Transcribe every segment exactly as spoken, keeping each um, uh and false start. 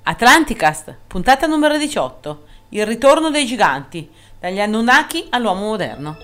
Atlanticast, puntata numero diciotto. Il ritorno dei giganti, dagli Anunnaki all'uomo moderno.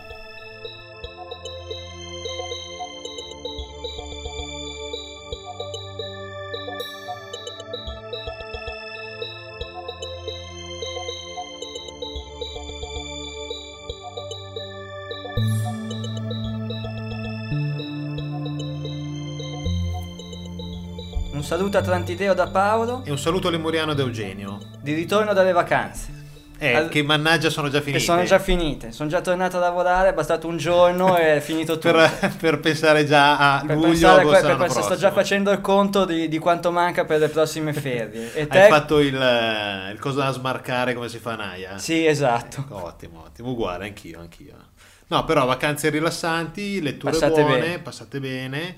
Un saluto atlantideo da Paolo e un saluto lemuriano da Eugenio. Di ritorno dalle vacanze. Eh, Al... che mannaggia sono già finite. Che sono già finite, sono già tornato a lavorare, è bastato un giorno e è finito tutto. per, per pensare già a per luglio, pensare, agosto, per pensare, sto già facendo il conto di, di quanto manca per le prossime ferie. E te? Hai fatto il, il coso da smarcare come si fa a Naia? Sì, esatto. Ecco, ottimo, ottimo, uguale, anch'io, anch'io. No, però vacanze rilassanti, letture passate buone, bene. passate bene.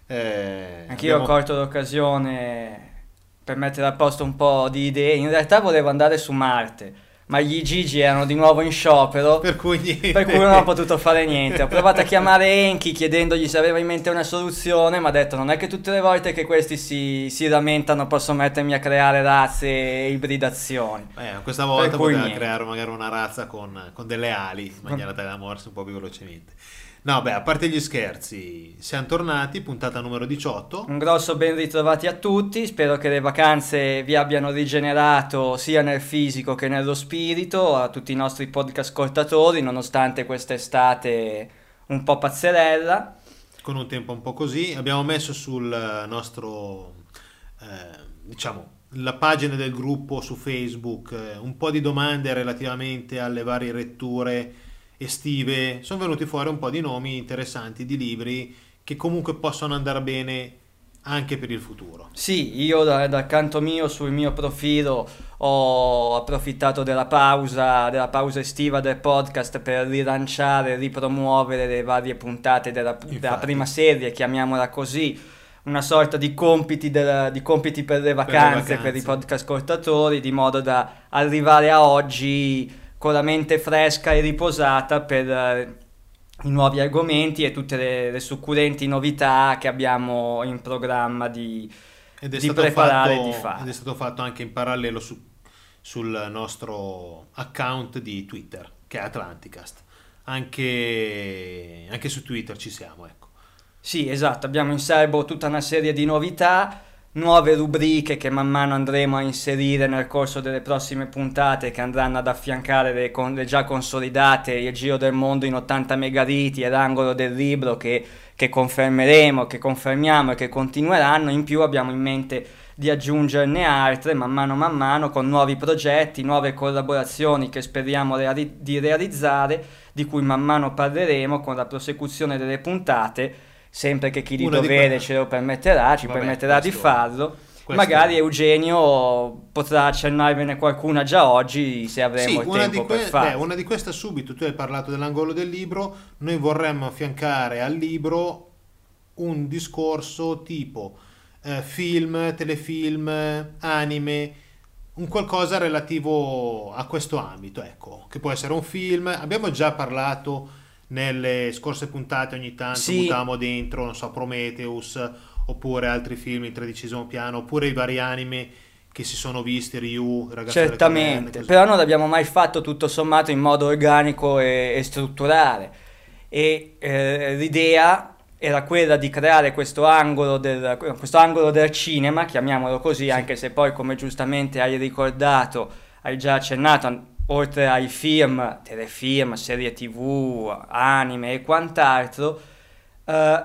Eh, Anch'io abbiamo... ho colto l'occasione per mettere a posto un po' di idee. In realtà volevo andare su Marte, ma gli Gigi erano di nuovo in sciopero, per cui, niente. per cui non ho potuto fare niente. Ho provato a chiamare Enki chiedendogli se aveva in mente una soluzione, ma ha detto non è che tutte le volte che questi si, si lamentano posso mettermi a creare razze e ibridazioni. Eh, questa volta poteva niente. creare magari una razza con, con delle ali, in maniera tale da muoversi un po' più velocemente. No, beh, a parte gli scherzi, siamo tornati, puntata numero diciotto. Un grosso ben ritrovati a tutti, spero che le vacanze vi abbiano rigenerato sia nel fisico che nello spirito, a tutti i nostri podcast ascoltatori, nonostante quest'estate un po' pazzerella. Con un tempo un po' così, abbiamo messo sul nostro, eh, diciamo, la pagina del gruppo su Facebook eh, un po' di domande relativamente alle varie letture estive. Sono venuti fuori un po' di nomi interessanti di libri che comunque possono andare bene anche per il futuro. Sì, io da, dal canto mio sul mio profilo ho approfittato della pausa della pausa estiva del podcast per rilanciare, ripromuovere le varie puntate della, della prima serie, chiamiamola così, una sorta di compiti, della, di compiti per le vacanze, per le vacanze per i podcast ascoltatori, di modo da arrivare a oggi con la mente fresca e riposata per uh, i nuovi argomenti e tutte le, le succulenti novità che abbiamo in programma di, ed è di stato preparare fatto, e di fare. Ed è stato fatto anche in parallelo su, sul nostro account di Twitter, che è Atlanticast. Anche, anche su Twitter ci siamo, ecco. Sì, esatto, abbiamo in serbo tutta una serie di novità, nuove rubriche che man mano andremo a inserire nel corso delle prossime puntate, che andranno ad affiancare le, con, le già consolidate Il Giro del Mondo in ottanta megariti e L'Angolo del Libro, che, che confermeremo, che confermiamo e che continueranno. In più abbiamo in mente di aggiungerne altre man mano man mano, con nuovi progetti, nuove collaborazioni che speriamo reali- di realizzare, di cui man mano parleremo con la prosecuzione delle puntate, sempre che chi di Una dovere di ce lo permetterà, ci Vabbè, permetterà questo, di farlo. questo... Magari Eugenio potrà accennarvene qualcuna già oggi, se avremo sì, il una tempo di que- per farlo. beh, una di queste subito. Tu hai parlato dell'angolo del libro, noi vorremmo affiancare al libro un discorso tipo eh, film, telefilm, anime, un qualcosa relativo a questo ambito, ecco, che può essere un film. Abbiamo già parlato nelle scorse puntate, ogni tanto sì. buttavamo dentro, non so, Prometheus, oppure altri film in tredicesimo piano, oppure i vari anime che si sono visti, Ryu, Ragazzi delle Certamente, Caverne, però non l'abbiamo mai fatto tutto sommato in modo organico e, e strutturale, e eh, l'idea era quella di creare questo angolo del, questo angolo del cinema, chiamiamolo così, sì. Anche se poi, come giustamente hai ricordato, hai già accennato, oltre ai film, telefilm, serie tv, anime e quant'altro, eh,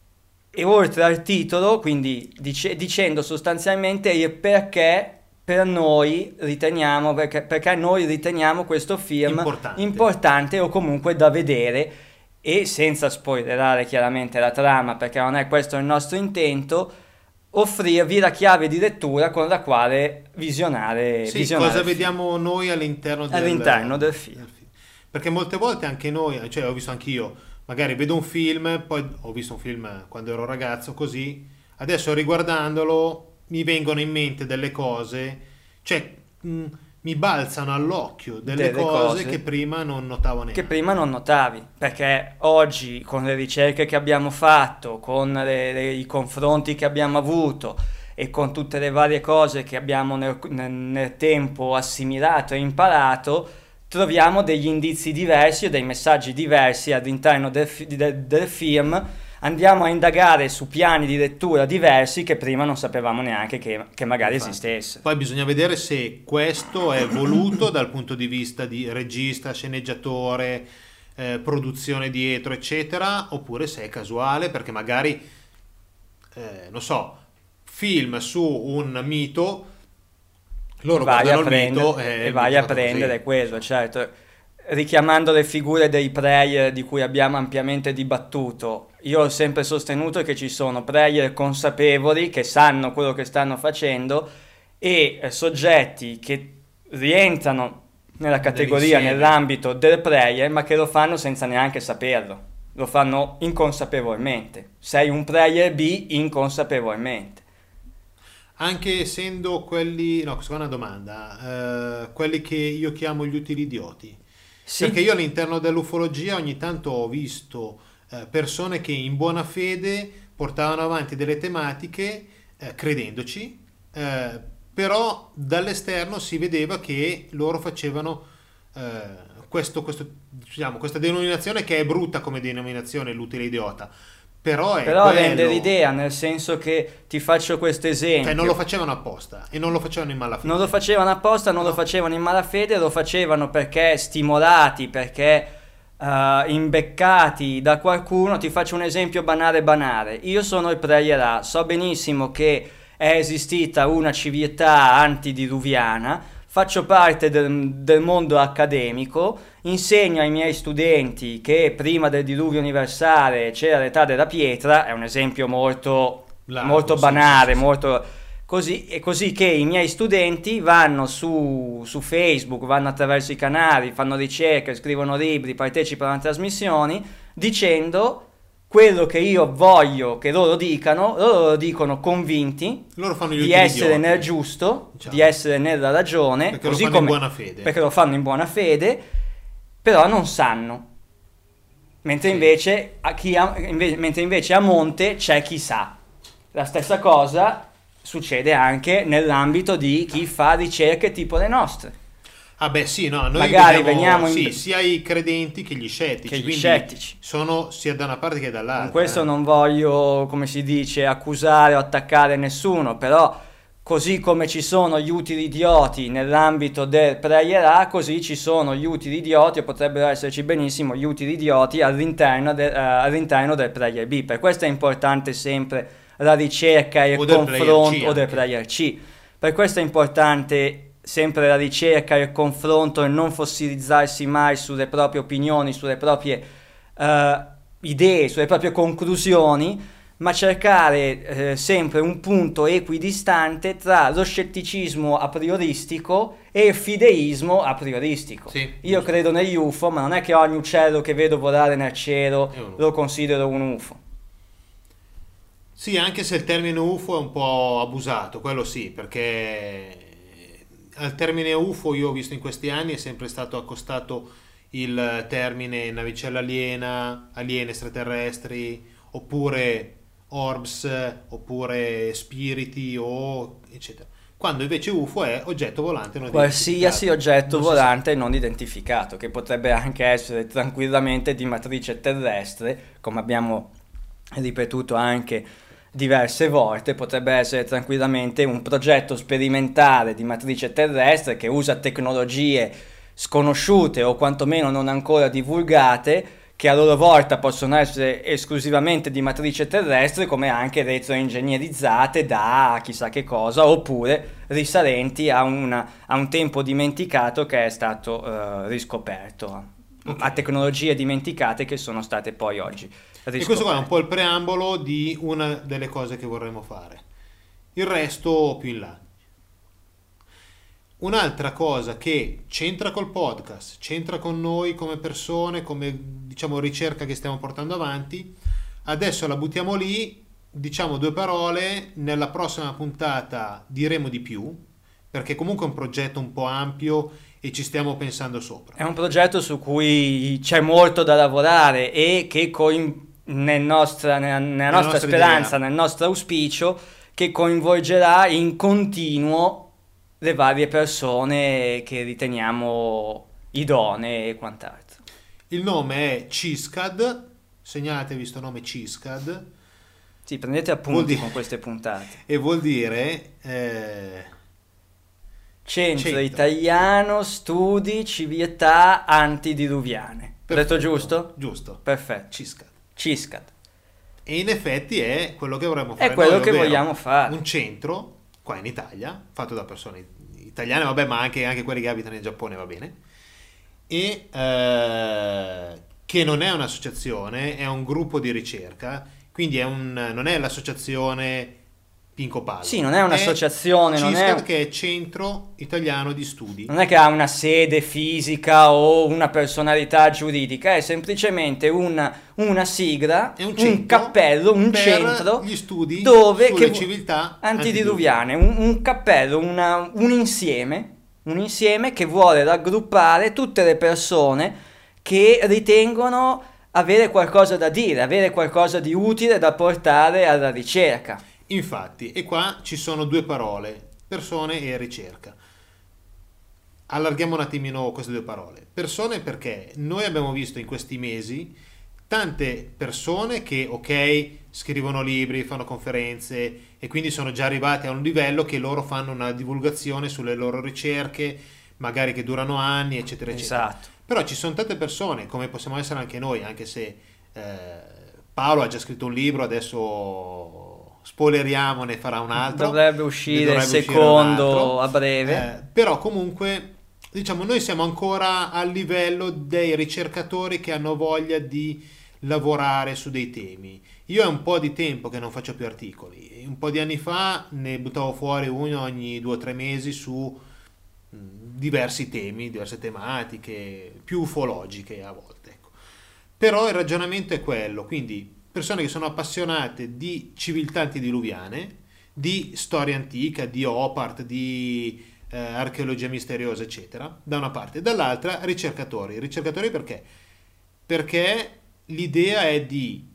e oltre al titolo, quindi dice, dicendo sostanzialmente il perché per noi riteniamo, perché, perché noi riteniamo questo film importante. importante o comunque da vedere, e senza spoilerare chiaramente la trama, perché non è questo il nostro intento, offrirvi la chiave di lettura con la quale visionare, sì, visionare cosa il film. vediamo noi all'interno del, all'interno del film. del film. Perché molte volte anche noi, cioè ho visto anch'io, magari vedo un film, poi ho visto un film quando ero ragazzo così, adesso riguardandolo mi vengono in mente delle cose, cioè mh, mi balzano all'occhio delle, delle cose, cose che prima non notavo neanche. Che prima non notavi, perché oggi con le ricerche che abbiamo fatto, con le, le, i confronti che abbiamo avuto e con tutte le varie cose che abbiamo nel, nel, nel tempo assimilato e imparato, troviamo degli indizi diversi o dei messaggi diversi all'interno del, del, del film. Andiamo a indagare su piani di lettura diversi che prima non sapevamo neanche che, che magari Infatti. esistesse. Poi bisogna vedere se questo è voluto dal punto di vista di regista, sceneggiatore, eh, produzione dietro, eccetera, oppure se è casuale, perché magari, eh, non so, film su un mito, loro vai a guardano il prendere, mito e e vai a fatto prendere così. quello, certo. Richiamando le figure dei player di cui abbiamo ampiamente dibattuto, io ho sempre sostenuto che ci sono player consapevoli che sanno quello che stanno facendo e eh, soggetti che rientrano nella categoria, Nell'insieme. nell'ambito del player, ma che lo fanno senza neanche saperlo, lo fanno inconsapevolmente. Sei un player B inconsapevolmente. Anche essendo quelli, no, questa è una domanda, eh, quelli che io chiamo gli utili idioti. Sì. Perché io all'interno dell'ufologia ogni tanto ho visto eh, persone che in buona fede portavano avanti delle tematiche eh, credendoci, eh, però dall'esterno si vedeva che loro facevano eh, questo, questo, diciamo, questa denominazione che è brutta come denominazione, l'utile idiota. Però, è Però quello, rende l'idea, nel senso che ti faccio questo esempio. cioè non lo facevano apposta e non lo facevano in malafede. Non lo facevano apposta, non No. lo facevano in malafede, lo facevano perché stimolati, perché uh, imbeccati da qualcuno. Ti faccio un esempio banale banale. Io sono il player A, so benissimo che è esistita una civiltà antidiluviana, faccio parte del, del mondo accademico, insegno ai miei studenti che prima del diluvio universale c'era l'età della pietra, è un esempio molto, Largo, molto sì, banale, sì, sì. molto così, e così che i miei studenti vanno su, su Facebook, vanno attraverso i canali, fanno ricerche, scrivono libri, partecipano a trasmissioni, dicendo quello che io voglio che loro dicano, loro lo dicono convinti Loro fanno gli di utili essere idioti, nel giusto, diciamo. di essere nella ragione, Perché lo così fanno in come- buona fede. perché lo fanno in buona fede, però non sanno. Mentre, Sì. invece, a chi ha- inve- mentre invece a monte c'è chi sa. La stessa cosa succede anche nell'ambito di chi fa ricerche tipo le nostre. Ah beh sì, no, noi Magari vediamo veniamo in- sì, sia i credenti che gli scettici, Che gli quindi scettici. sono sia da una parte che dall'altra. Con questo eh. non voglio, come si dice, accusare o attaccare nessuno, però così come ci sono gli utili idioti nell'ambito del player A, così ci sono gli utili idioti, o potrebbero esserci benissimo gli utili idioti all'interno, de- eh, all'interno del player B. Per questo è importante sempre la ricerca e il O del player confronto, C o del anche. player C. Per questo è importante sempre la ricerca e il confronto e non fossilizzarsi mai sulle proprie opinioni, sulle proprie eh, idee, sulle proprie conclusioni, ma cercare eh, sempre un punto equidistante tra lo scetticismo a prioristico e il fideismo a prioristico. Sì, Io giusto. credo negli U F O, ma non è che ogni uccello che vedo volare nel cielo È un U F O. lo considero un U F O. Sì, anche se il termine U F O è un po' abusato, quello sì, perché al termine U F O io ho visto in questi anni è sempre stato accostato il termine navicella aliena, alieni extraterrestri, oppure orbs, oppure spiriti o eccetera. Quando invece U F O è oggetto volante non Qualsiasi identificato. oggetto Non si sa. volante non identificato, che potrebbe anche essere tranquillamente di matrice terrestre, come abbiamo ripetuto anche diverse volte, potrebbe essere tranquillamente un progetto sperimentale di matrice terrestre che usa tecnologie sconosciute o quantomeno non ancora divulgate, che a loro volta possono essere esclusivamente di matrice terrestre, come anche retroingegnerizzate da chissà che cosa, oppure risalenti a, una, a un tempo dimenticato che è stato eh, riscoperto, Ok. a tecnologie dimenticate che sono state poi oggi riscoperte. E questo qua è un po' il preambolo di una delle cose che vorremmo fare. Il resto più in là. Un'altra cosa che c'entra col podcast, c'entra con noi come persone, come diciamo ricerca che stiamo portando avanti, adesso la buttiamo lì, diciamo due parole, nella prossima puntata diremo di più, perché comunque è un progetto un po' ampio e ci stiamo pensando sopra. È un progetto su cui c'è molto da lavorare e che coin- nel nostra, nella, nella Nella nostra nostra speranza, idea. nel nostro auspicio, che coinvolgerà in continuo le varie persone che riteniamo idonee e quant'altro. Il nome è CISCAD, segnatevi questo nome CISCAD. Sì, prendete appunti dire, con queste puntate. E vuol dire eh, Centro, Centro Italiano Studi Civiltà Antidiluviane. Ho detto giusto? Giusto. Perfetto. CISCAD. CISCAD. E in effetti è quello che vorremmo fare. È quello noi, che vogliamo fare. Un centro, qua in Italia, fatto da persone italiane, vabbè, ma anche, anche quelli che abitano in Giappone, va bene. E eh, che non è un'associazione, è un gruppo di ricerca, quindi è un, non è l'associazione Pinco Palla. Sì, non è un'associazione, non CISCAD, è... che è Centro Italiano di Studi. Non è che ha una sede fisica o una personalità giuridica, è semplicemente una, una sigla, È un, un, centro cappello, un per centro gli studi dove sulle che, civiltà antidiluviane, un, un cappello, una, un insieme, un insieme che vuole raggruppare tutte le persone che ritengono avere qualcosa da dire, avere qualcosa di utile da portare alla ricerca. Infatti, e qua ci sono due parole, persone e ricerca. Allarghiamo un attimino queste due parole. Persone perché noi abbiamo visto in questi mesi tante persone che, ok, scrivono libri, fanno conferenze e quindi sono già arrivati a un livello che loro fanno una divulgazione sulle loro ricerche, magari che durano anni, eccetera, eccetera. Esatto. Però ci sono tante persone, come possiamo essere anche noi, anche se eh, Paolo ha già scritto un libro, adesso spoileriamo, ne farà un altro. Dovrebbe uscire dovrebbe il secondo uscire a breve. Eh, però comunque, diciamo, noi siamo ancora al livello dei ricercatori che hanno voglia di lavorare su dei temi. Io è un po' di tempo che non faccio più articoli. Un po' di anni fa ne buttavo fuori uno ogni due o tre mesi su mh, diversi temi, diverse tematiche, più ufologiche a volte. Ecco. Però il ragionamento è quello, quindi persone che sono appassionate di civiltà antidiluviane, di storia antica, di opart, di eh, archeologia misteriosa, eccetera, da una parte. Dall'altra ricercatori. Ricercatori perché? Perché l'idea è di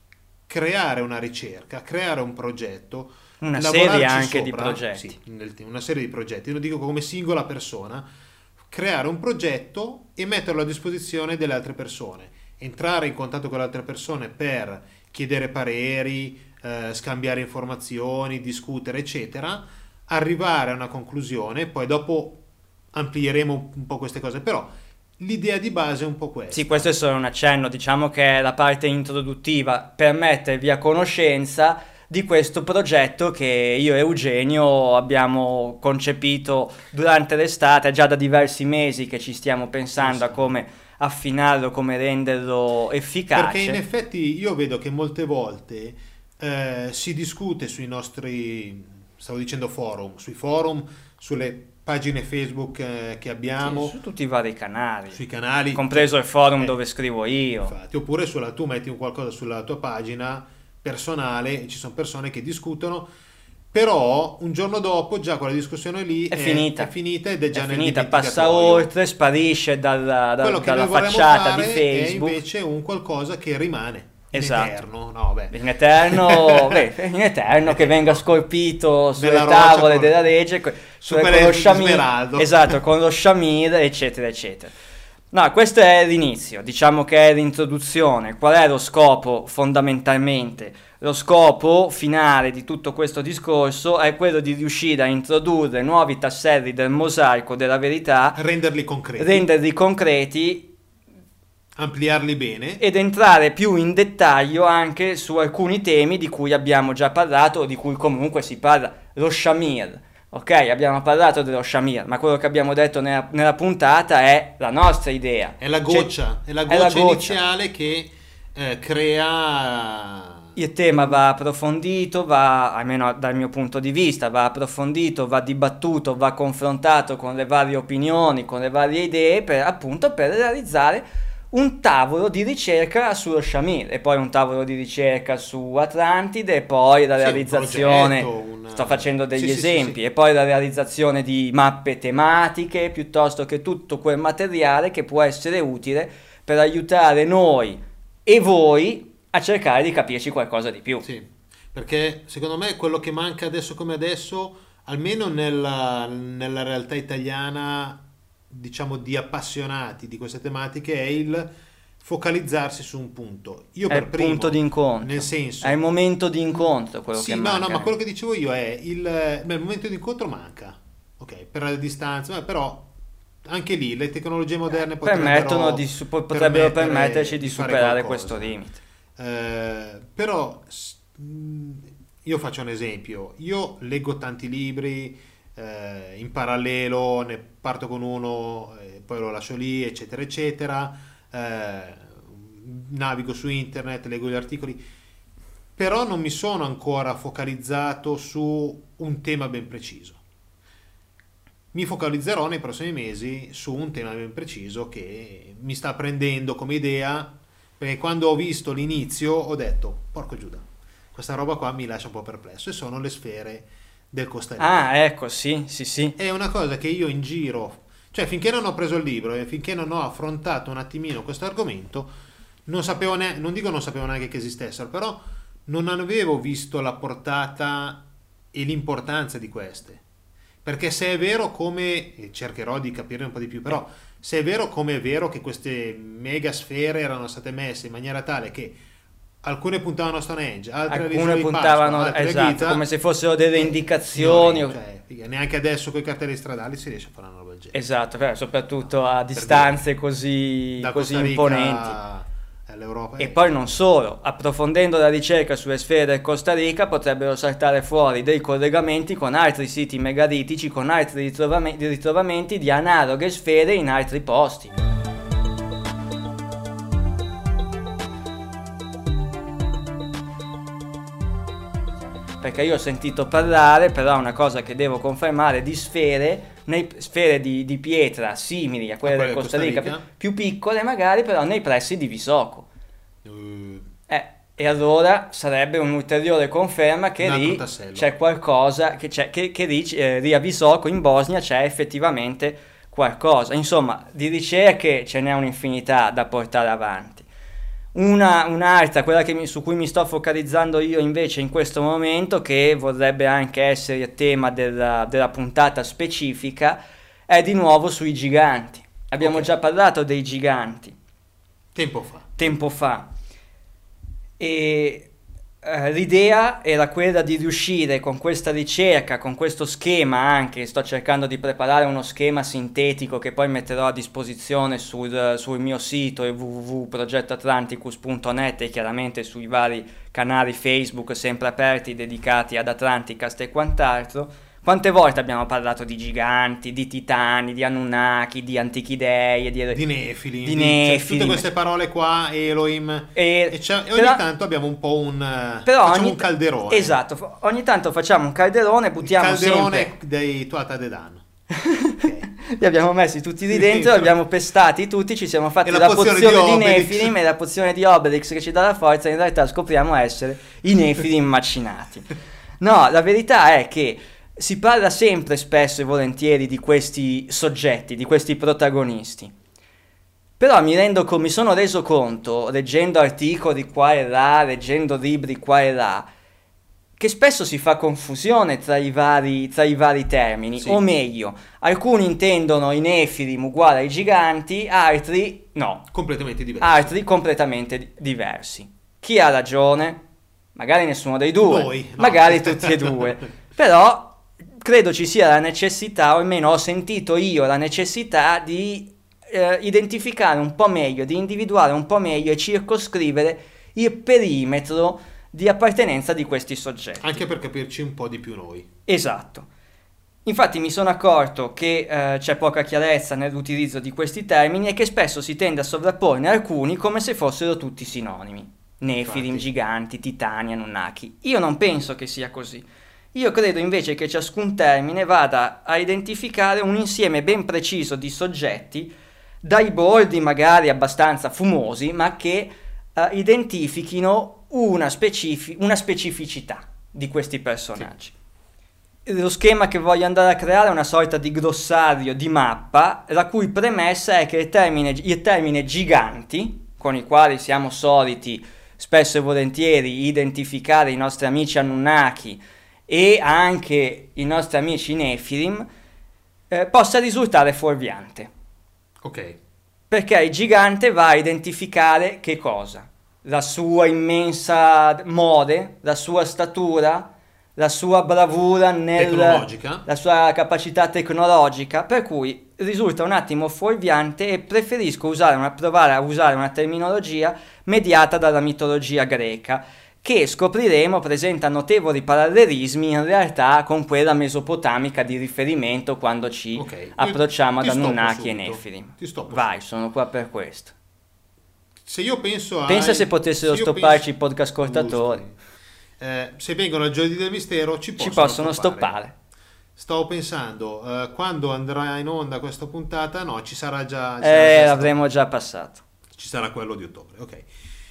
creare una ricerca, creare un progetto, una serie lavorarci anche sopra, di progetti. sì, nel- una serie di progetti, lo dico come singola persona, creare un progetto e metterlo a disposizione delle altre persone, entrare in contatto con le altre persone per chiedere pareri, eh, scambiare informazioni, discutere, eccetera, arrivare a una conclusione, poi dopo amplieremo un po' queste cose, però l'idea di base è un po' questa. Sì, questo è solo un accenno, diciamo che è la parte introduttiva per mettervi a conoscenza di questo progetto che io e Eugenio abbiamo concepito durante l'estate, già da diversi mesi che ci stiamo pensando Sì, a sì. come affinarlo, come renderlo efficace. Perché in effetti io vedo che molte volte eh, si discute sui nostri, stavo dicendo forum, sui forum, sulle pagine Facebook eh, che abbiamo, Sì, su tutti i vari canali, sui canali, compreso il forum Eh, dove scrivo io. infatti, oppure sulla, tu metti un qualcosa sulla tua pagina personale e ci sono persone che discutono, però un giorno dopo già quella discussione lì È finita. è finita ed è già È nel finita, passa dimenticatoio. oltre, sparisce dalla, da- Quello che dalla noi vorremmo facciata fare di Facebook. è invece un qualcosa che rimane in Esatto. eterno, no, beh. In eterno, beh, in eterno che venga scolpito sulle Nella roccia tavole con- della legge, co- su con quelle lo di sciamir, smeraldo. esatto, con lo sciamir, eccetera, eccetera. No, questo è l'inizio, diciamo che è l'introduzione. Qual è lo scopo fondamentalmente? Lo scopo finale di tutto questo discorso è quello di riuscire a introdurre nuovi tasselli del mosaico della verità, renderli concreti, renderli concreti ampliarli bene. ed entrare più in dettaglio anche su alcuni temi di cui abbiamo già parlato o di cui comunque si parla. Lo shamir, ok? Abbiamo parlato dello shamir, ma quello che abbiamo detto nella, nella puntata è la nostra idea. È la Cioè, goccia, è la è goccia, la goccia. iniziale che eh, crea... Il tema va approfondito, va, almeno dal mio punto di vista, va approfondito, va dibattuto, va confrontato con le varie opinioni, con le varie idee, per, appunto per realizzare un tavolo di ricerca sullo shamir, e poi un tavolo di ricerca su Atlantide, e poi la Sì, un realizzazione, progetto, un- sto facendo degli Sì, sì, sì, esempi, sì. e poi la realizzazione di mappe tematiche, piuttosto che tutto quel materiale che può essere utile per aiutare noi e voi a cercare di capirci qualcosa di più. Sì. perché secondo me quello che manca adesso come adesso, almeno nella, nella realtà italiana, diciamo di appassionati di queste tematiche, è il focalizzarsi su un punto. Io È per il primo, punto di incontro, nel senso, è il momento di incontro quello sì, che no, manca. no, ma quello che dicevo io è il, beh, il momento di incontro manca, ok, per la distanza, ma però anche lì le tecnologie moderne permettono di, su- potrebbero permettere permetterci di, di fare superare qualcosa. questo limite. Eh, però s- mh, io faccio un esempio, io leggo tanti libri, eh, in parallelo ne parto con uno, eh, poi lo lascio lì, eccetera eccetera, eh, navigo su internet, leggo gli articoli, però non mi sono ancora focalizzato su un tema ben preciso. Mi focalizzerò nei prossimi mesi su un tema ben preciso che mi sta prendendo come idea, perché quando ho visto l'inizio ho detto, porco Giuda, questa roba qua mi lascia un po' perplesso, e sono le sfere del Costa Rica. Ah, ecco, sì, sì, sì. È una cosa che io in giro, cioè finché non ho preso il libro e finché non ho affrontato un attimino questo argomento, non sapevo neanche, non dico non sapevo neanche che esistessero, però non avevo visto la portata e l'importanza di queste. Perché se è vero come, e cercherò di capire un po' di più, però se è vero come è vero che queste mega sfere erano state messe in maniera tale che alcune puntavano a Stonehenge, altre Alcune all'isola di puntavano, Pasqua, altre a esatto, Giza, come se fossero delle eh, indicazioni. signori, cioè, figa, neanche adesso con i cartelli stradali si riesce a fare una roba del genere. Esatto, però soprattutto a distanze così, Da così Costa Rica imponenti. all'Europa. E eh, poi non solo, approfondendo la ricerca sulle sfere del Costa Rica potrebbero saltare fuori dei collegamenti con altri siti megalitici, con altri ritrovamenti, ritrovamenti di analoghe sfere in altri posti. Perché io ho sentito parlare, però è una cosa che devo confermare, di sfere, nei, sfere di, di pietra simili a quelle A del quelle Costa del Rica, Costa Rica? più piccole magari, però nei pressi di Visoko. eh, Eh, e allora sarebbe un'ulteriore conferma che Un altro lì tassello. c'è qualcosa, che, c'è, che, che lì, eh, lì a Visoko in Bosnia c'è effettivamente qualcosa. Insomma, di ricerche ce n'è un'infinità da portare avanti. Una, un'altra, quella che mi- su cui mi sto focalizzando io invece in questo momento, che vorrebbe anche essere il tema della, della puntata specifica, è di nuovo sui giganti. Abbiamo Ok. già parlato dei giganti tempo fa. tempo fa e eh, l'idea era quella di riuscire con questa ricerca, con questo schema anche, sto cercando di preparare uno schema sintetico che poi metterò a disposizione sul, sul mio sito w w w punto progetto atlanticus punto net e chiaramente sui vari canali Facebook sempre aperti dedicati ad Atlanticast e quant'altro. Quante volte abbiamo parlato di giganti, di titani, di Anunnaki, di antichi dei, e di, Di Nefilim, di di- cioè, Nefilim. tutte queste parole qua, Elohim, E- e, c'è- e ogni però- tanto abbiamo un po' un, eh, Però facciamo ogni un calderone. Esatto, fa- ogni tanto facciamo un calderone, Il buttiamo calderone sempre. dei Tuata De Dan. Ok. Li abbiamo messi tutti lì Sì, dentro, dentro. li abbiamo pestati tutti, ci siamo fatti E la la pozione pozione di di, Obelix. Nefilim e la pozione di Obelix che ci dà la forza, in realtà scopriamo essere i Nefilim macinati. No, la verità è che si parla sempre, spesso e volentieri di questi soggetti, di questi protagonisti. Però mi rendo co- mi sono reso conto, leggendo articoli qua e là, leggendo libri qua e là, che spesso si fa confusione tra i vari, tra i vari termini, Sì. o meglio, alcuni intendono i Nefilim uguali ai giganti, altri no, Completamente diverso. altri completamente di- diversi. Chi ha ragione? Magari nessuno dei due, Noi, no. magari tutti e due, però credo ci sia la necessità, o almeno ho sentito io la necessità di eh, identificare un po' meglio, di individuare un po' meglio e circoscrivere il perimetro di appartenenza di questi soggetti. Anche per capirci un po' di più noi. Esatto. Infatti mi sono accorto che eh, c'è poca chiarezza nell'utilizzo di questi termini e che spesso si tende a sovrapporne alcuni come se fossero tutti sinonimi. Nefilim, Infatti. giganti, titani, Anunnaki. Io non penso che sia così. Io credo invece che ciascun termine vada a identificare un insieme ben preciso di soggetti, dai bordi magari abbastanza fumosi, ma che eh, identifichino una, specifi- una specificità di questi personaggi. Lo schema che voglio andare a creare è una sorta di glossario di mappa, la cui premessa è che il termine, il termine giganti, con i quali siamo soliti spesso e volentieri identificare i nostri amici Anunnaki e anche i nostri amici Nephilim, eh, possa risultare fuorviante. Ok. Perché il gigante va a identificare che cosa? La sua immensa mole, la sua statura, la sua bravura nel, Tecnologica. la sua capacità tecnologica, per cui risulta un attimo fuorviante e preferisco usare una, provare a usare una terminologia mediata dalla mitologia greca, che scopriremo presenta notevoli parallelismi in realtà con quella mesopotamica di riferimento quando ci Ok, approcciamo io ad ti stoppo Anunnaki e subito. Nefilim. Ti stoppo Vai, subito. sono qua per questo. Se io penso a... Pensa se potessero se io stopparci penso- i podcast ascoltatori. Giusto. Eh, se vengono al Giovedì del Mistero ci Ci possono, possono stoppare. Stavo pensando, eh, quando andrà in onda questa puntata, no, ci sarà già... ci sarà Eh, già stato- l'avremo già passato. Ci sarà quello di ottobre, ok.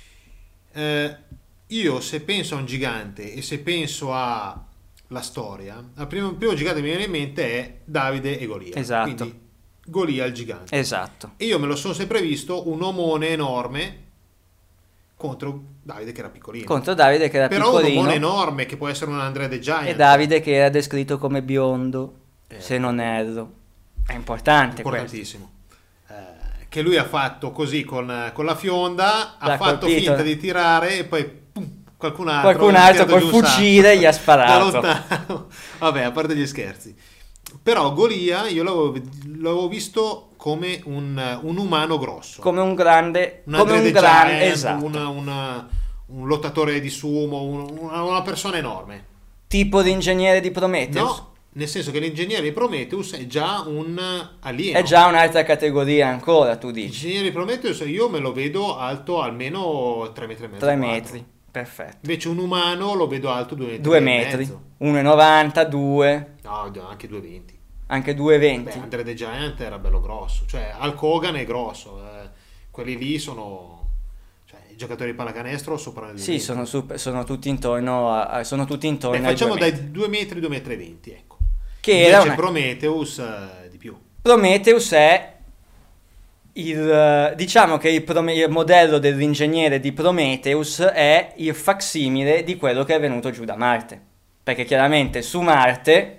Eh, io se penso a un gigante e se penso alla storia, il primo, il primo gigante che mi viene in mente è Davide e Golia. Esatto. Quindi Golia il gigante. Esatto. E io me lo sono sempre visto un omone enorme contro Davide che era piccolino. Contro Davide che era Però un piccolino omone enorme che può essere un Andre the Giant. e Davide che era descritto come biondo, Eh. se non erro. È importante questo. Importantissimo. Eh, che lui ha fatto così con, con la fionda, ha L'ha fatto colpito. finta di tirare e poi pum, qualcun altro, Qualcun ha altro tirato col giù un fucile sacco gli ha sparato. da lontano. Vabbè, a parte gli scherzi. Però Golia io l'avevo, l'avevo visto come un, un umano grosso. Come un grande, un come Andre un the grande, Giant, esatto. una- una- un lottatore di sumo, un- una, una persona enorme. Tipo l'ingegnere di Prometheus. No, nel senso che l'ingegnere di Prometheus è già un alieno. È già un'altra categoria ancora, tu dici. L'ingegnere di Prometheus io me lo vedo alto almeno tre metri e mezzo. Tre quattro. metri, perfetto. Invece un umano lo vedo alto due metri. Due e metri, mezzo. uno e novanta, due, No, anche due e venti. anche due e Beh, venti. Andre the Giant era bello grosso. Cioè, Hulk Hogan è grosso. eh. Quelli lì sono... Cioè, i giocatori di pallacanestro sopra il Sì, sono, super- sono tutti intorno a, a- sono tutti intorno Beh, ai facciamo due metri. dai due metri, due metri e venti, ecco. Che Invece era una... Prometheus eh, di più. Prometheus è il, diciamo che il, prome- il modello dell'ingegnere di Prometheus è il facsimile di quello che è venuto giù da Marte, perché chiaramente su Marte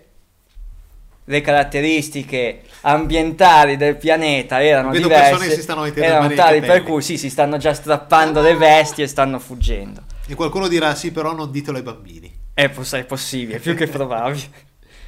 le caratteristiche ambientali del pianeta erano Vedo persone che diverse, si stanno mettendo le erano mani nei tali per capelli. cui sì, si stanno già strappando le vesti e stanno fuggendo. E qualcuno dirà sì, però non ditelo ai bambini. È, poss- è possibile, più che probabile.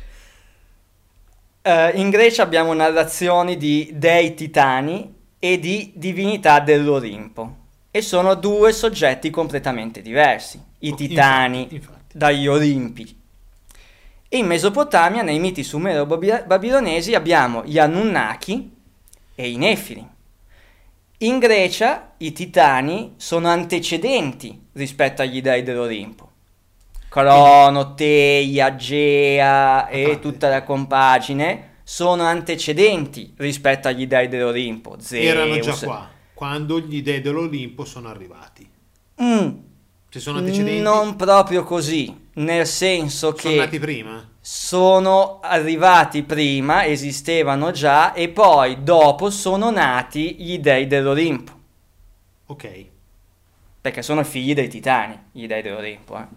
Eh, in Grecia abbiamo narrazioni di dei titani e di divinità dell'Olimpo e sono due soggetti completamente diversi, i Oh, titani infatti, infatti. dagli Olimpi. In Mesopotamia, nei miti sumero-babilonesi, abbiamo gli Anunnaki e i Nefilim. In Grecia i titani sono antecedenti rispetto agli dei dell'Olimpo. Crono, Teia, Gea e Infatti. tutta la compagine sono antecedenti rispetto agli dei dell'Olimpo. Zeus. Erano già qua, quando gli dei dell'Olimpo sono arrivati. Mm, Ci sono antecedenti? non proprio così, nel senso Sono che nati prima? sono arrivati prima, esistevano già, e poi dopo sono nati gli dei dell'Olimpo, Ok. perché sono figli dei titani, gli dei dell'Olimpo. Eh.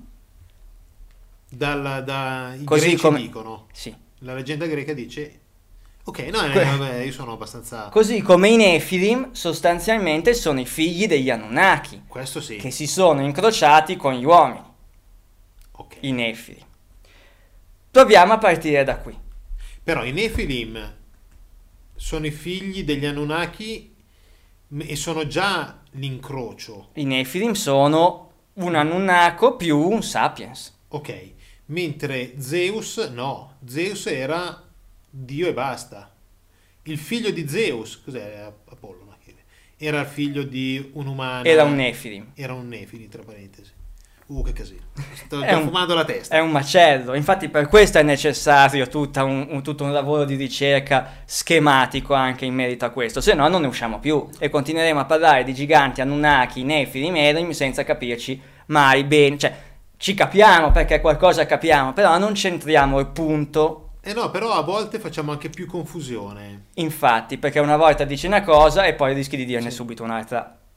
Dal, da, I Così greci come- dicono, Sì. la leggenda greca dice... Ok, no, eh, Que- vabbè, io sono abbastanza... Così come i Nefilim sostanzialmente sono i figli degli Anunnaki, Questo sì. che si sono incrociati con gli uomini, Ok. i Nefilim. Proviamo a partire da qui. Però i Nephilim sono i figli degli Anunnaki m- e sono già l'incrocio. I Nefilim sono un Anunnako più un Sapiens. Ok. Mentre Zeus, no. Zeus era Dio e basta. Il figlio di Zeus, cos'era? Apollo, no? Era il figlio di un umano. Era un Nefilim. Era un Nefilim, tra parentesi. Uh, che casino. Sto È già un- fumando la testa. È un macello, infatti per questo è necessario tutta un, un- tutto un lavoro di ricerca schematico anche in merito a questo, se no non ne usciamo più e continueremo a parlare di giganti, Anunnaki, Nefilim, Elohim senza capirci mai bene, cioè ci capiamo perché qualcosa capiamo, però non centriamo il punto, Eh no, però a volte facciamo anche più confusione. infatti, perché una volta dici una cosa e poi rischi di dirne Sì. subito un'altra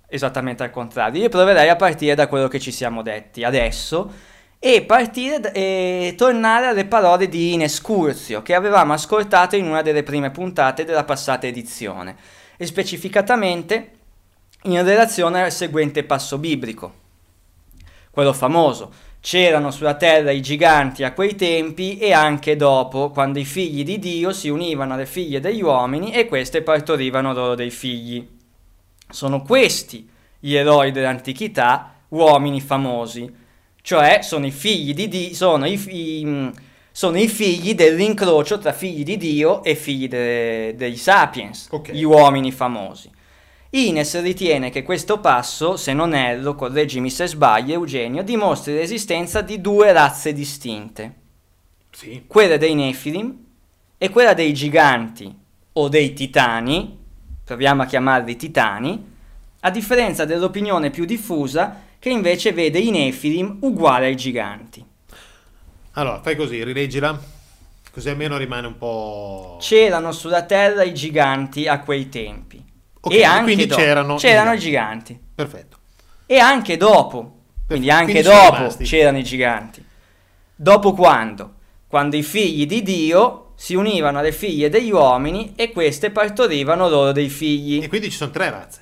esattamente al contrario. Io proverei a partire da quello che ci siamo detti adesso e partire d- e tornare alle parole di Ines Curzio che avevamo ascoltato in una delle prime puntate della passata edizione, e specificatamente in relazione al seguente passo biblico, quello famoso: c'erano sulla terra i giganti a quei tempi e anche dopo, quando i figli di Dio si univano alle figlie degli uomini e queste partorivano loro dei figli. Sono questi gli eroi dell'antichità, uomini famosi, cioè sono i figli di Dio, sono i, i, sono i figli dell'incrocio tra figli di Dio e figli de, dei sapiens, Ok. gli uomini famosi. Ines ritiene che questo passo, se non erro, correggimi se sbaglio Eugenio, dimostri l'esistenza di due razze distinte, Sì. quella dei Nefilim e quella dei giganti o dei titani, proviamo a chiamarli titani, a differenza dell'opinione più diffusa che invece vede i Nefilim uguali ai giganti. Allora, fai così, rileggila, così almeno rimane un po'... C'erano sulla terra i giganti a quei tempi. Ok, e anche quindi dopo. c'erano, c'erano i i giganti. Perfetto. E anche dopo, quindi Perfetto, anche quindi sono dopo rimasti. c'erano i giganti. Dopo quando? Quando i figli di Dio si univano alle figlie degli uomini e queste partorivano loro dei figli. E quindi ci sono tre razze.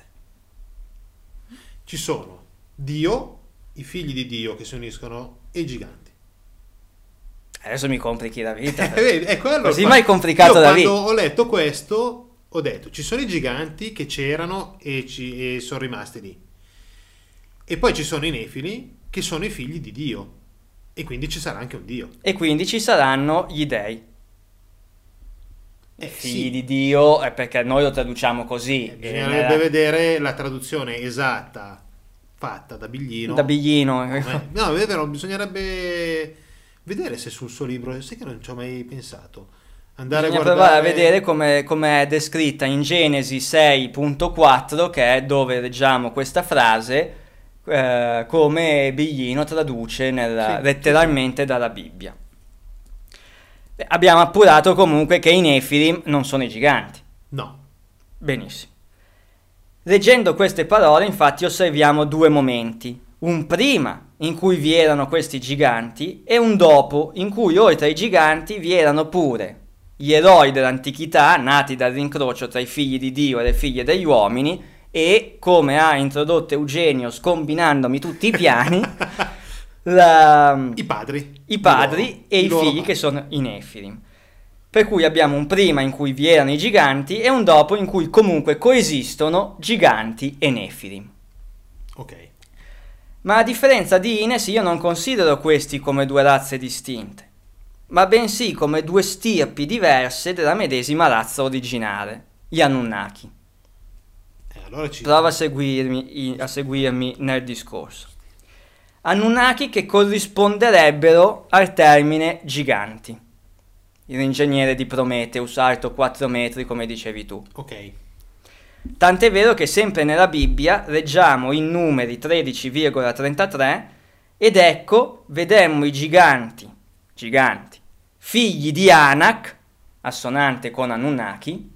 Ci sono Dio, i figli di Dio che si uniscono e i giganti. Adesso mi complichi la vita. Eh, vedi, è quello Così qua- mi hai complicato Io la quando vita. ho letto questo ho detto ci sono i giganti che c'erano e, ci, e sono rimasti lì, e poi ci sono i Nefili che sono i figli di Dio, e quindi ci sarà anche un Dio. E quindi ci saranno gli dei. Eh, Figli sì. di Dio, eh, perché noi lo traduciamo così. Eh, eh, bisognerebbe nella- vedere la traduzione esatta fatta da Biglino. Da Biglino. Come- no, è vero, bisognerebbe vedere se sul suo libro, sai che non ci ho mai pensato, andare Bisogna a guardare provare a vedere come, come è descritta in Genesi sei punto quattro, che è dove leggiamo questa frase, eh, come Biglino traduce nella- Sì, letteralmente dalla Bibbia. Beh, abbiamo appurato comunque che i Nefilim non sono i giganti. no. Benissimo. Leggendo queste parole, infatti, osserviamo due momenti. Un prima in cui vi erano questi giganti e un dopo in cui oltre ai giganti vi erano pure gli eroi dell'antichità nati dall'incrocio tra i figli di Dio e le figlie degli uomini e, come ha introdotto Eugenio scombinandomi tutti i piani, la- I padri. i padri loro- e i loro figli padri. che sono i Nefilim. Per cui abbiamo un prima in cui vi erano i giganti e un dopo in cui comunque coesistono giganti e Nefilim. Ok. Ma a differenza di Ines io non considero questi come due razze distinte, ma bensì come due stirpi diverse della medesima razza originale, gli Anunnaki. Eh, allora ci... Prova a seguirmi, a seguirmi nel discorso. Anunnaki che corrisponderebbero al termine giganti. L'ingegnere di Prometheus, alto quattro metri come dicevi tu. Ok. Tant'è vero che sempre nella Bibbia leggiamo in Numeri tredici virgola trentatré ed ecco vedemmo i giganti, giganti, figli di Anak, assonante con Anunnaki,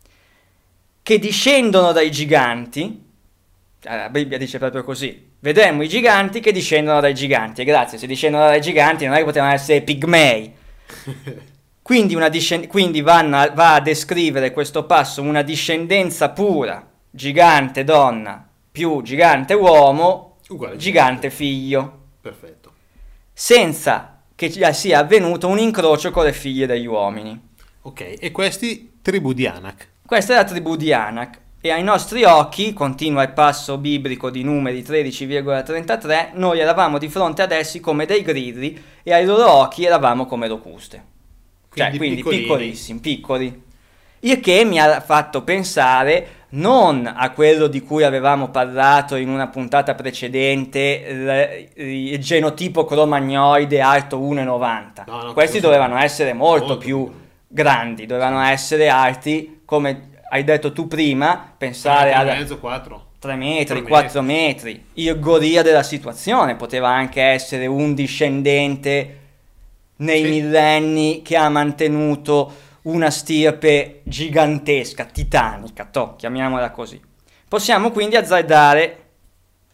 che discendono dai giganti. La Bibbia dice proprio così: vedemmo i giganti che discendono dai giganti. E grazie, se discendono dai giganti non è che potevano essere pigmei. Quindi, una discend- quindi vanno a- va a descrivere questo passo una discendenza pura, gigante donna più gigante uomo, Uguale gigante figlio, Perfetto. senza che ci sia avvenuto un incrocio con le figlie degli uomini. Ok, e questi tribù di Anak. Questa è la tribù di Anak e ai nostri occhi, continua il passo biblico di Numeri tredici virgola trentatré, noi eravamo di fronte ad essi come dei grilli e ai loro occhi eravamo come locuste. Cioè, Quindi quindi piccolini. piccolissimi, piccoli. Il che mi ha fatto pensare non a quello di cui avevamo parlato in una puntata precedente, il, il genotipo cromagnoide alto uno virgola novanta. No, no, Questi questo dovevano sono essere molto, molto più più. grandi, dovevano essere alti, come hai detto tu prima, pensare Tre e a mezzo, quattro. tre metri, Tre quattro metri. Il gorilla della situazione poteva anche essere un discendente nei Sì. millenni che ha mantenuto una stirpe gigantesca, titanica, toh, chiamiamola così. Possiamo quindi azzardare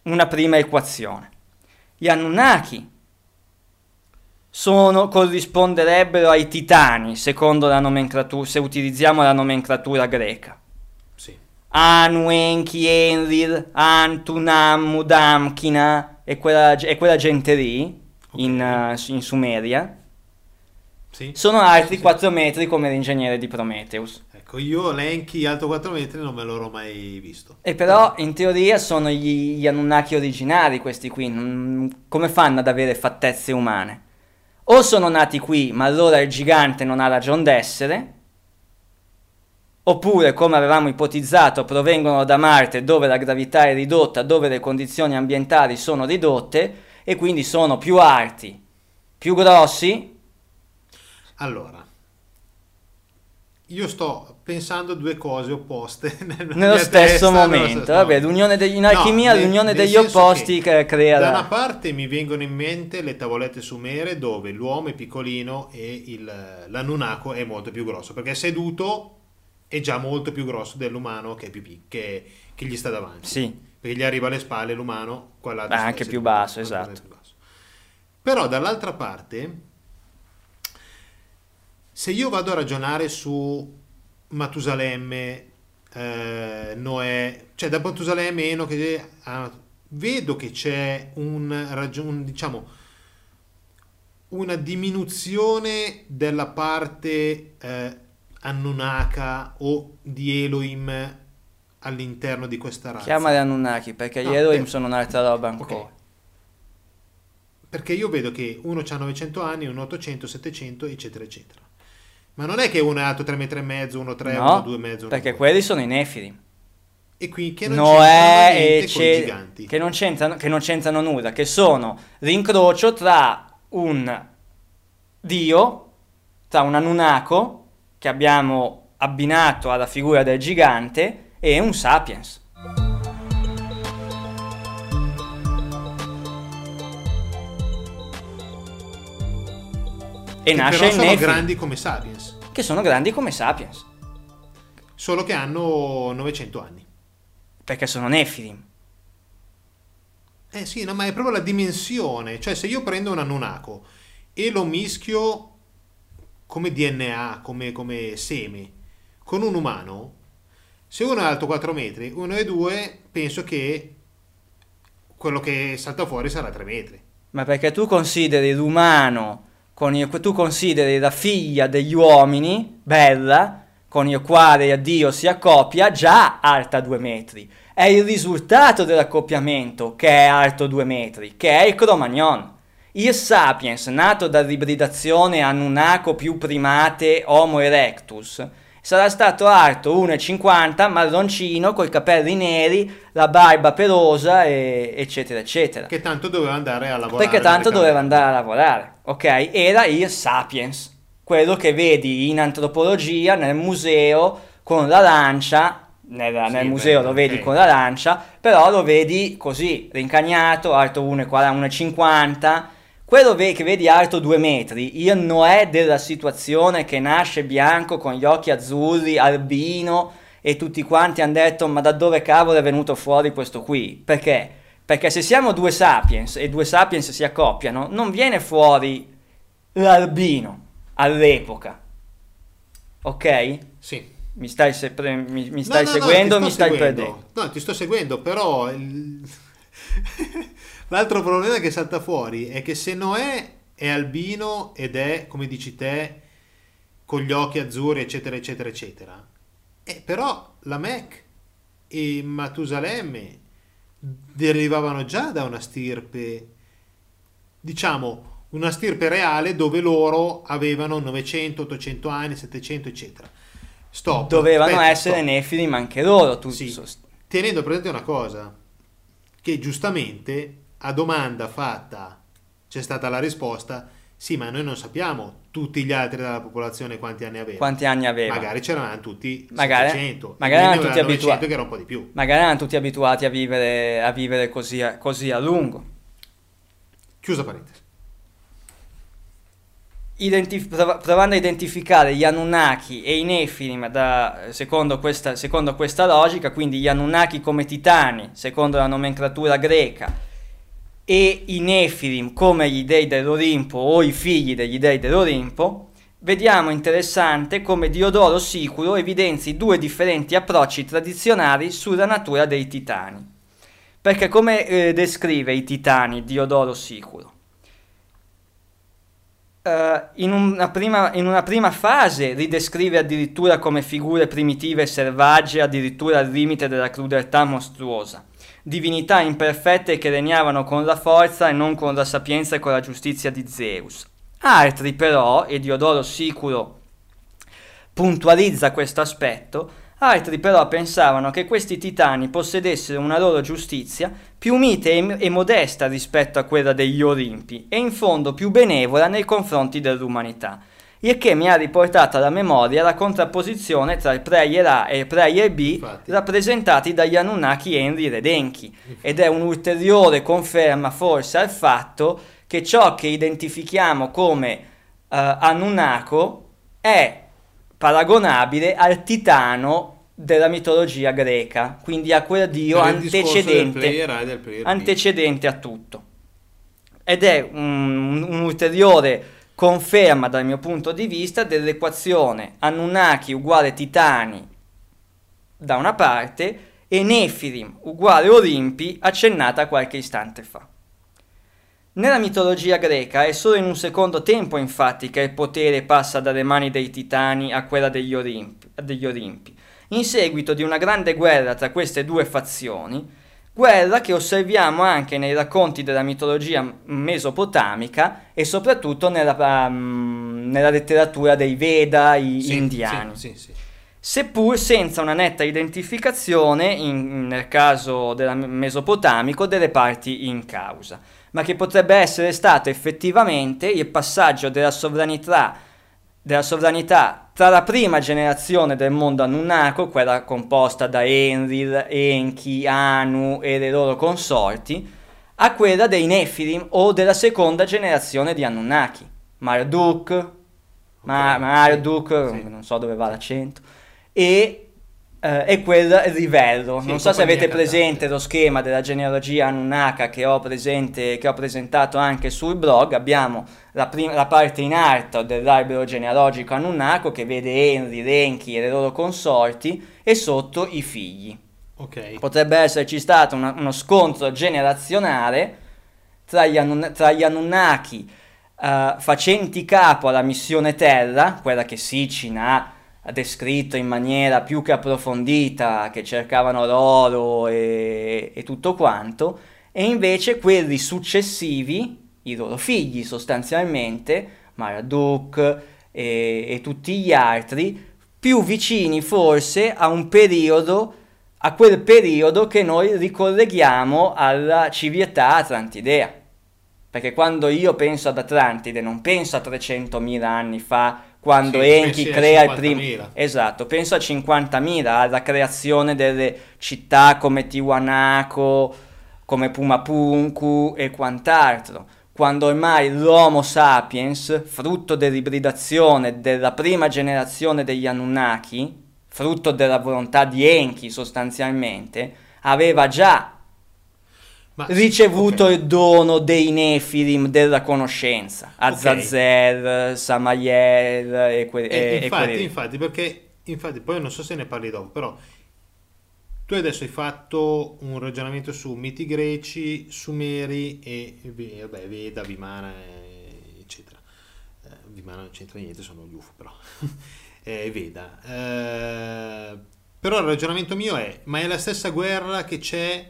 una prima equazione. Gli Anunnaki sono, corrisponderebbero ai titani, secondo la nomenclatura, se utilizziamo la nomenclatura greca. Sì. Anu, Enki, Enlil, Antu, Nammu, Damkina e quella, e quella gente lì, Okay. in, uh, in Sumeria, Sì. sono alti Sì. quattro metri come l'ingegnere di Prometheus. Ecco, io Lenchi alto quattro metri non me l'ho mai visto. E però in teoria sono gli, gli Anunnaki originari questi qui, non- come fanno ad avere fattezze umane? O sono nati qui, ma allora il gigante non ha ragion d'essere, oppure, come avevamo ipotizzato, provengono da Marte dove la gravità è ridotta, dove le condizioni ambientali sono ridotte e quindi sono più alti, più grossi. Allora, io sto pensando due cose opposte nel- Nello nella stesso testa, nello momento. stesso Vabbè, momento. l'unione degli, in No, alchimia nel- l'unione nel degli senso opposti che crea Da la... una parte mi vengono in mente le tavolette sumere dove l'uomo è piccolino e il, l'Anunnako è molto più grosso, perché seduto è già molto più grosso dell'umano che, è più pic- che, che gli sta davanti. Sì, Perché gli arriva alle spalle l'umano, qua là Beh, sta anche più seduto, basso, anche esatto. più basso. Però dall'altra parte, se io vado a ragionare su Matusalemme, eh, Noè, cioè da Matusalemme, Enoch, ah, vedo che c'è un, ragion- diciamo, una diminuzione della parte eh, Anunnaka o di Elohim all'interno di questa razza. chiamali Anunnaki perché gli No, Elohim eh, sono un'altra roba ancora. ok. Perché io vedo che uno ha novecento anni, uno ottocento, settecento, eccetera, eccetera. Ma non è che uno è alto tre metri e mezzo, uno tre, No, uno due e mezzo, uno perché due. quelli sono i Nefilim. E qui che non Noè c'entrano e niente con i Ce- giganti. che non c'entrano, che non c'entrano nulla, che sono l'incrocio tra un dio, tra un Anunnako che abbiamo abbinato alla figura del gigante e un sapiens. E Che nasce però il sono Nefilim, grandi come Sapiens, che sono grandi come sapiens, solo che hanno novecento anni. perché sono Nefilim. Eh sì, no, ma è proprio la dimensione. Cioè, se io prendo un Anunnako e lo mischio come D N A, come, come seme, con un umano, se uno è alto quattro metri, uno è due, penso che quello che salta fuori sarà tre metri. Ma perché tu consideri l'umano, con il, tu consideri la figlia degli uomini, bella, con il quale Dio si accoppia, già alta due metri. È il risultato dell'accoppiamento che è alto due metri, che è il Cro-Magnon. Il Sapiens, nato dall'ibridazione Anunnako più primate Homo erectus, sarà stato alto uno e cinquanta, marroncino, coi capelli neri, la barba pelosa, e, eccetera, eccetera. Che tanto doveva andare a lavorare. Perché tanto nelle doveva caverne. andare a lavorare, ok? Era il Sapiens, quello che vedi in antropologia, nel museo, con la lancia, nel, Sì, nel museo beh, lo vedi ok. con la lancia, però lo vedi così, rincagnato, alto uno e quaranta, uno e cinquanta, quello ve- che vedi alto due metri, il Noè della situazione che nasce bianco con gli occhi azzurri, albino, e tutti quanti hanno detto ma da dove cavolo è venuto fuori questo qui? Perché? Perché se siamo due sapiens e due sapiens si accoppiano, non viene fuori l'albino all'epoca. Ok? Sì. Mi stai, se- pre- mi, mi No, stai no, no, seguendo o ti mi sto stai seguendo. perdendo? No, ti sto seguendo, però il- l'altro problema che salta fuori è che se Noè è albino ed è, come dici te, con gli occhi azzurri, eccetera, eccetera, eccetera, eh, però la Mech e Matusalemme derivavano già da una stirpe, diciamo, una stirpe reale dove loro avevano novecento, ottocento anni, settecento, eccetera. Stop. Dovevano Aspetta, essere stop. Nefilim anche loro. Tu, Sì. sost- Tenendo presente una cosa, che giustamente a domanda fatta c'è stata la risposta, sì, ma noi non sappiamo tutti gli altri della popolazione quanti anni avevano. quanti anni aveva? Magari c'erano tutti Magari- settecento, magari e erano quindi tutti avevano abituati. novecento che era un po' di più. Magari erano tutti abituati a vivere, a vivere così, a, così a lungo. Chiusa parentesi. identif- prov- provando a identificare gli Anunnaki e i Nefilim da, secondo, questa, secondo questa logica, quindi gli Anunnaki come titani, secondo la nomenclatura greca, e i Nefilim come gli dei dell'Olimpo o i figli degli dei dell'Olimpo, vediamo interessante come Diodoro Siculo evidenzi due differenti approcci tradizionali sulla natura dei titani. Perché come eh, descrive i titani Diodoro Siculo? Uh, in, una prima, in una prima fase li descrive addirittura come figure primitive e selvagge, addirittura al limite della crudeltà mostruosa, divinità imperfette che regnavano con la forza e non con la sapienza e con la giustizia di Zeus. Altri però, e Diodoro Siculo puntualizza questo aspetto, altri però pensavano che questi titani possedessero una loro giustizia più mite e, e modesta rispetto a quella degli Olimpi e in fondo più benevola nei confronti dell'umanità, il che mi ha riportato alla memoria la contrapposizione tra il Prayer A e il Prayer B Infatti. rappresentati dagli Anunnaki Enlil ed Enki, ed è un'ulteriore conferma forse al fatto che ciò che identifichiamo come uh, Anunnako è paragonabile al titano della mitologia greca, quindi a quel dio antecedente, antecedente a tutto. Ed è un, un'ulteriore conferma dal mio punto di vista dell'equazione Anunnaki uguale titani da una parte e Nefilim uguale Olimpi accennata qualche istante fa. Nella mitologia greca è solo in un secondo tempo infatti che il potere passa dalle mani dei titani a quella degli Olimpi, degli Olimpi, in seguito di una grande guerra tra queste due fazioni, guerra che osserviamo anche nei racconti della mitologia mesopotamica e soprattutto nella, um, nella letteratura dei Veda i, sì, indiani. Sì, sì, sì. Seppur senza una netta identificazione, in, nel caso del mesopotamico, delle parti in causa, ma che potrebbe essere stato effettivamente il passaggio della sovranità, della sovranità tra la prima generazione del mondo Anunnako, quella composta da Enlil, Enki, Anu e le loro consorti, a quella dei Nefilim o della seconda generazione di Anunnaki, Marduk, okay. Ma- Marduk, sì. Non so dove va l'accento, e Uh, è quel livello. Sì, non so se avete presente cantante. Lo schema della genealogia Anunnaka che ho presente, che ho presentato anche sul blog. Abbiamo la, prim- la parte in alto dell'albero genealogico Anunnako che vede Enlil, Enki e le loro consorti e sotto i figli. Okay. Potrebbe esserci stato una, uno scontro generazionale tra gli, Anun- tra gli Anunnaki uh, facenti capo alla missione Terra, quella che Sitchin ha ha descritto in maniera più che approfondita, che cercavano l'oro e, e tutto quanto, e invece quelli successivi, i loro figli sostanzialmente, Marduk e, e tutti gli altri, più vicini forse a un periodo, a quel periodo che noi ricolleghiamo alla civiltà atlantidea. Perché quando io penso ad Atlantide non penso a trecentomila anni fa, quando sì, Enki crea il primo, esatto, penso a cinquantamila, alla creazione delle città come Tiwanaku, come Pumapunku e quant'altro, quando ormai l'Homo sapiens, frutto dell'ibridazione della prima generazione degli Anunnaki, frutto della volontà di Enki sostanzialmente, aveva già Ma, ricevuto okay. il dono dei Nefilim della conoscenza, Azazel, okay. Samael e, que- e, e infatti, e infatti, perché infatti poi non so se ne parli dopo, però tu adesso hai fatto un ragionamento su miti greci, sumeri e vabbè, Veda, Vimana eccetera. eh, Vimana non c'entra niente, sono gli U F O però eh, Veda eh, però il ragionamento mio è: ma è la stessa guerra che c'è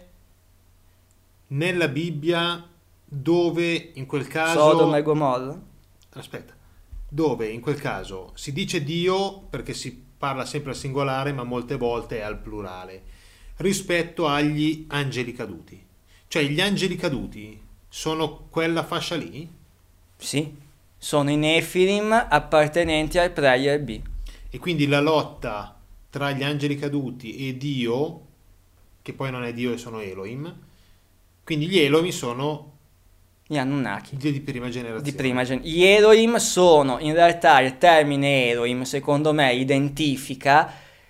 nella Bibbia, dove in quel caso Sodoma e Gomorra? Aspetta, dove in quel caso si dice Dio perché si parla sempre al singolare, ma molte volte è al plurale, rispetto agli angeli caduti. Cioè gli angeli caduti sono quella fascia lì? Sì, sono i Nefilim appartenenti al Prayer B. E quindi la lotta tra gli angeli caduti e Dio, che poi non è Dio e sono Elohim. Quindi gli Elohim sono Gli Anunnaki. Dio di prima generazione. Di prima gen- Gli Elohim sono, in realtà il termine Elohim, secondo me, identifica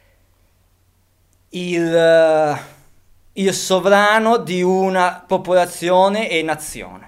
il, il sovrano di una popolazione e nazione.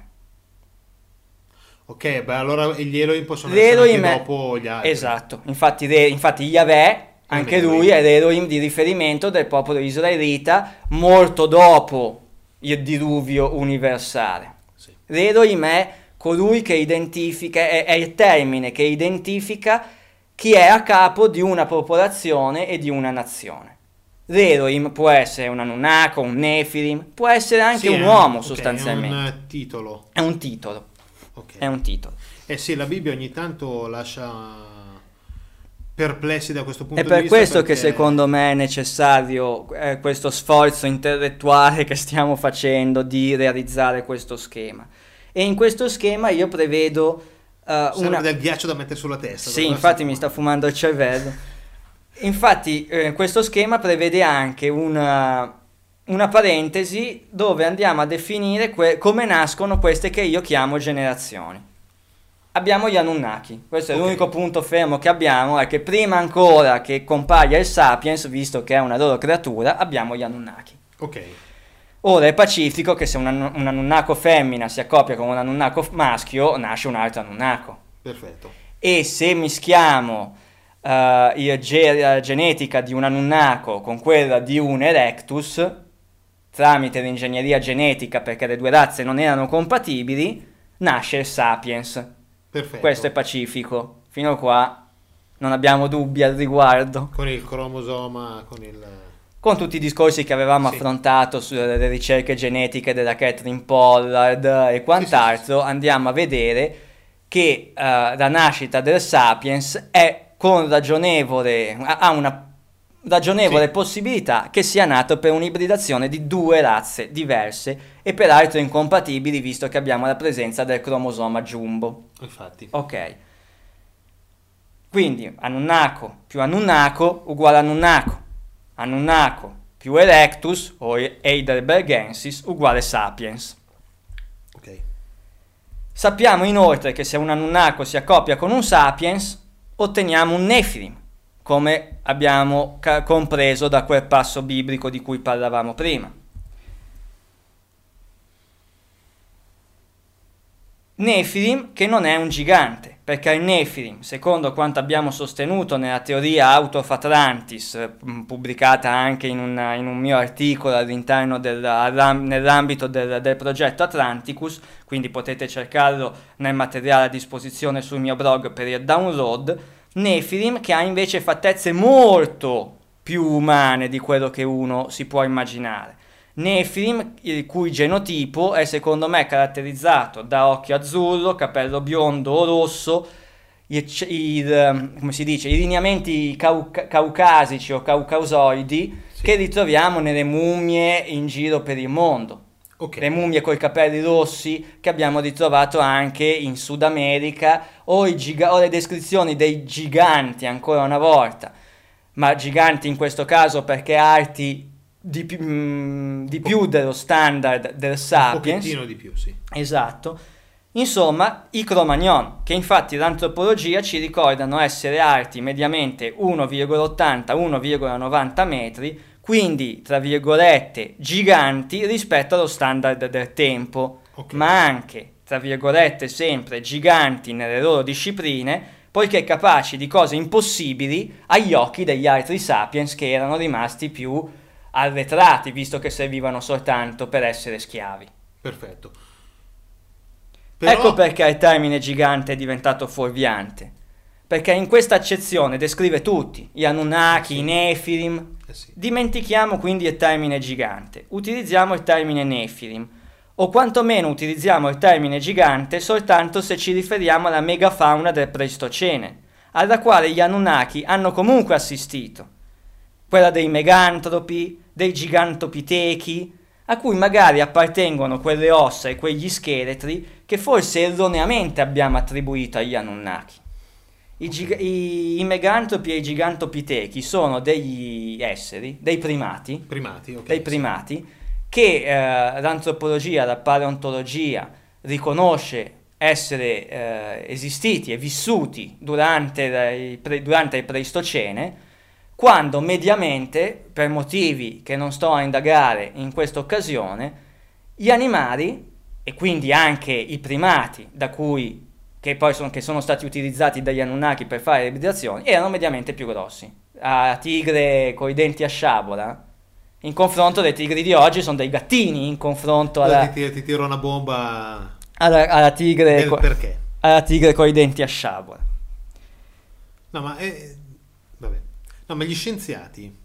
Ok, beh, allora gli Elohim possono Gli essere Elohim anche è- dopo gli altri. Esatto, infatti, re- infatti Yahweh, anche Elohim. lui, è l'Elohim di riferimento del popolo israelita, molto dopo il diluvio universale. Sì. L'Elohim è colui che identifica, è, è il termine che identifica chi è a capo di una popolazione e di una nazione. L'Elohim può essere un Anunnaki, un Nefilim, può essere anche Sì, un è uomo ok, sostanzialmente. È un eh, titolo. È un titolo, Ok. è un titolo. Eh sì, la Bibbia ogni tanto lascia perplessi da questo punto È di per vista. questo che perché- secondo me è necessario eh, questo sforzo intellettuale che stiamo facendo di realizzare questo schema. E in questo schema io prevedo eh, serve una... del ghiaccio da mettere sulla testa. Sì, dove infatti la- mi sta fumando il cervello. Infatti eh, questo schema prevede anche una, una parentesi dove andiamo a definire que- come nascono queste che io chiamo generazioni. Abbiamo gli Anunnaki, questo è Ok. l'unico punto fermo che abbiamo, è che prima ancora che compaia il Sapiens, visto che è una loro creatura, abbiamo gli Anunnaki. Ok, Ora è pacifico che se un, Anu- un Anunnako femmina si accoppia con un Anunnako f- maschio, nasce un altro Anunnako. perfetto. E se mischiamo eh, il ge- la genetica di un Anunnako con quella di un Erectus, tramite l'ingegneria genetica perché le due razze non erano compatibili, nasce il Sapiens. Perfetto. Questo è pacifico. Fino a qua non abbiamo dubbi al riguardo. Con il cromosoma, con il... Con tutti i discorsi che avevamo Sì. affrontato sulle ricerche genetiche della Catherine Pollard e quant'altro, andiamo a vedere che eh, la nascita del Sapiens è con ragionevole, ha una ragionevole Sì. possibilità che sia nato per un'ibridazione di due razze diverse e peraltro incompatibili, visto che abbiamo la presenza del cromosoma jumbo. Infatti. Ok. Quindi Anunnako più Anunnako uguale Anunnako. Anunnako più Erectus o Heidelbergensis uguale Sapiens. Ok. Sappiamo inoltre che se un Anunnako si accoppia con un Sapiens otteniamo un Nefilim, come abbiamo ca- compreso da quel passo biblico di cui parlavamo prima. Nefilim che non è un gigante, perché il Nefilim, secondo quanto abbiamo sostenuto nella teoria Out of Atlantis, eh, pubblicata anche in, una, in un mio articolo all'interno del, allam- nell'ambito del, del progetto Atlanticus, quindi potete cercarlo nel materiale a disposizione sul mio blog per il download, Nefilim che ha invece fattezze molto più umane di quello che uno si può immaginare. Nefilim, il cui genotipo è secondo me caratterizzato da occhio azzurro, capello biondo o rosso, il, il, come si dice, i lineamenti cauca- caucasici o caucasoidi Sì. che ritroviamo nelle mummie in giro per il mondo. Ok. Le mummie coi capelli rossi che abbiamo ritrovato anche in Sud America o, i giga- o le descrizioni dei giganti ancora una volta, ma giganti in questo caso perché alti di più, mm, di più dello standard del Un Sapiens. pochettino di più, sì. Esatto. Insomma, i Cro-Magnon, che infatti l'antropologia ci ricordano essere alti mediamente uno virgola ottanta uno virgola novanta metri, quindi tra virgolette giganti rispetto allo standard del tempo, Ok. ma anche tra virgolette sempre giganti nelle loro discipline, poiché capaci di cose impossibili agli occhi degli altri sapiens che erano rimasti più arretrati, visto che servivano soltanto per essere schiavi. Perfetto. Però... Ecco perché il termine gigante è diventato fuorviante, perché in questa accezione descrive tutti, gli Anunnaki, Sì. i Nefilim. Eh sì. Dimentichiamo quindi il termine gigante, utilizziamo il termine Nefilim, o quantomeno utilizziamo il termine gigante soltanto se ci riferiamo alla megafauna del Pleistocene, alla quale gli Anunnaki hanno comunque assistito, quella dei megantropi, dei gigantopitechi, a cui magari appartengono quelle ossa e quegli scheletri che forse erroneamente abbiamo attribuito agli Anunnaki. I, giga- i, i megantropi e i gigantopitechi sono degli esseri, dei primati, Primati, ok. dei sì. primati che eh, l'antropologia, la paleontologia, riconosce essere eh, esistiti e vissuti durante, le, pre, durante il Pleistocene, quando mediamente, per motivi che non sto a indagare in questa occasione, gli animali, e quindi anche i primati, da cui, che poi sono, che sono stati utilizzati dagli Anunnaki per fare le ibridazioni, erano mediamente più grossi. La tigre con i denti a sciabola, in confronto dei tigri di oggi, sono dei gattini in confronto alla, ti, ti tiro una bomba alla, alla tigre del co- perché. alla tigre con i denti a sciabola. No, ma è... vabbè. No, ma gli scienziati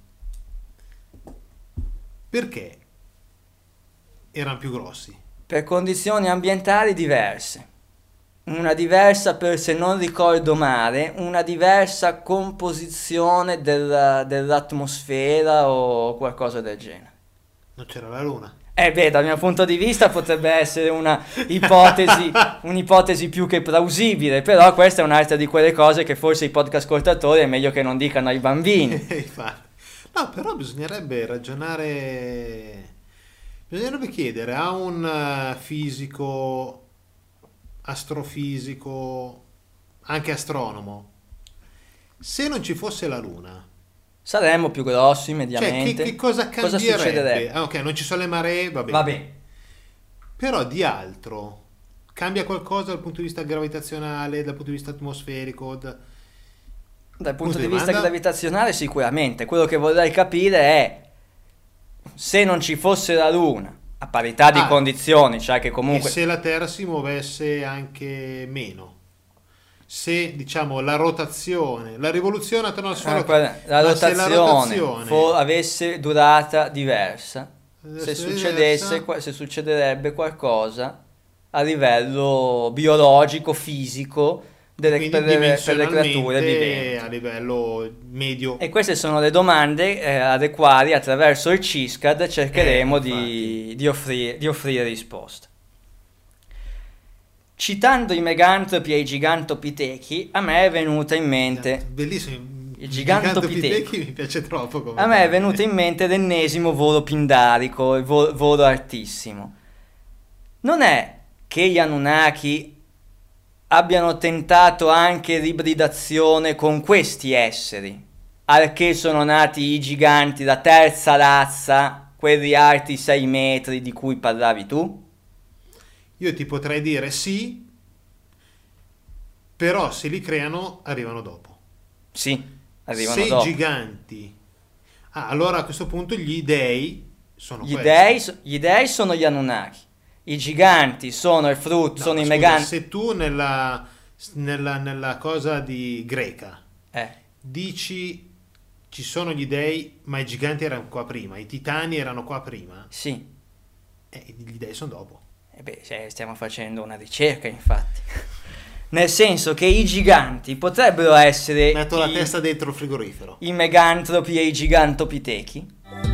perché erano più grossi? Per condizioni ambientali diverse. Una diversa, per se non ricordo male, una diversa composizione della, dell'atmosfera o qualcosa del genere. Non c'era la luna. Eh beh, dal mio punto di vista potrebbe essere una ipotesi, un'ipotesi più che plausibile, però questa è un'altra di quelle cose che forse i podcast ascoltatori è meglio che non dicano ai bambini. Infatti. No, però bisognerebbe ragionare, bisognerebbe chiedere a un eh, fisico, astrofisico, anche astronomo, se non ci fosse la luna, Saremmo più grossi cioè mediamente. che, che cosa Cosa cambierebbe? succederebbe? Ah, ok, non ci sono le maree, va bene. Va bene. Però di altro cambia qualcosa dal punto di vista gravitazionale, dal punto di vista atmosferico? da- Dal punto Scusi, di vista domanda? gravitazionale sicuramente. Quello che vorrei capire è se non ci fosse la Luna, a parità di Ah, condizioni, cioè che E comunque... se la Terra si muovesse anche meno? Se diciamo la rotazione, la rivoluzione attorno al Sole, Ah, quella- la ma se rotazione, rotazione- fo- avesse durata diversa, se Adesso è succedesse, diversa. qua- se succederebbe qualcosa a livello biologico, fisico, delle, quindi per, le, per le creature dimensionalmente viventi. a livello medio. E queste sono le domande eh, alle quali attraverso il C I S C A D cercheremo Eh, di, di, offrire, di offrire risposte. Citando i megantropi e i gigantopitechi, a me è venuta in mente... Bellissimo. Il gigantopiteco. Gigantopitechi mi piace troppo come A me è nome. venuto in mente l'ennesimo volo pindarico, il vo- volo altissimo. Non è che gli Anunnaki abbiano tentato anche l'ibridazione con questi esseri, al che sono nati i giganti, la terza razza, quelli alti sei metri di cui parlavi tu? Io ti potrei dire sì, però se li creano arrivano dopo. Sì, arrivano se dopo. i giganti... Ah, allora a questo punto gli dei sono Gli questi. dei, so- gli dei sono gli Anunnaki, i giganti sono il frutto, No, sono i scusa, meganti. se tu nella, nella, nella cosa di greca Eh. dici ci sono gli dei, ma i giganti erano qua prima, i titani erano qua prima, Sì, e gli dei sono dopo. e beh, cioè, stiamo facendo una ricerca, infatti. Nel senso che i giganti potrebbero essere Metto la i, testa dentro il frigorifero. i megantropi e i gigantopitechi.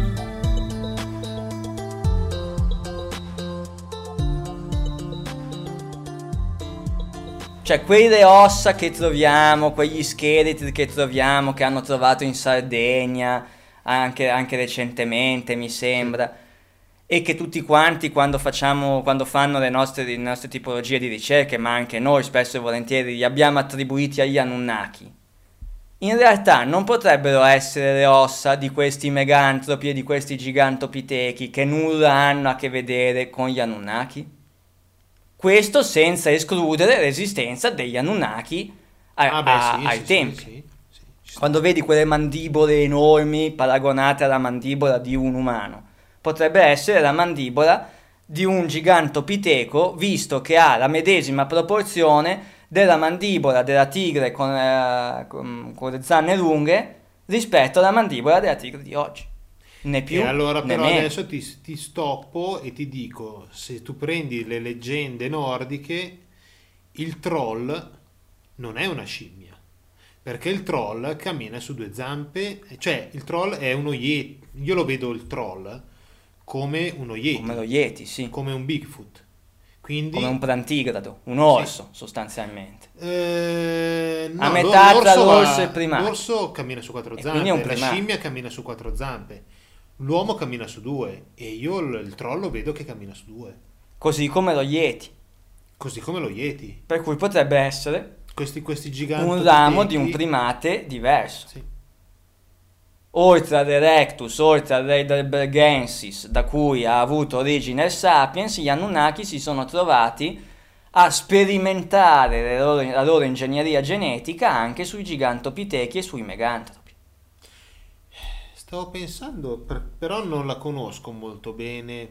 Cioè quelle ossa che troviamo, quegli scheletri che troviamo, che hanno trovato in Sardegna, anche, anche recentemente mi sembra, e che tutti quanti quando facciamo, quando fanno le nostre, le nostre tipologie di ricerche, ma anche noi spesso e volentieri li abbiamo attribuiti agli Anunnaki. In realtà non potrebbero essere le ossa di questi megantropi e di questi gigantopitechi che nulla hanno a che vedere con gli Anunnaki? Questo senza escludere l'esistenza degli Anunnaki a- Ah, beh, a- sì, ai sì, tempi. sì, sì, sì, ci sta. Quando vedi quelle mandibole enormi paragonate alla mandibola di un umano, potrebbe essere la mandibola di un gigantopiteco, visto che ha la medesima proporzione della mandibola della tigre con, eh, con, con le zanne lunghe rispetto alla mandibola della tigre di oggi. Né più E allora né però meno. adesso ti, ti stoppo e ti dico, se tu prendi le leggende nordiche, il troll non è una scimmia, perché il troll cammina su due zampe, cioè il troll è uno yeti, io lo vedo il troll come uno yeti, Come lo Yeti, sì. come un Bigfoot, quindi Come un plantigrado, un orso sostanzialmente. eh, no, A metà l'or- tra l'orso l'orso va- e il primato. l'orso cammina su quattro E quindi zampe, è un la primato. scimmia cammina su quattro zampe, l'uomo cammina su due e io il, il troll lo vedo che cammina su due. Così come lo Yeti. Così come lo Yeti. Per cui potrebbe essere Questi, questi giganti. un ramo di un primate diverso. Sì. Oltre all'Erectus, oltre all'Heidelbergensis, da cui ha avuto origine il Sapiens, gli Anunnaki si sono trovati a sperimentare le loro- la loro ingegneria genetica anche sui gigantopitechi e sui megantropi. Stavo pensando, per- però non la conosco molto bene,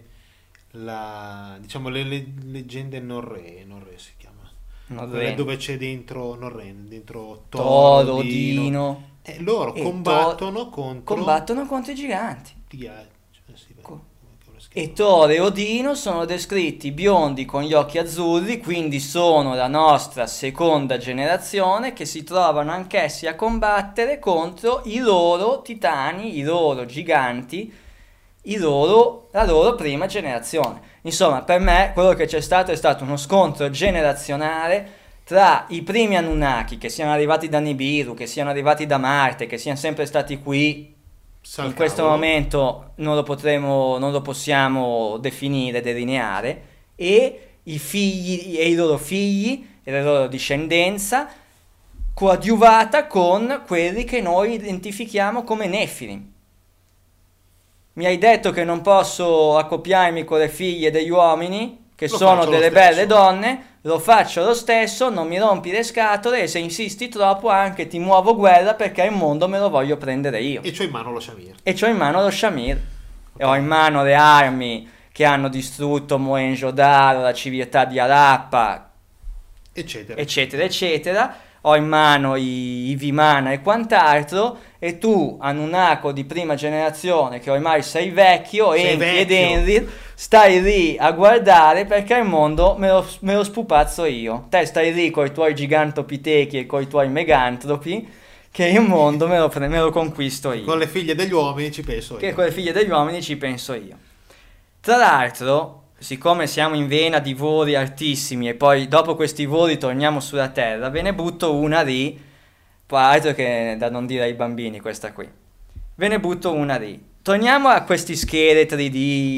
la, diciamo le, le- leggende norree, norree si chiama. Non Quelle rende. dove c'è dentro, non rende, dentro Toro, Toro, Dino. Dino. E loro E combattono to- contro combattono contro i giganti. gli altri. Cioè, sì, beh, Co- come cavolo si chiama? E Toro e Odino sono descritti biondi con gli occhi azzurri, quindi sono la nostra seconda generazione che si trovano anch'essi a combattere contro i loro titani, i loro giganti, i loro, la loro prima generazione. Insomma, per me quello che c'è stato è stato uno scontro generazionale tra i primi Anunnaki, che siano arrivati da Nibiru, che siano arrivati da Marte, che siano sempre stati qui. Sa In il questo cavolo. momento non lo potremo, non lo possiamo definire, delineare, e i figli e i loro figli e la loro discendenza coadiuvata con quelli che noi identifichiamo come Nefilim. Mi hai detto che non posso accoppiarmi con le figlie degli uomini, che Lo sono faccio lo delle stesso. belle donne, lo faccio lo stesso, non mi rompi le scatole e se insisti troppo anche ti muovo guerra perché il mondo me lo voglio prendere io. E c'ho in mano lo Shamir. E c'ho in mano lo Shamir. E ho in mano le armi che hanno distrutto Mohenjo-Daro, la civiltà di Harappa, Eccetera. eccetera, eccetera. Ho in mano i, i Vimana e quant'altro. E tu, Anunnako di prima generazione, che ormai sei vecchio, Sei Enki ed vecchio. Enlil, stai lì a guardare perché il mondo me lo, me lo spupazzo io. Te stai lì con i tuoi gigantopitechi e con i tuoi megantropi, che il mondo me lo, pre- me lo conquisto io. Con le figlie degli uomini ci penso Che io. con le figlie degli uomini ci penso io. Tra l'altro, siccome siamo in vena di voli altissimi e poi dopo questi voli torniamo sulla Terra, ve ne butto una lì, poi altro che da non dire ai bambini questa qui. Ve ne butto una lì. Torniamo a questi scheletri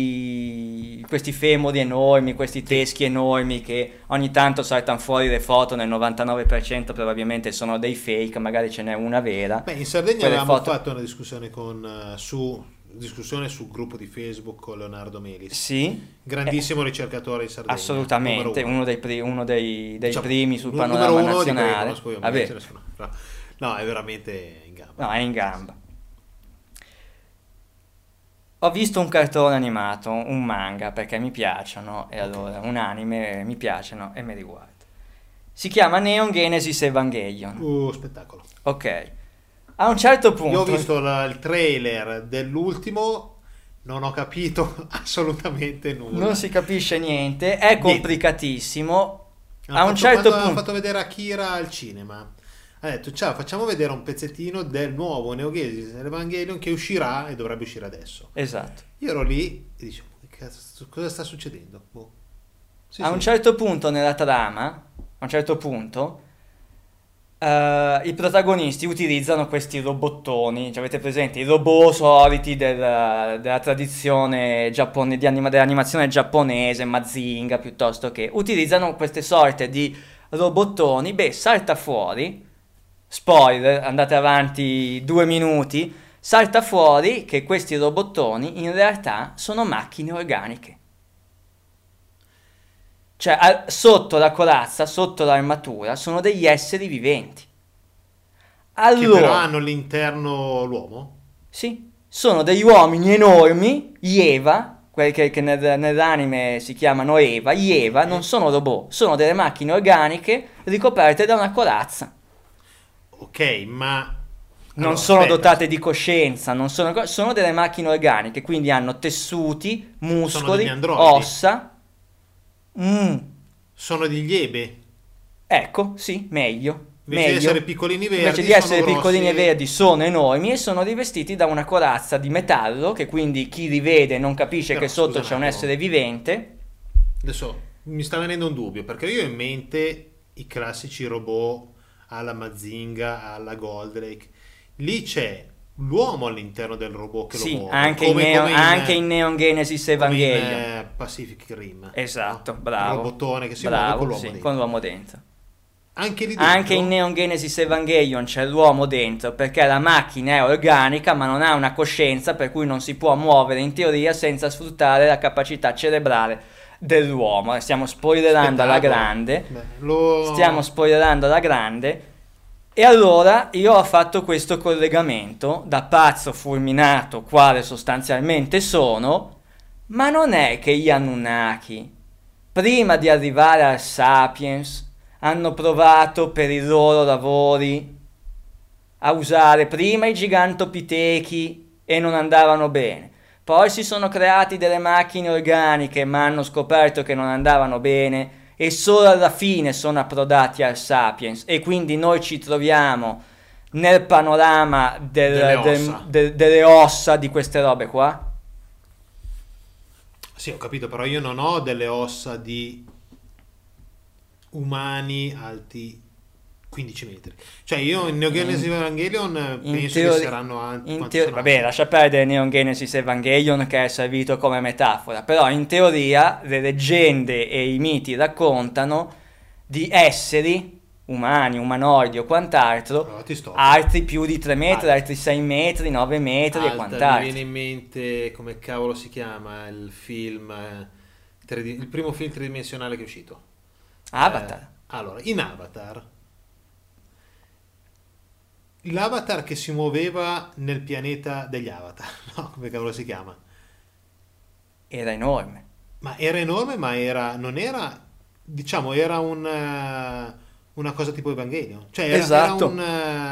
di questi femori enormi, questi teschi enormi che ogni tanto saltano fuori le foto, nel novantanove per cento probabilmente sono dei fake, magari ce n'è una vera. Beh, in Sardegna Quelle avevamo foto- fatto una discussione con eh, su discussione sul gruppo di Facebook con Leonardo Melis, Sì, grandissimo ricercatore in Sardegna. assolutamente, numero uno. uno dei, pri- uno dei, dei Diciamo, primi sul nu- panorama numero uno di quelli che nazionale. conosco io, Vabbè, ce ne sono, però- no, è veramente in gamba. no, è in gamba. Ho visto un cartone animato, un manga, perché mi piacciono, e allora un anime mi piacciono e me li guardo. Si chiama Neon Genesis Evangelion. Uh, spettacolo. Ok. A un certo punto... Io ho visto la- il trailer dell'ultimo, non ho capito assolutamente nulla. Non si capisce niente, è complicatissimo. Hanno A un fatto- certo quando hanno punto... fatto vedere Akira al cinema, ha detto ciao, facciamo vedere un pezzettino del nuovo Neo Genesis Evangelion che uscirà e dovrebbe uscire adesso. Esatto. Io ero lì e dicevo, che cazzo, cosa sta succedendo? Boh. Sì, A sì. un certo punto nella trama, a un certo punto, eh, i protagonisti utilizzano questi robottoni, cioè avete presente i robot soliti del- della tradizione giappone, di anima- dell'animazione giapponese, Mazinga piuttosto che, utilizzano queste sorte di robottoni, beh, salta fuori, spoiler, andate avanti due minuti, salta fuori che questi robottoni in realtà sono macchine organiche. Cioè, al- sotto la corazza, sotto l'armatura, sono degli esseri viventi. Che però Allora, hanno all'interno l'uomo? sì, sono degli uomini enormi, gli Eva, quelli che, che nel- nell'anime si chiamano Eva, gli Eva non sono robot, sono delle macchine organiche ricoperte da una corazza. Ok, ma... Non Allora, sono aspetta. dotate di coscienza, non sono, co- sono delle macchine organiche, quindi hanno tessuti, muscoli, degli androidi. ossa. Mm, Sono degli ebe. ecco, sì, meglio. Invece di meglio. essere piccolini verdi, Invece di sono essere grossi piccolini e e- verdi sono enormi e sono rivestiti da una corazza di metallo che quindi chi li vede non capisce Però, che sotto scusa c'è un un attimo. essere vivente. Adesso mi sta venendo un dubbio, perché io ho in mente i classici robot alla Mazinga, alla Goldrake. Lì c'è l'uomo all'interno del robot che Sì, lo muove. anche, come, in, Neo- come in, anche in Neon Genesis come in, Evangelion. eh, Pacific Rim. Esatto, no? bravo. Il robottone che si bravo, muove con l'uomo sì, dentro. con l'uomo dentro. Anche lì dentro. Anche in Neon Genesis Evangelion c'è l'uomo dentro, perché la macchina è organica ma non ha una coscienza, per cui non si può muovere in teoria senza sfruttare la capacità cerebrale dell'uomo. Stiamo spoilerando alla Spettacolo. grande. Beh, lo... Stiamo spoilerando alla grande. E allora io ho fatto questo collegamento, da pazzo fulminato quale sostanzialmente sono, ma non è che gli Anunnaki, prima di arrivare al Sapiens, hanno provato per i loro lavori a usare prima i gigantopitechi e non andavano bene. Poi si sono creati delle macchine organiche ma hanno scoperto che non andavano bene e solo alla fine sono approdati al Sapiens, e quindi noi ci troviamo nel panorama del- Delle del- ossa. del- delle ossa di queste robe qua. Sì, ho capito, però io non ho delle ossa di umani alti quindici metri. Cioè io in Neon Genesis Evangelion eh, In penso teori- che saranno alti. in quanti teo- sono vabbè, alti? lascia perdere Neon Genesis Evangelion, che è servito come metafora, però in teoria le leggende e i miti raccontano di esseri umani, umanoidi o quant'altro, Però ti sto. altri più di tre metri, Alti. altri sei metri, nove metri e Alta, mi quant'altro. viene in mente come cavolo si chiama il film eh, tre D il primo film tridimensionale che è uscito. Avatar. Eh, allora, in Avatar l'avatar che si muoveva nel pianeta degli avatar, no? Come cavolo si chiama? Era enorme. Ma era enorme, ma era non era diciamo era un eh, una cosa tipo Evangelion. Cioè era, Esatto. era un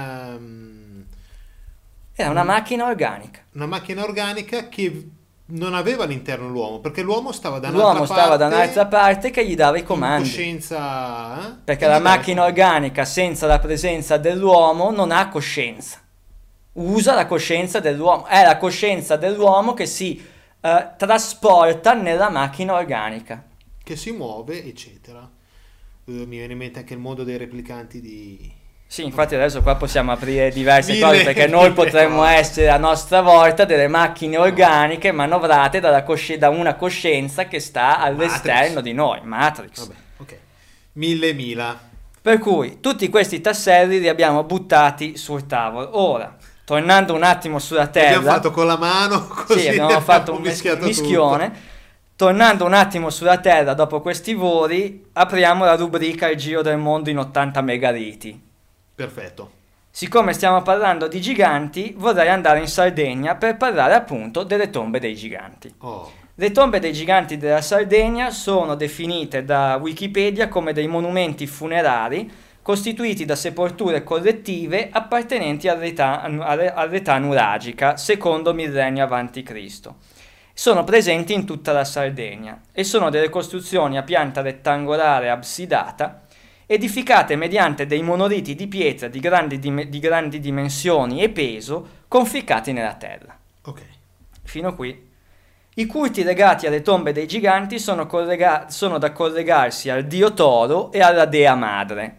ehm, Era una macchina organica. una macchina organica che non aveva all'interno l'uomo, perché l'uomo stava da L'uomo un'altra stava da parte, un'altra parte che gli dava i in comandi. coscienza, eh? Perché E la gli dava i macchina comandi. organica senza la presenza dell'uomo non ha coscienza. Usa la coscienza dell'uomo. È la coscienza dell'uomo che si eh, trasporta nella macchina organica. che si muove, eccetera. Eh, mi viene in mente anche il mondo dei replicanti di Sì, infatti adesso qua possiamo aprire diverse Mille- cose, perché noi mille potremmo cose. essere a nostra volta delle macchine organiche manovrate dalla cosci- da una coscienza che sta all'esterno Matrix. di noi, Matrix. Vabbè, ok. Mille mila. Per cui tutti questi tasselli li abbiamo buttati sul tavolo. Ora, tornando un attimo sulla terra, Abbiamo fatto con la mano così sì, abbiamo fatto un mis- mischiato mischione. tutto. Tornando un attimo sulla terra dopo questi voli, apriamo la rubrica Il giro del mondo in ottanta megariti. Perfetto. Siccome stiamo parlando di giganti, vorrei andare in Sardegna per parlare appunto delle tombe dei giganti. Oh, Le tombe dei giganti della Sardegna sono definite da Wikipedia come dei monumenti funerari costituiti da sepolture collettive appartenenti all'età, all'età nuragica, secondo millennio avanti Cristo. Sono presenti in tutta la Sardegna e sono delle costruzioni a pianta rettangolare absidata, edificate mediante dei monoliti di pietra di grandi, dim- di grandi dimensioni e peso conficcati nella terra. ok. Fino qui. I culti legati alle tombe dei giganti sono, collega- sono da collegarsi al dio toro e alla dea madre.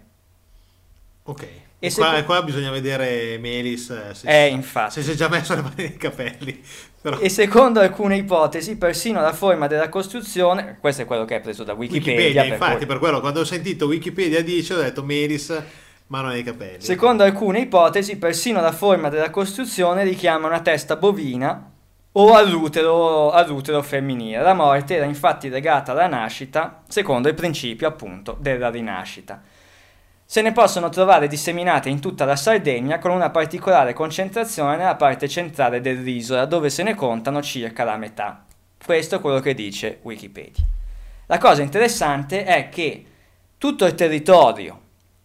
Ok. E E se- qua, qua bisogna vedere Melis eh, se, Eh, infatti. se si è già messo le mani nei capelli. Però, E secondo alcune ipotesi, persino la forma della costruzione, questo è quello che è preso da Wikipedia, Wikipedia, per infatti, cui- per quello quando ho sentito Wikipedia dice ho detto Melis, mano nei capelli. secondo alcune ipotesi, persino la forma della costruzione richiama una testa bovina o all'utero, all'utero femminile. La morte era infatti legata alla nascita, secondo il principio appunto della rinascita. Se ne possono trovare disseminate in tutta la Sardegna, con una particolare concentrazione nella parte centrale dell'isola, dove se ne contano circa la metà. Questo è quello che dice Wikipedia. La cosa interessante è che tutto il territorio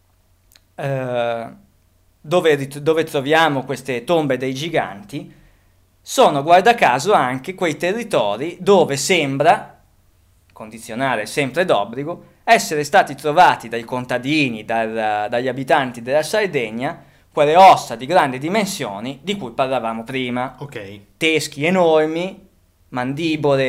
eh, dove, rit- dove troviamo queste tombe dei giganti sono, guarda caso, anche quei territori dove sembra, condizionale sempre d'obbligo, essere stati trovati dai contadini, dal- dagli abitanti della Sardegna, quelle ossa di grandi dimensioni di cui parlavamo prima. Ok. Teschi enormi,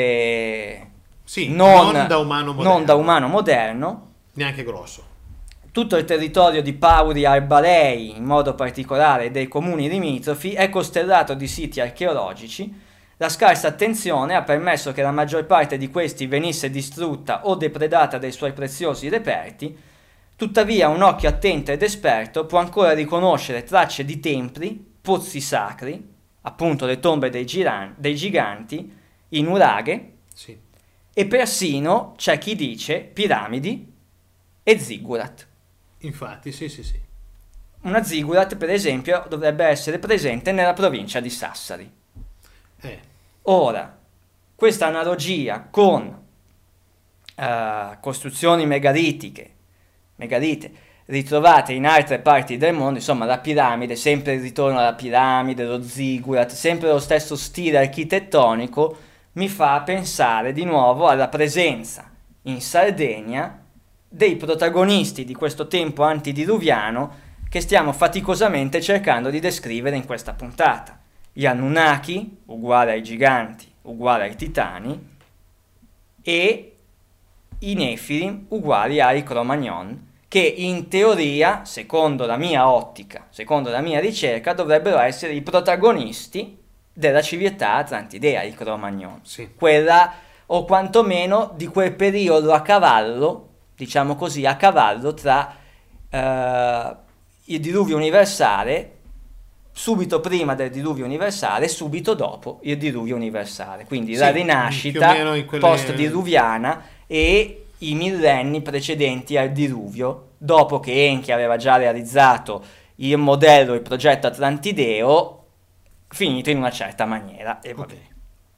mandibole Sì, non, non da umano moderno. non da umano moderno, Neanche grosso. Tutto il territorio di Pauri Arbarei, in modo particolare dei comuni limitrofi, è costellato di siti archeologici. La scarsa attenzione ha permesso che la maggior parte di questi venisse distrutta o depredata dai suoi preziosi reperti. Tuttavia un occhio attento ed esperto può ancora riconoscere tracce di templi, pozzi sacri, appunto le tombe dei, giran- dei giganti, in Uraghe, Sì. e persino c'è chi dice piramidi e ziggurat. Infatti, sì, sì, sì. Una ziggurat, per esempio, dovrebbe essere presente nella provincia di Sassari. Eh, Ora, questa analogia con eh, costruzioni megalitiche, megalite, ritrovate in altre parti del mondo, insomma la piramide, sempre il ritorno alla piramide, lo ziggurat, sempre lo stesso stile architettonico, mi fa pensare di nuovo alla presenza in Sardegna dei protagonisti di questo tempo antidiluviano che stiamo faticosamente cercando di descrivere in questa puntata. Gli Anunnaki, uguale ai giganti, uguale ai titani, e i Nefilim, uguali ai Cro-Magnon, che in teoria, secondo la mia ottica, secondo la mia ricerca, dovrebbero essere i protagonisti della civiltà atlantidea, i Cro-Magnon. sì. Quella, o quantomeno di quel periodo a cavallo, diciamo così, a cavallo tra eh, il diluvio universale, subito prima del diluvio universale e subito dopo il diluvio universale. Quindi Sì, la più o rinascita meno in quelle- post-diluviana e i millenni precedenti al diluvio, dopo che Enki aveva già realizzato il modello, il progetto atlantideo, finito in una certa maniera. E va Ok. bene.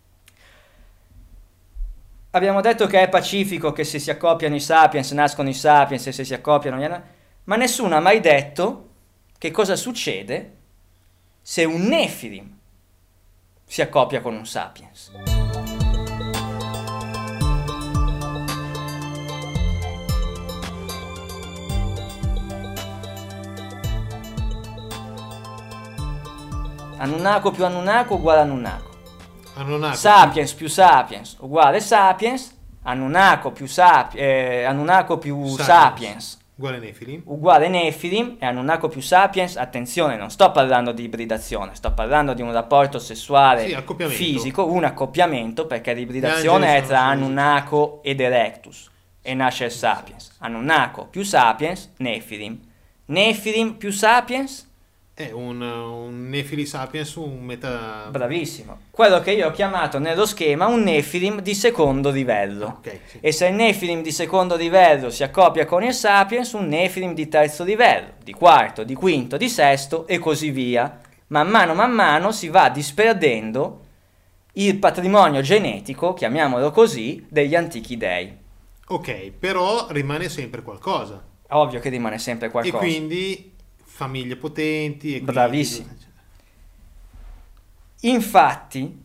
Abbiamo detto che è pacifico, che se si accoppiano i sapiens nascono i sapiens, e se si accoppiano gli ana- ma nessuno ha mai detto che cosa succede se un Nefilim si accoppia con un sapiens. Anunnako più Anunnako uguale Anunnako. Anunnaki. Sapiens più Sapiens uguale Sapiens. Anunnako più, sapi- eh, Anunnako più Sapiens. Sapiens Uguale Nefilim. uguale Nefilim, e Anunnako più Sapiens, attenzione, non sto parlando di ibridazione, sto parlando di un rapporto sessuale Sì, accoppiamento. fisico, un accoppiamento, perché Gli l'ibridazione angeli è tra sono Anunnako ed Erectus e nasce il Sapiens. Anunnako più Sapiens, Nefilim. Nefilim più Sapiens, È un, un Nefili Sapiens, un meta... bravissimo. Quello che io ho chiamato nello schema un Nefilim di secondo livello. Ok, sì. E se il Nefilim di secondo livello si accoppia con il Sapiens, un Nefilim di terzo livello, di quarto, di quinto, di sesto e così via. Man mano, man mano si va disperdendo il patrimonio genetico, chiamiamolo così, degli antichi dei. Ok, però rimane sempre qualcosa. Ovvio che rimane sempre qualcosa. E quindi famiglie potenti. E quindi- Bravissimo. Infatti,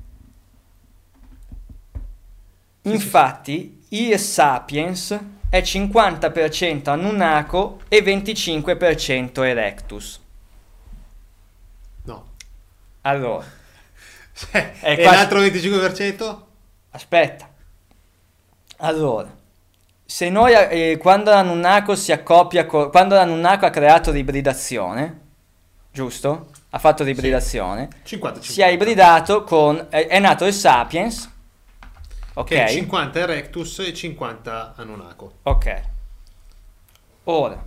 infatti il Sapiens è cinquanta per cento Anunnako e venticinque per cento Erectus. No. Allora, e quasi- l'altro venticinque per cento? aspetta. Allora, se noi eh, quando l'Anunnako si accoppia co- quando l'Anunnako ha creato l'ibridazione, giusto? Ha fatto l'ibridazione. cinquanta Si è ibridato con è, è nato il Sapiens. Ok. Che è cinquanta Erectus e cinquanta Anunnako. Ok. Ora,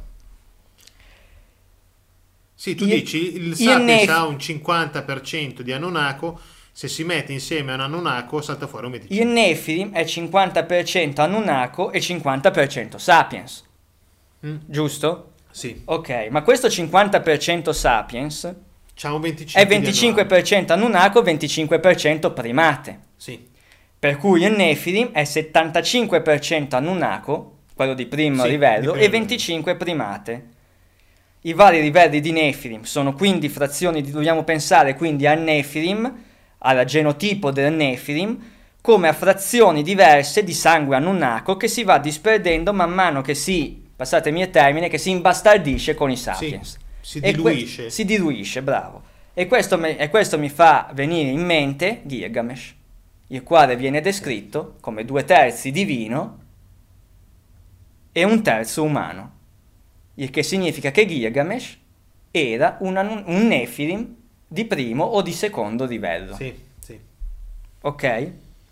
Sì, tu Il- dici il il Sapiens Nef- ha un cinquanta per cento di Anunnako, se si mette insieme a un Anunnako salta fuori un venticinque. il Nefilim è cinquanta per cento Anunnako e cinquanta per cento Sapiens. Mm. Giusto? Sì, Ok, ma questo cinquanta per cento Sapiens c'ha un venticinque è venticinque per cento Anunnako, venticinque per cento primate. Sì, Per cui il Nefilim è settantacinque per cento Anunnako, quello di primo Sì, livello, di e primo venticinque primate. I vari livelli di Nefilim sono quindi frazioni, di, dobbiamo pensare quindi al Nefilim, al genotipo del Nefilim, come a frazioni diverse di sangue Anunnako che si va disperdendo man mano che si, passatemi il termine, che si imbastardisce con i Sapiens. si E que- diluisce. si diluisce, bravo. E questo, me- e questo mi fa venire in mente Gilgamesh, il quale viene descritto come due terzi divino e un terzo umano. il che significa che Gilgamesh era un, un Nephilim di primo o di secondo livello. Sì, sì. Ok?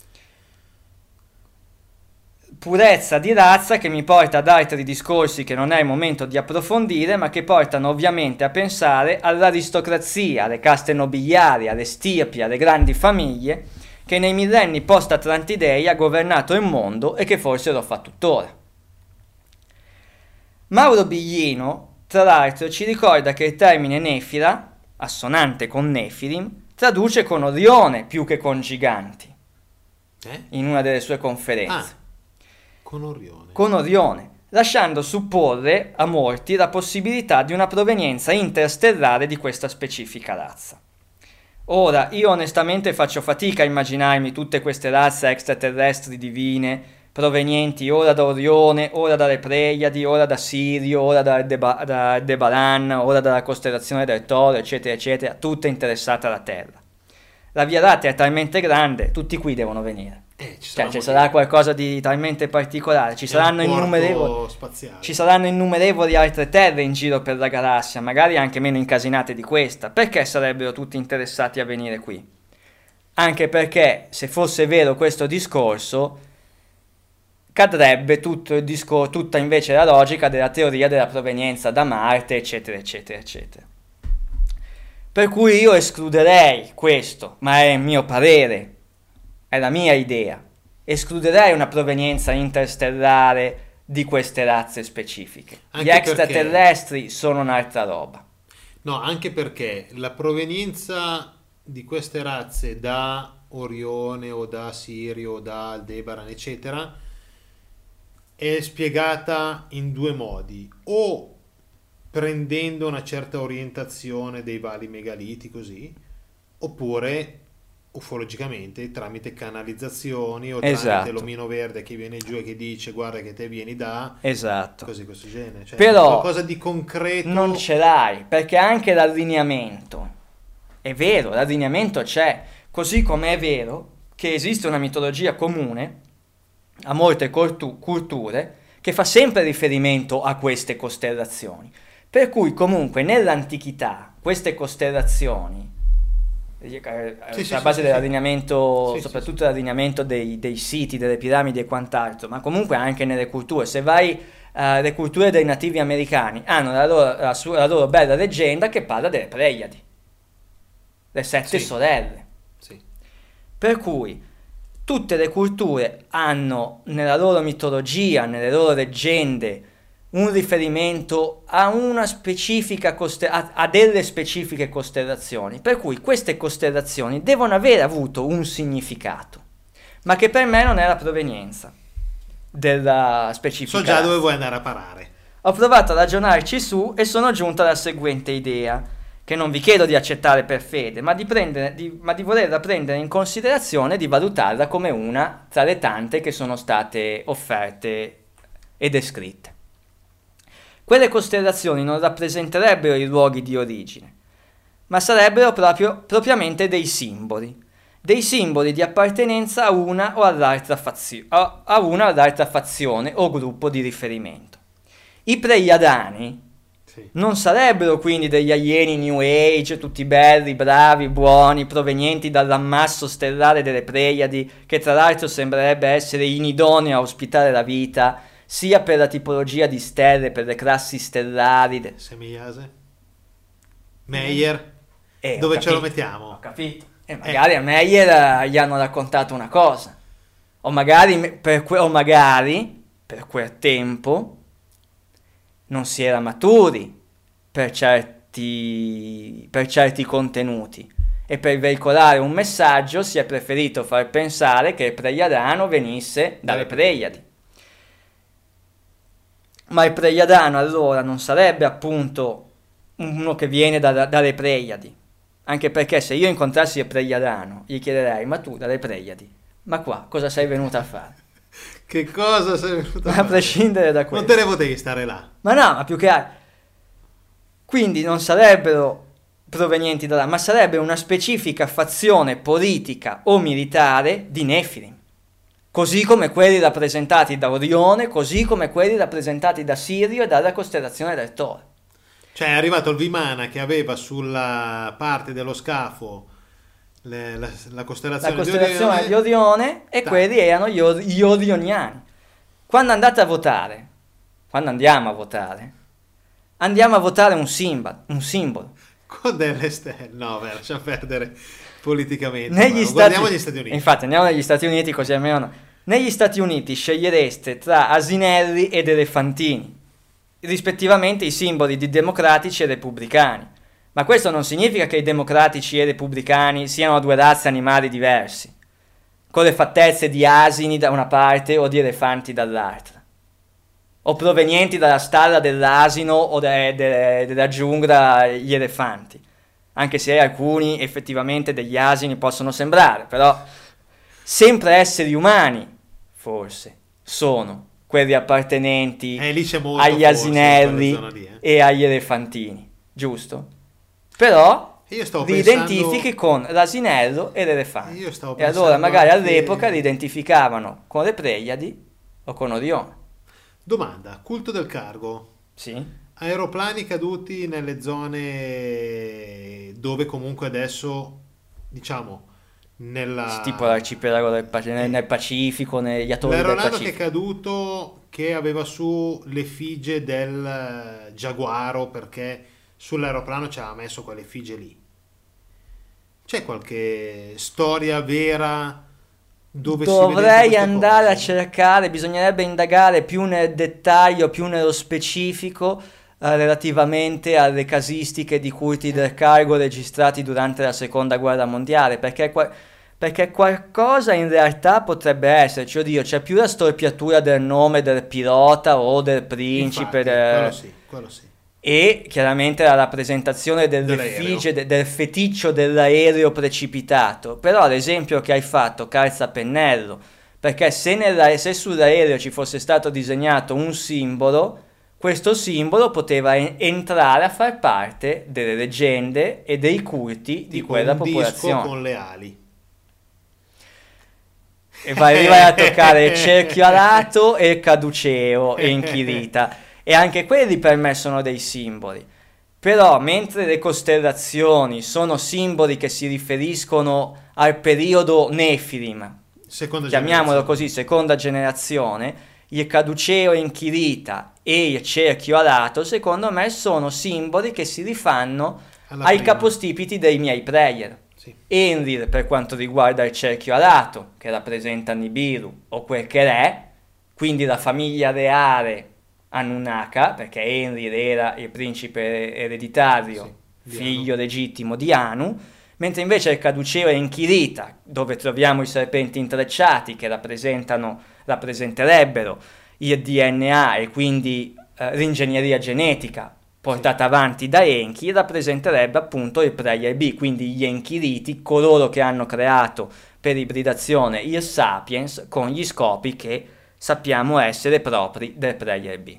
Purezza di razza che mi porta ad altri discorsi che non è il momento di approfondire, ma che portano ovviamente a pensare all'aristocrazia, alle caste nobiliari, alle stirpi, alle grandi famiglie che nei millenni post-Atlantidei ha governato il mondo e che forse lo fa tuttora. Mauro Biglino, tra l'altro, ci ricorda che il termine Nefira, assonante con Nefilim, traduce con Orione più che con giganti, Eh? in una delle sue conferenze. Ah, con Orione. Con Orione, lasciando supporre a molti la possibilità di una provenienza interstellare di questa specifica razza. Ora, io onestamente faccio fatica a immaginarmi tutte queste razze extraterrestri divine, provenienti ora da Orione, ora dalle Pleiadi, ora da Sirio, ora da Aldeba- da Aldebaran, ora dalla costellazione del Toro, eccetera, eccetera, tutte interessate alla Terra. La Via Lattea è talmente grande, tutti qui devono venire. Eh, ci Cioè, sarà ci un- sarà qualcosa di talmente particolare, ci è saranno un porto innumerevoli, spaziale. ci saranno innumerevoli altre terre in giro per la galassia, magari anche meno incasinate di questa. Perché sarebbero tutti interessati a venire qui? Anche perché, se fosse vero questo discorso, cadrebbe tutto il discor- tutta invece la logica della teoria della provenienza da Marte, eccetera, eccetera, eccetera. Per cui io escluderei questo, ma è il mio parere, è la mia idea. Escluderei una provenienza interstellare di queste razze specifiche. Anche Gli extraterrestri sono un'altra roba. No, anche perché la provenienza di queste razze da Orione o da Sirio o da Aldebaran, eccetera, è spiegata in due modi: o prendendo una certa orientazione dei vari megaliti, così, oppure ufologicamente tramite canalizzazioni o tramite Esatto. l'omino verde che viene giù e che dice guarda che te vieni da, Esatto. così questo genere, cioè Però qualcosa di concreto. non ce l'hai, perché anche l'allineamento, è vero, l'allineamento c'è, così come è vero che esiste una mitologia comune a molte cultu- culture che fa sempre riferimento a queste costellazioni. Per cui comunque nell'antichità queste costellazioni, eh, eh, Sì, sulla sì, base sì, dell'allineamento, sì. Sì, soprattutto sì, sì. l'allineamento dei, dei siti, delle piramidi e quant'altro, ma comunque anche nelle culture, se vai eh, le culture dei nativi americani hanno la loro, la su- la loro bella leggenda che parla delle Pleiadi, le sette Sì. sorelle. Sì. Per cui tutte le culture hanno nella loro mitologia, nelle loro leggende, un riferimento a una specifica coste- a, a delle specifiche costellazioni, per cui queste costellazioni devono aver avuto un significato, ma che per me non è la provenienza della specifica So già razza. dove vuoi andare a parare. Ho provato a ragionarci su e sono giunto alla seguente idea, che non vi chiedo di accettare per fede, ma di, prendere, di, ma di volerla prendere in considerazione e di valutarla come una tra le tante che sono state offerte e descritte. Quelle costellazioni non rappresenterebbero i luoghi di origine, ma sarebbero proprio, propriamente dei simboli, dei simboli di appartenenza a una o all'altra fazio- a, a una o all'altra fazione o gruppo di riferimento. I Pleiadani Sì. non sarebbero quindi degli alieni New Age, tutti belli, bravi, buoni, provenienti dall'ammasso stellare delle Pleiadi, che tra l'altro sembrerebbe essere inidoneo a ospitare la vita, sia per la tipologia di stelle, per le classi stellari. de- Semiyase. Meyer. Eh, ho Dove ce lo capito, mettiamo? Ho capito. E magari a Meyer eh, gli hanno raccontato una cosa. O magari, me- per que- o magari per quel tempo non si era maturi per certi, per certi contenuti e per veicolare un messaggio si è preferito far pensare che il Pleiadano venisse dalle Pleiadi. Ma il Pleiadano allora non sarebbe appunto uno che viene da- dalle Pleiadi, anche perché se io incontrassi il Pleiadano gli chiederei: ma tu dalle Pleiadi, ma qua cosa sei venuto a fare? Che cosa sei venuto a A fare? prescindere da Non questo. te ne potevi stare là. Ma no, ma più che altro. Quindi non sarebbero provenienti da là, ma sarebbe una specifica fazione politica o militare di Nefilim. così come quelli rappresentati da Orione, così come quelli rappresentati da Sirio e dalla costellazione del Toro. Cioè è arrivato il Vimana che aveva sulla parte dello scafo le- la, la costellazione, La costellazione di Orione e Dai. quelli erano gli, or- gli orioniani. Quando andate a votare, quando andiamo a votare, andiamo a votare un simbolo, un simbolo. con delle stelle. No, beh, lascia perdere politicamente. Negli Ma Stati... guardiamo gli Stati Uniti. Infatti andiamo negli Stati Uniti così almeno no. Negli Stati Uniti scegliereste tra asinelli ed elefantini, rispettivamente i simboli di democratici e repubblicani. Ma questo non significa che i democratici e i repubblicani siano due razze animali diversi, con le fattezze di asini da una parte o di elefanti dall'altra, o provenienti dalla stalla dell'asino o de- de- della giungla gli elefanti, anche se alcuni effettivamente degli asini possono sembrare, però sempre esseri umani, forse, sono quelli appartenenti Eh, lì c'è molto agli forse, asinelli in quella zona lì, eh. e agli elefantini, giusto? Però Io stavo li pensando- identifichi con l'asinello e l'elefante. Io stavo E allora pensando magari anche- all'epoca li identificavano con le Pleiadi o con Orione. Domanda, culto del cargo. Sì? Aeroplani caduti nelle zone dove comunque adesso, diciamo, nella... Tipo l'arcipelago del Pac- nel, nel Pacifico, negli atolli del L'aeronave che è Pacifico. caduto che aveva su l'effigie del eh, giaguaro perché sull'aeroplano ci aveva messo quell'effigie lì. C'è qualche storia vera dove si vedevano Dovrei queste andare a cose? cercare, bisognerebbe indagare più nel dettaglio, più nello specifico eh, relativamente alle casistiche di culti del cargo registrati durante la seconda guerra mondiale, perché, qua- perché qualcosa in realtà potrebbe esserci. Oddio, c'è più la storpiatura del nome del pilota o del principe Infatti, del- quello sì, quello sì. e chiaramente la rappresentazione dell'effigie, de- del feticcio dell'aereo precipitato. Però l'esempio che hai fatto calza a pennello, perché se, nella- se sull'aereo ci fosse stato disegnato un simbolo, questo simbolo poteva en- entrare a far parte delle leggende e dei culti di Tipo quella un disco popolazione. con le ali. E vai, arrivai a toccare il cerchio alato e il caduceo e Inchirita, e anche quelli per me sono dei simboli. Però mentre le costellazioni sono simboli che si riferiscono al periodo Nefilim, Seconda chiamiamolo generazione. così, seconda generazione, il caduceo Inchirita e il cerchio alato secondo me sono simboli che si rifanno Alla ai prima. capostipiti dei miei player. Sì. Enlil per quanto riguarda il cerchio alato, che rappresenta Nibiru o quel che è, quindi la famiglia reale Anunnaka, perché Enlil era il principe ereditario, Sì, di figlio legittimo di Anu, mentre invece il caduceo è Enchirita, dove troviamo i serpenti intrecciati che rappresentano, rappresenterebbero il D N A e quindi eh, l'ingegneria genetica portata avanti da Enki, rappresenterebbe appunto il Player B, quindi gli Enchiriti, coloro che hanno creato per ibridazione il Sapiens con gli scopi che sappiamo essere propri del Player B.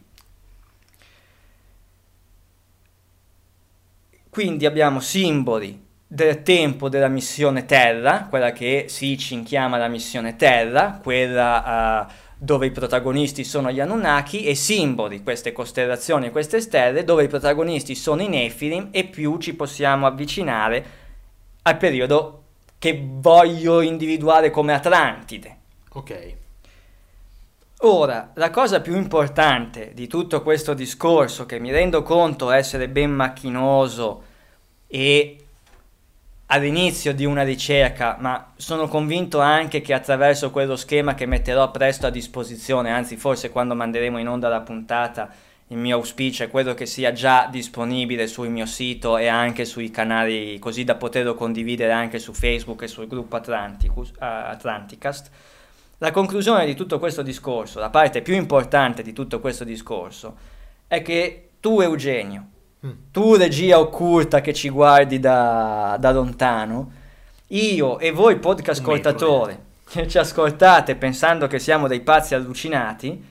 Quindi abbiamo simboli del tempo della missione Terra, quella che Sitchin chiama la missione Terra, quella eh, dove i protagonisti sono gli Anunnaki, e simboli, queste costellazioni e queste stelle, dove i protagonisti sono i Nefilim, e più ci possiamo avvicinare al periodo che voglio individuare come Atlantide. Ok. Ora, la cosa più importante di tutto questo discorso, che mi rendo conto essere ben macchinoso e all'inizio di una ricerca, ma sono convinto anche che attraverso quello schema che metterò presto a disposizione, anzi forse quando manderemo in onda la puntata, il mio auspicio è quello che sia già disponibile sul mio sito e anche sui canali, così da poterlo condividere anche su Facebook e sul gruppo Atlanticus, uh, Atlanticast. La conclusione di tutto questo discorso, la parte più importante di tutto questo discorso, è che tu, Eugenio, tu, regia occulta che ci guardi da, da lontano, io e voi podcast Un metro, ascoltatori che ci ascoltate pensando che siamo dei pazzi allucinati,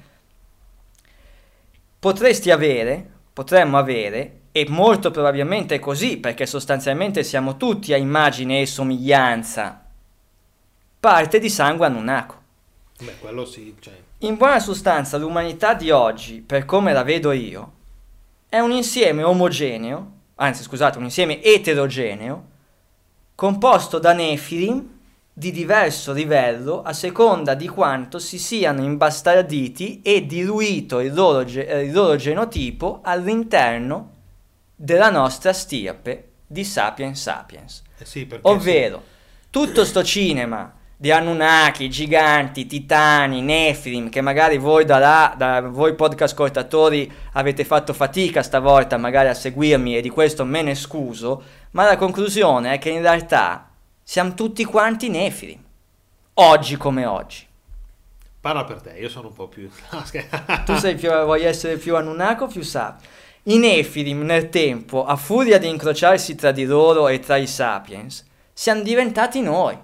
potresti avere, potremmo avere, e molto probabilmente è così, perché sostanzialmente siamo tutti a immagine e somiglianza, parte di sangue Anunnako. Beh, quello sì, cioè. In buona sostanza, l'umanità di oggi, per come la vedo io, è un insieme omogeneo, anzi scusate, un insieme eterogeneo, composto da nefilim di diverso livello a seconda di quanto si siano imbastarditi e diluito il loro, ge- il loro genotipo all'interno della nostra stirpe di Sapiens Sapiens. Eh sì, perché Ovvero, tutto sto cinema di Anunnaki, giganti, titani, Nephilim, che magari voi da là, da voi podcast ascoltatori avete fatto fatica stavolta magari a seguirmi e di questo me ne scuso, ma la conclusione è che in realtà siamo tutti quanti Nephilim, oggi come oggi. Parla per te, io sono un po' più... No, scherzo. Tu sei più, vuoi essere più Anunnaki o più Sapiens? I Nephilim nel tempo, a furia di incrociarsi tra di loro e tra i Sapiens, siamo diventati noi.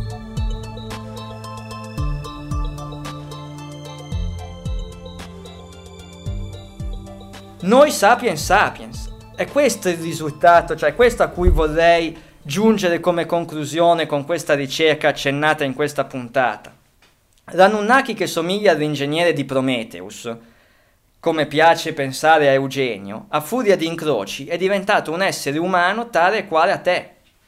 Noi Sapiens Sapiens. E questo è il risultato, cioè questo a cui vorrei giungere come conclusione con questa ricerca accennata in questa puntata. L'Anunnaki che somiglia all'ingegnere di Prometheus, come piace pensare a Eugenio, a furia di incroci è diventato un essere umano tale e quale a te,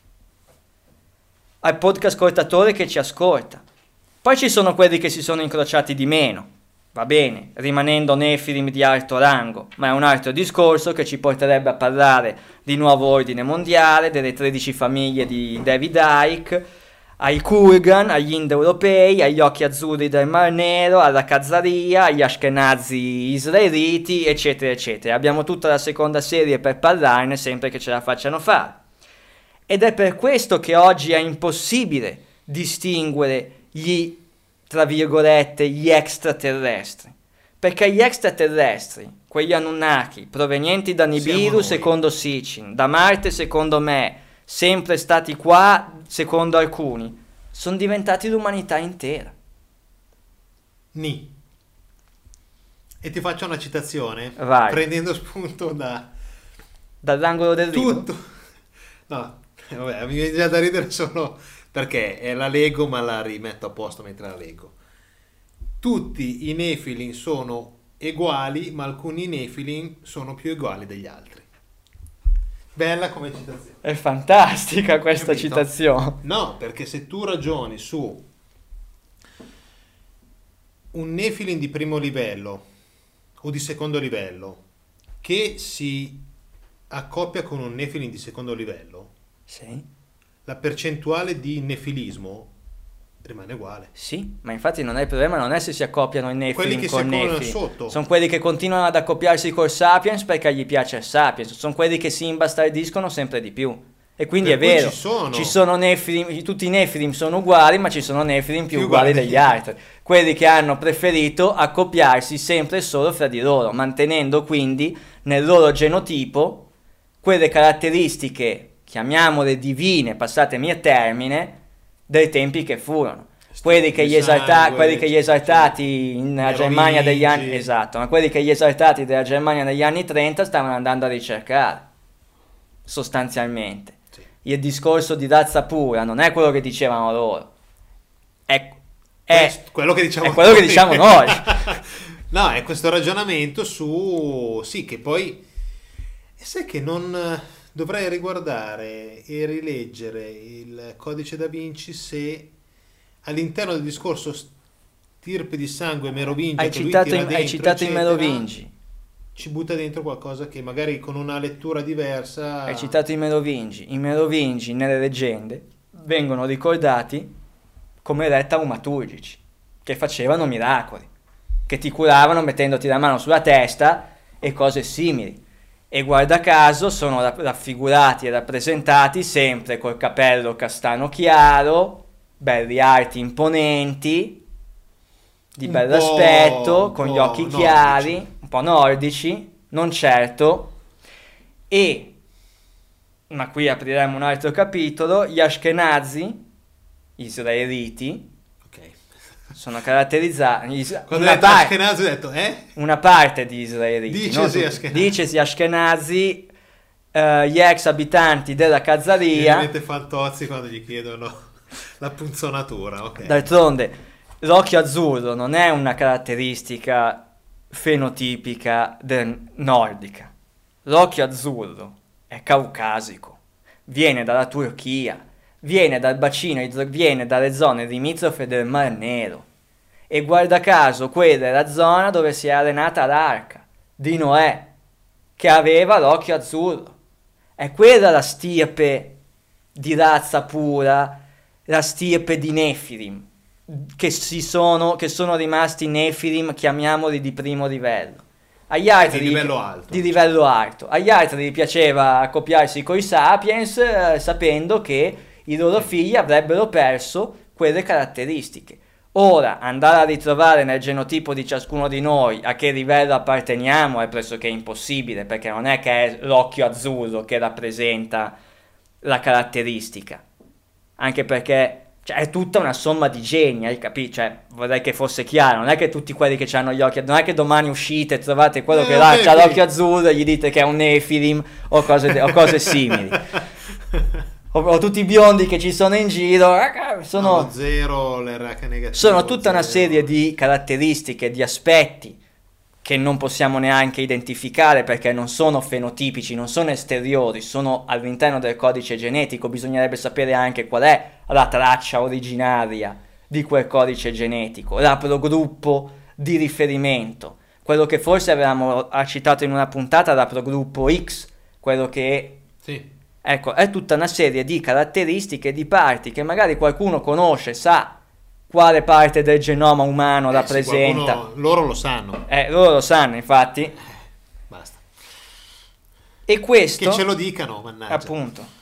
al podcast ascoltatore che ci ascolta. Poi ci sono quelli che si sono incrociati di meno, va bene, rimanendo Nephilim di alto rango, ma è un altro discorso che ci porterebbe a parlare di nuovo ordine mondiale, delle tredici famiglie di David Icke, ai Kurgan, agli indoeuropei, agli occhi azzurri del Mar Nero, alla Khazaria, agli Ashkenazi israeliti, eccetera, eccetera. Abbiamo tutta la seconda serie per parlarne sempre che ce la facciano fare. Ed è per questo che oggi è impossibile distinguere gli, tra virgolette, gli extraterrestri. Perché gli extraterrestri, quegli Anunnaki, provenienti da Nibiru secondo Sitchin, da Marte secondo me, sempre stati qua secondo alcuni, sono diventati l'umanità intera. Ni. E ti faccio una citazione, Vai. prendendo spunto da Dall'angolo del libro. tutto. No, vabbè, mi viene già da ridere solo perché è la leggo, ma la rimetto a posto mentre la leggo. Tutti i Nephilim sono uguali, ma alcuni Nephilim sono più uguali degli altri. Bella come citazione. È fantastica questa Capito? citazione. No, perché se tu ragioni su un Nephilim di primo livello o di secondo livello che si accoppia con un Nephilim di secondo livello, Sì, la percentuale di nefilismo rimane uguale. sì, ma infatti non è il problema, non è se si accoppiano i Quelli Nephilim che si con accoppiano Nephilim. sotto. Sono quelli che continuano ad accoppiarsi col Sapiens perché gli piace il Sapiens. Sono quelli che si imbastardiscono sempre di più. E quindi Per è cui vero, ci sono. ci sono Nephilim, tutti i Nephilim sono uguali, ma ci sono Nephilim più, Più uguali uguali degli degli altri. Quelli che hanno preferito accoppiarsi sempre e solo fra di loro, mantenendo quindi nel loro genotipo quelle caratteristiche, chiamiamole divine, passatemi a termine, dei tempi che furono. Quelli che, gli esalta- sangue, quelli che gli esaltati nella Germania degli anni Merovingi. esatto, ma quelli che gli esaltati della Germania negli anni trenta stavano andando a ricercare sostanzialmente. Sì. Il discorso di razza pura non è quello che dicevano loro, è, è, Questo- quello che diciamo è quello che noi. diciamo noi. No, è questo ragionamento su sì, che poi e sai che non dovrei riguardare e rileggere il codice da Vinci se all'interno del discorso stirpe di sangue merovingia Hai che lui citato, tira i- hai dentro, citato i eccetera, Merovingi. ci butta dentro qualcosa che magari con una lettura diversa Hai citato i Merovingi. I Merovingi nelle leggende vengono ricordati come re taumaturgici, che facevano miracoli, che ti curavano mettendoti la mano sulla testa e cose simili. E guarda caso sono ra- raffigurati e rappresentati sempre col capello castano chiaro, belli alti, imponenti, di Un bell'aspetto, po'- con un gli po' occhi chiari, nordici. un po' nordici, non certo, e, ma qui apriremo un altro capitolo, gli Ashkenazi, israeliti, ok. sono caratterizzati, is- Quando una, hai detto par- Ashkenazi ho detto eh? una parte di israeliti, Dicesi non tutti. Ashkenazi. Dicesi Ashkenazi, eh, gli ex abitanti della Mi Khazaria. mette Fantozzi quando gli chiedono la punzonatura, ok. D'altronde l'occhio azzurro non è una caratteristica fenotipica del nordica. L'occhio azzurro è caucasico, viene dalla Turchia, viene dal bacino, idro- viene dalle zone limitrofe del Mar Nero. E guarda caso quella è la zona dove si è arenata l'arca di Noè, che aveva l'occhio azzurro. È quella la stirpe di razza pura, la stirpe di Nefilim, che, si sono, che sono rimasti Nefilim, chiamiamoli di primo livello. Agli altri Di livello alto. Di livello alto. Agli altri gli piaceva accoppiarsi coi Sapiens, eh, sapendo che i loro figli avrebbero perso quelle caratteristiche. Ora, andare a ritrovare nel genotipo di ciascuno di noi a che livello apparteniamo è pressoché impossibile, perché non è che è l'occhio azzurro che rappresenta la caratteristica. Anche perché, cioè, è tutta una somma di geni, hai capito? Cioè, vorrei che fosse chiaro, non è che tutti quelli che hanno gli occhi, non è che domani uscite e trovate quello Eh, che là ok, ha ok. l'occhio azzurro e gli dite che è un Nefilim o cose, o cose simili. O, o tutti i biondi che ci sono in giro, sono... No, zero, l'R H negativo. Sono tutta una zero. serie di caratteristiche, di aspetti che non possiamo neanche identificare perché non sono fenotipici, non sono esteriori, sono all'interno del codice genetico. Bisognerebbe sapere anche qual è la traccia originaria di quel codice genetico, l'aprogruppo di riferimento, quello che forse avevamo citato in una puntata, l'aprogruppo X, quello che... Sì. Ecco, è tutta una serie di caratteristiche, di parti che magari qualcuno conosce, sa quale parte del genoma umano Eh, rappresenta. sì, qualcuno- loro lo sanno. Eh, loro lo sanno, infatti. Basta. E questo... Che ce lo dicano, mannaggia. Appunto.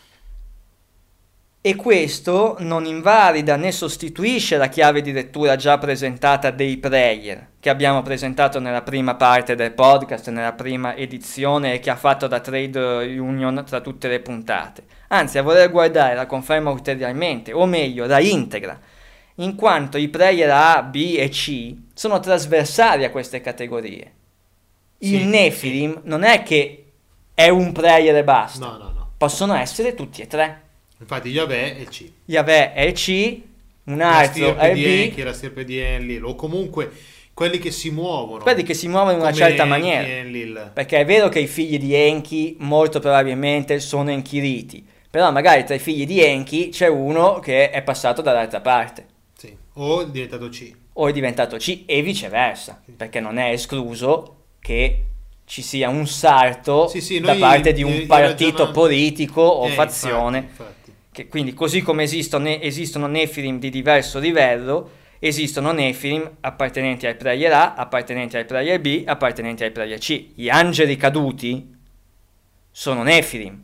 E questo non invalida né sostituisce la chiave di lettura già presentata dei player, che abbiamo presentato nella prima parte del podcast, nella prima edizione, e che ha fatto da trade union tra tutte le puntate. Anzi, a voler guardare la conferma ulteriormente, o meglio, la integra, in quanto i player A, B e C sono trasversali a queste categorie. Il Sì, Nephilim non è che è un player e basta, No, no, no. possono essere tutti e tre. Infatti Yahweh è il C. Yahweh è il C, un La altro stirpe è il di B, Enki, la stirpe di Enlil, o comunque quelli che si muovono. quelli che si muovono in una come certa Enki, maniera. Enlil. Perché è vero che i figli di Enki molto probabilmente sono Enchiriti, però magari tra i figli di Enki c'è uno che è passato dall'altra parte, Sì. O è diventato C. o è diventato C, e viceversa, perché non è escluso che ci sia un sarto Sì, sì, da noi parte di i- un i partito ragiona- politico o Eh, fazione. infatti, infatti. Che quindi, così come esistono, ne- esistono Nephilim di diverso livello, esistono Nephilim appartenenti ai player A, appartenenti ai player B, appartenenti ai player C. Gli angeli caduti sono Nephilim,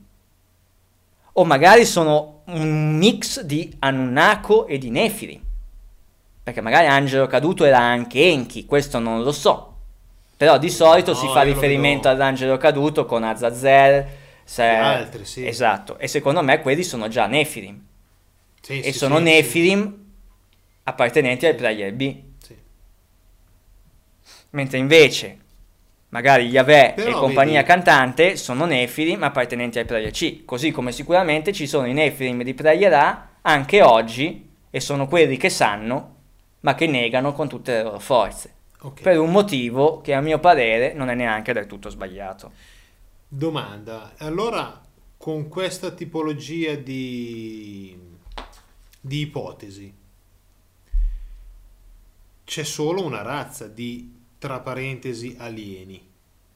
o magari sono un mix di Anunnako e di Nephilim, perché magari angelo caduto era anche Enki, questo non lo so, però di solito No, si fa io lo riferimento vedo- all'angelo caduto con Azazel, se- altri, sì. esatto, e secondo me quelli sono già Nephilim, Sì, e sì, sono sì, Nephilim appartenenti al player B, sì. mentre invece magari Yahweh Però e compagnia vedi- cantante sono Nephilim appartenenti al player C, così come sicuramente ci sono i Nephilim di player A anche oggi, e sono quelli che sanno ma che negano con tutte le loro forze, Ok. per un motivo che a mio parere non è neanche del tutto sbagliato. Domanda. Allora, con questa tipologia di, di ipotesi, c'è solo una razza di, tra parentesi, alieni.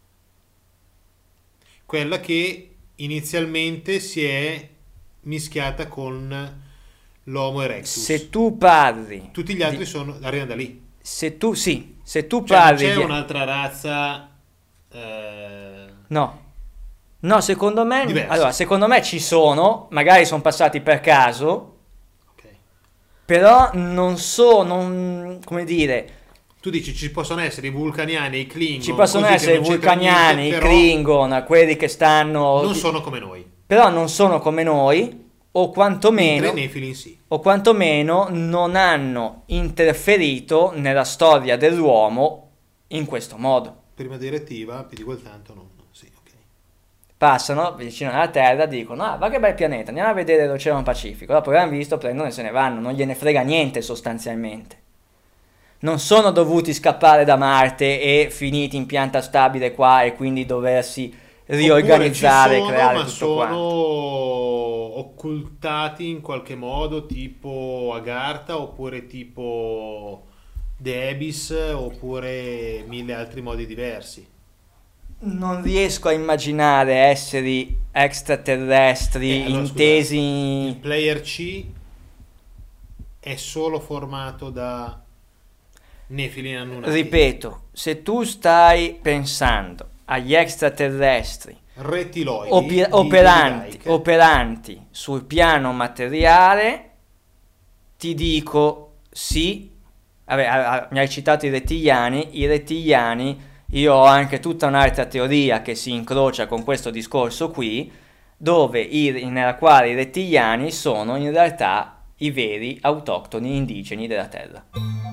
Quella che inizialmente si è mischiata con l'Homo erectus. Se tu parli Tutti gli altri di- sono, arrivano da lì. se tu sì, se tu Cioè, non parli c'è di- un'altra razza... eh, no. No, secondo me Diversa. allora, secondo me ci sono, magari sono passati per caso, ok. però non so, non, come dire, Tu dici ci possono essere i vulcaniani e i Klingon. ci possono così che essere i non c'entra vulcaniani, niente, i però Klingon, quelli che stanno, Non sono come noi. però non sono come noi, o quantomeno, Mentre i Nephilim sì. o quantomeno non hanno interferito nella storia dell'uomo in questo modo. Prima direttiva, più di quel tanto non... Sì, ok. Passano vicino alla Terra, dicono ah, ma che bel pianeta, andiamo a vedere l'Oceano Pacifico, dopo che l'hanno visto prendono e se ne vanno, non gliene frega niente sostanzialmente. non sono dovuti scappare da Marte e finiti in pianta stabile qua e quindi doversi riorganizzare e creare ma tutto sono quanto. occultati in qualche modo, tipo Agartha, oppure tipo The Abyss, oppure mille altri modi diversi. Non riesco a immaginare esseri extraterrestri Eh, allora, intesi... scusate, il player C è solo formato da Nefili Anunnaki. Ripeto, se tu stai pensando agli extraterrestri Rettiloidi opi- di operanti, Dyke. operanti sul piano materiale, ti dico sì. Vabbè, a- a- mi hai citato i rettiliani. I rettiliani, io ho anche tutta un'altra teoria che si incrocia con questo discorso qui, dove i, nella quale i rettiliani sono in realtà i veri autoctoni indigeni della Terra.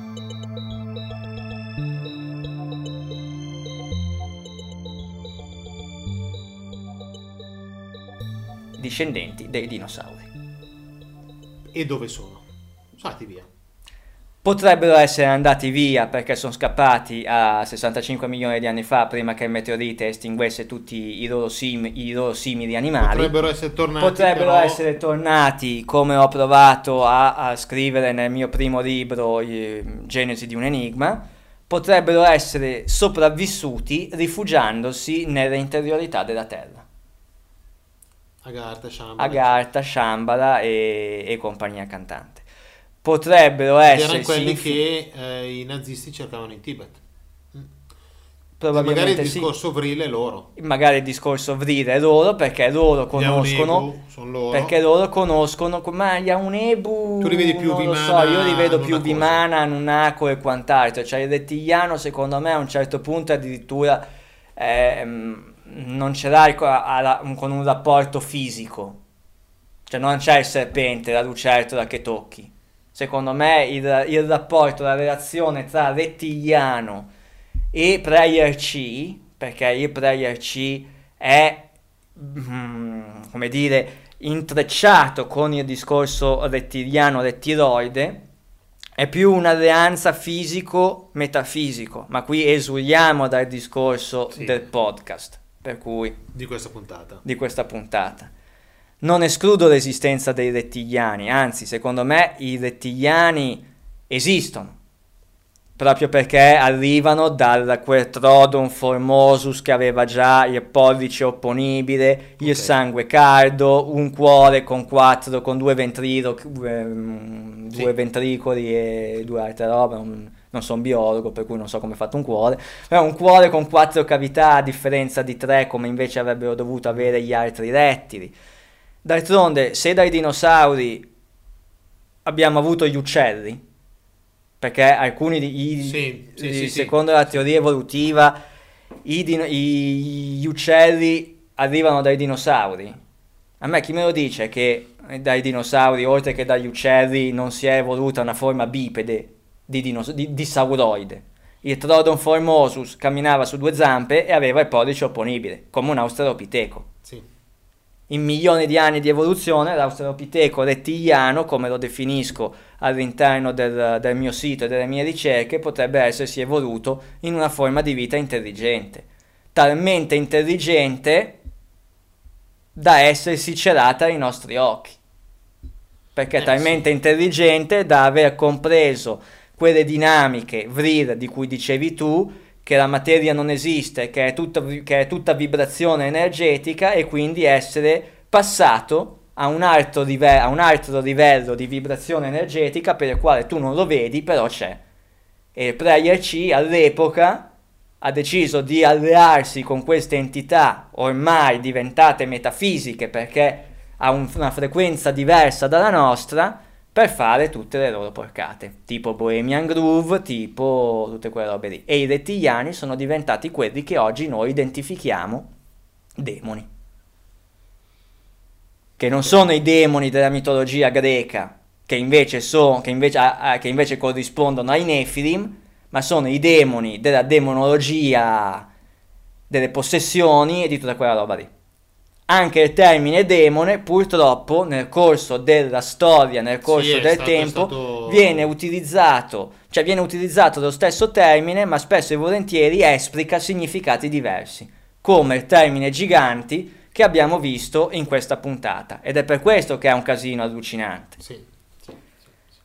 Discendenti dei dinosauri. E dove sono? Sono andati via. Potrebbero essere andati via perché sono scappati a sessantacinque milioni di anni fa, prima che il meteorite estinguesse tutti i loro, sim- i loro simili animali. Potrebbero essere tornati. Potrebbero però... essere tornati, come ho provato a, a scrivere nel mio primo libro, eh, Genesi di un enigma. Potrebbero essere sopravvissuti rifugiandosi nelle interiorità della Terra. Agartha, Shambhala. Agartha, Shambhala e, e compagnia cantante. Potrebbero Erano essere quelli che eh, i nazisti cercavano in Tibet. probabilmente Magari il sì. discorso vrile è loro. Magari il discorso vrire loro, perché loro Gli conoscono, Aunebu sono loro. perché loro conoscono, ma gli Aunebu Tu li vedi più non lo Vimana, so, io li vedo più Anunnaki. Vimana, Anunnaki e quant'altro. Cioè il rettiliano secondo me a un certo punto addirittura ehm, non ce l'hai co- alla- con un rapporto fisico, cioè non c'è il serpente, la lucertola che tocchi. Secondo me il, il rapporto, la relazione tra rettiliano e Player C, perché il Player C è, mm, come dire, intrecciato con il discorso rettiliano-rettiloide, è più un'alleanza fisico-metafisico, ma qui esuliamo dal discorso Sì. del podcast, per cui Di questa puntata. di questa puntata. Non escludo l'esistenza dei rettiliani, anzi, secondo me i rettiliani esistono, proprio perché arrivano da quel Trodon Formosus che aveva già il pollice opponibile, il Ok. sangue caldo, un cuore con quattro, con due, ventrilo, ehm, Sì. due ventricoli e due altre robe. Non, non sono biologo, per cui non so come è fatto un cuore, però un cuore con quattro cavità a differenza di tre, come invece avrebbero dovuto avere gli altri rettili. D'altronde, se dai dinosauri abbiamo avuto gli uccelli, perché alcuni di, i- Sì, sì, i- sì, sì. secondo la teoria evolutiva i dino- i- gli uccelli arrivano dai dinosauri. A me chi me lo dice che dai dinosauri, oltre che dagli uccelli, non si è evoluta una forma bipede di, dinos- di, di sauroide? Il Trodon Formosus camminava su due zampe e aveva il pollice opponibile, come un australopiteco. Sì. In milioni di anni di evoluzione, l'australopiteco rettiliano, come lo definisco all'interno del, del mio sito e delle mie ricerche, potrebbe essersi evoluto in una forma di vita intelligente, talmente intelligente da essersi celata ai nostri occhi, perché è Eh, talmente intelligente da aver compreso quelle dinamiche Vrir di cui dicevi tu, che la materia non esiste, che è tutta, che è tutta vibrazione energetica, e quindi essere passato a un, altro live- a un altro livello di vibrazione energetica per il quale tu non lo vedi, però c'è. E il Player C all'epoca ha deciso di allearsi con queste entità ormai diventate metafisiche, perché ha un- una frequenza diversa dalla nostra, per fare tutte le loro porcate, tipo Bohemian Groove, tipo tutte quelle robe lì. E i rettiliani sono diventati quelli che oggi noi identifichiamo demoni. Che non sono i demoni della mitologia greca, che invece, so, che invece, ah, ah, che invece corrispondono ai Nephilim, ma sono i demoni della demonologia, delle possessioni e di tutta quella roba lì. anche il termine demone purtroppo nel corso della storia, nel corso Sì, è del stato- è tempo, stato- viene utilizzato, cioè viene utilizzato lo stesso termine, ma spesso e volentieri esplica significati diversi, come il termine giganti che abbiamo visto in questa puntata, ed è per questo che è un casino allucinante. Sì, sì, sì, sì.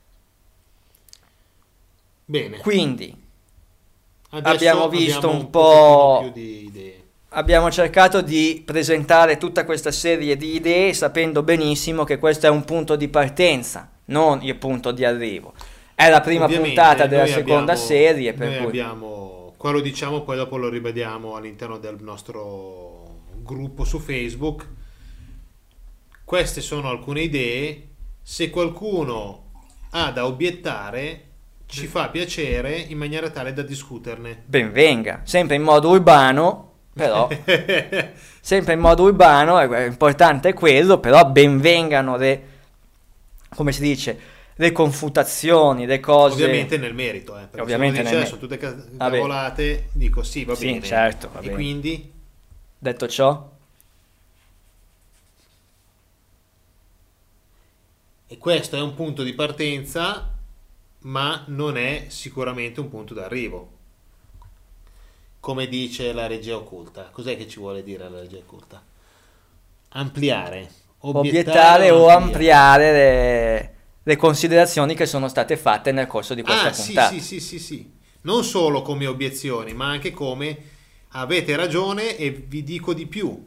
Bene. Quindi Adesso abbiamo visto abbiamo un un po', pochettino più di idee. abbiamo cercato di presentare tutta questa serie di idee sapendo benissimo che questo è un punto di partenza, non il punto di arrivo. È la prima Ovviamente, puntata della noi seconda abbiamo- serie, per noi cui abbiamo, qua lo diciamo, poi dopo lo ribadiamo all'interno del nostro gruppo su Facebook. Queste sono alcune idee. Se qualcuno ha da obiettare, ci fa piacere in maniera tale da discuterne. ben venga, sempre in modo urbano, però sempre in modo urbano, è importante è quello, però ben vengano le, come si dice, le confutazioni, le cose. Ovviamente nel merito, eh, perché Ovviamente se uno nel dice, "Eh, sono tutte ca- Vabbè. cavolate", dico sì, va Sì, bene. certo, va e bene. quindi Detto ciò, e questo è un punto di partenza, ma non è sicuramente un punto d'arrivo. Come dice la regia occulta, cos'è che ci vuole dire la regia occulta? Ampliare, obiettare o ampliare le, le considerazioni che sono state fatte nel corso di questa Ah, sì, puntata. sì, sì, sì, sì. Non solo come obiezioni, ma anche come avete ragione e vi dico di più.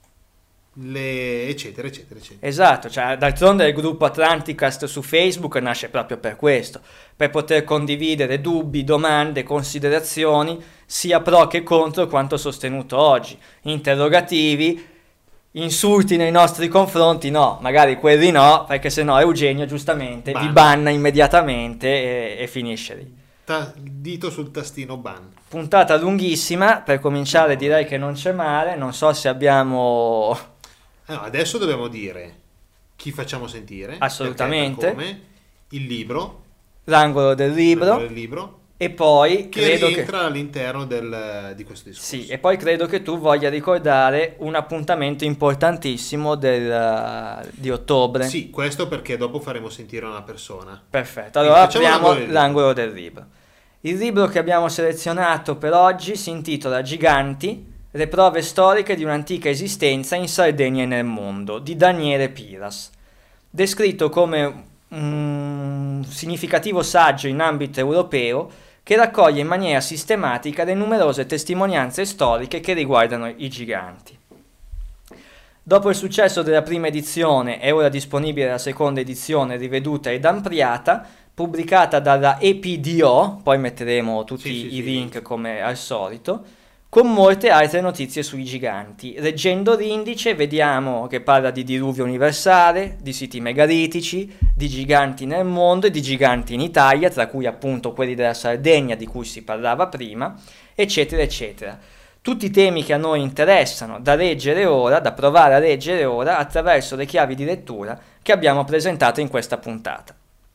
Le... eccetera, eccetera, eccetera. Esatto, cioè d'altronde il gruppo Atlanticast su Facebook nasce proprio per questo, per poter condividere dubbi, domande, considerazioni, sia pro che contro quanto sostenuto oggi, interrogativi, insulti nei nostri confronti, no, magari quelli no, perché sennò Eugenio giustamente vi Banna. banna immediatamente e, e finisce lì. Ta- dito sul tastino ban. Puntata lunghissima, per cominciare direi che non c'è male, non so se abbiamo... Allora, adesso dobbiamo dire chi facciamo sentire. Assolutamente. perché, per come, il libro, l'angolo del libro, il libro e poi che credo che... rientra all'interno del, di questo discorso. Sì, e poi credo che tu voglia ricordare un appuntamento importantissimo del, di ottobre. Sì, questo perché dopo faremo sentire una persona. Perfetto, allora Quindi facciamo apriamo l'angolo del l'angolo del libro. Il libro che abbiamo selezionato per oggi si intitola Giganti, le prove storiche di un'antica esistenza in Sardegna e nel mondo, di Daniele Piras. Descritto come un significativo saggio in ambito europeo che raccoglie in maniera sistematica le numerose testimonianze storiche che riguardano i giganti. Dopo il successo della prima edizione è ora disponibile la seconda edizione riveduta ed ampliata, pubblicata dalla E P D O, poi metteremo tutti Sì, sì, i sì. link come al solito, con molte altre notizie sui giganti. Leggendo l'indice vediamo che parla di diluvio universale, di siti megalitici, di giganti nel mondo e di giganti in Italia, tra cui appunto quelli della Sardegna di cui si parlava prima, eccetera, eccetera. Tutti temi che a noi interessano, da leggere ora, da provare a leggere ora, attraverso le chiavi di lettura che abbiamo presentato in questa puntata.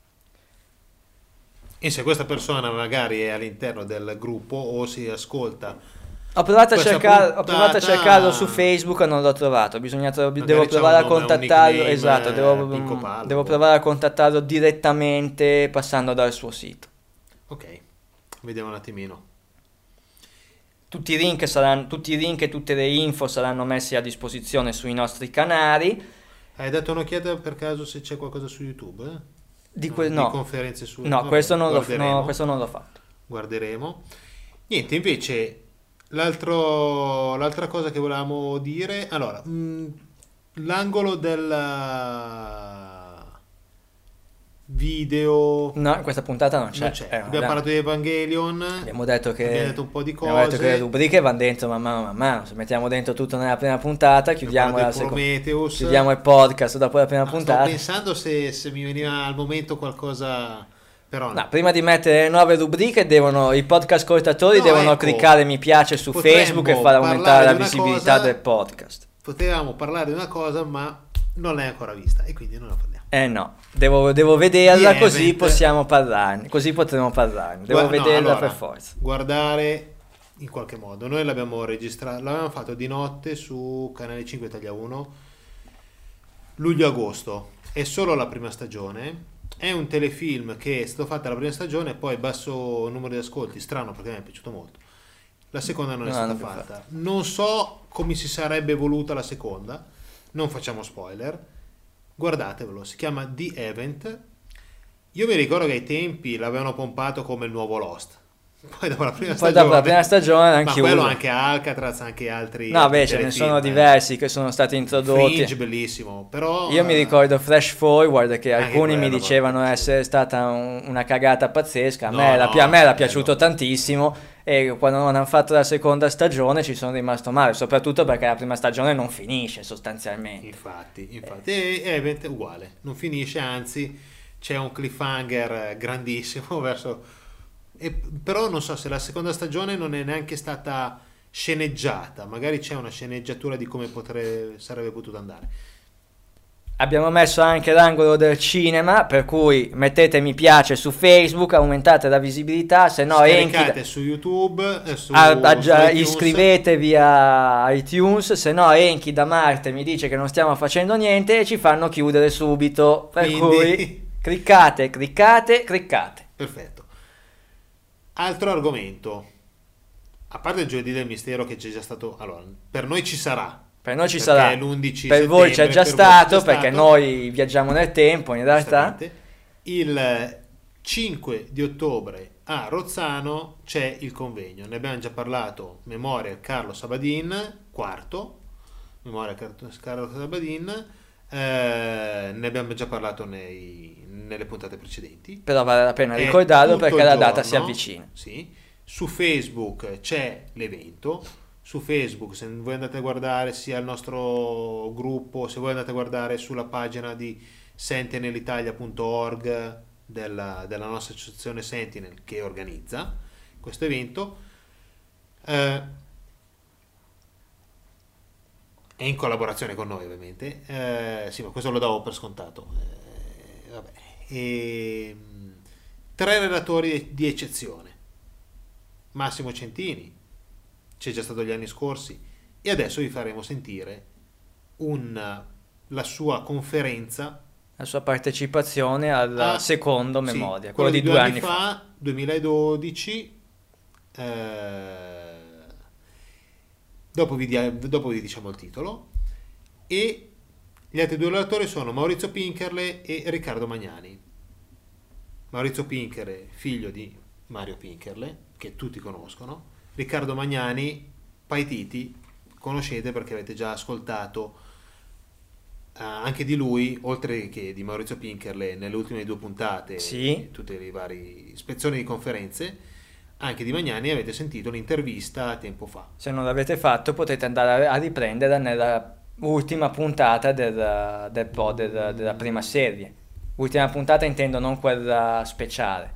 E se questa persona magari è all'interno del gruppo o si ascolta, Ho provato, a questa cercar- ho provato a puntata- cercarlo su Facebook e non l'ho trovato. Bisogna tro- Magari devo c'ha provare a un nome, un contattarlo. nickname, Esatto, eh, devo, Pinco Pallo. devo provare a contattarlo direttamente passando dal suo sito. ok, vediamo un attimino. Tutti i link saranno, tutti i link e tutte le info saranno messi a disposizione sui nostri canali. Hai dato un'occhiata per caso se c'è qualcosa su YouTube? eh? Di, que- Di no, conferenze su no, vabbè, questo non, l'ho, guarderemo. no, questo non l'ho fatto. Guarderemo. Niente, invece l'altro, l'altra cosa che volevamo dire, allora, mh, l'angolo del video No, in questa puntata non c'è. non c'è. Eh, Abbiamo dai. parlato di Evangelion, Abbiamo detto che, abbiamo detto un po' di abbiamo detto che le cose, rubriche vanno dentro man mano man mano. Se mettiamo dentro tutto nella prima puntata, chiudiamo, abbiamo la parlato di seconda, Prometheus. chiudiamo il podcast dopo la prima No, stavo puntata. pensando se, se mi veniva al momento qualcosa, però no. No, prima di mettere le nuove rubriche devono, i podcast ascoltatori No, devono ecco, cliccare mi piace su potremmo Facebook e far aumentare parlare la di una visibilità cosa- del podcast. Potevamo parlare di una cosa, ma non l'hai ancora vista e quindi non la parliamo. Eh no, devo, devo vederla Di così Event. possiamo parlarne, così potremo parlarne. Devo Gua- no, vederla allora, per forza. Guardare in qualche modo. Noi l'abbiamo registrato, l'avevamo fatto di notte su Canale cinque Italia uno, luglio-agosto. È solo la prima stagione. È un telefilm che è stato fatto la prima stagione e poi basso numero di ascolti, strano perché mi è piaciuto molto. La seconda non è No, stata non più fatta. fatta. Non so come si sarebbe evoluta la seconda, non facciamo spoiler. Guardatevelo, si chiama The Event. Io mi ricordo che ai tempi l'avevano pompato come il nuovo Lost. Poi dopo la prima Poi stagione, dopo la prima stagione ma anche quello uno. anche Alcatraz, anche altri. No, altri beh, ce ne telefilm, sono eh. diversi che sono stati introdotti. Fringe, bellissimo. Però Io mi eh, ricordo Flash Forward che Anche alcuni mi quello, dicevano guarda, essere stata un- una cagata pazzesca. A No, me, era no, pi- a me era bello. piaciuto tantissimo e quando non hanno fatto la seconda stagione ci sono rimasto male, soprattutto perché la prima stagione non finisce sostanzialmente. Infatti, infatti. E Event è uguale, non finisce, anzi c'è un cliffhanger grandissimo verso. E, però non so se la seconda stagione non è neanche stata sceneggiata, magari c'è una sceneggiatura di come potrebbe, sarebbe potuto andare. Abbiamo messo anche l'angolo del cinema, per cui mettete mi piace su Facebook, aumentate la visibilità, se no Scaricate Enki, su YouTube, eh, su, a- a- su già- iTunes. iscrivetevi a iTunes, se no Enki da Marte mi dice che non stiamo facendo niente e ci fanno chiudere subito, per Quindi- cui cliccate, cliccate, cliccate. Perfetto. Altro argomento, a parte il giovedì del mistero che c'è già stato, allora, per noi ci sarà. Per noi ci Perché sarà, è l'undici per voi c'è settembre, già per voi c'è stato, già perché stato. noi viaggiamo nel tempo in realtà. Giustamente. Il cinque di ottobre a Rozzano c'è il convegno, ne abbiamo già parlato, Memoria Carlo Sabadin, quarto, Memoria Car- Carlo Sabadin, eh, ne abbiamo già parlato nei- nelle puntate precedenti. Però vale la pena È ricordarlo tutto perché il la data si giorno, avvicina. sì. Su Facebook c'è l'evento. Su Facebook, se voi andate a guardare sia il nostro gruppo, se voi andate a guardare sulla pagina di sentinel italia punto org della, della nostra associazione Sentinel che organizza questo evento, eh, è in collaborazione con noi ovviamente, eh, sì, ma questo lo davo per scontato. Eh, vabbè. E, mh, tre relatori di eccezione: Massimo Centini, c'è già stato gli anni scorsi, e adesso vi faremo sentire un, la sua conferenza, La sua partecipazione al a- secondo sì, memoria, quello di due anni fa. fa, duemiladodici. eh, dopo, vi, dia- dopo vi diciamo il titolo. E gli altri due relatori sono Maurizio Pincherle e Riccardo Magnani. Maurizio Pincherle, figlio di Mario Pincherle, che tutti conoscono. Riccardo Magnani, Paititi, conoscete perché avete già ascoltato eh, anche di lui, oltre che di Maurizio Pincherle, nelle ultime due puntate, Sì. tutte le varie ispezioni di conferenze. Anche di Magnani avete sentito l'intervista tempo fa. Se non l'avete fatto potete andare a a riprendere nella ultima puntata del, del pod del- della prima serie. Ultima puntata intendo non quella speciale.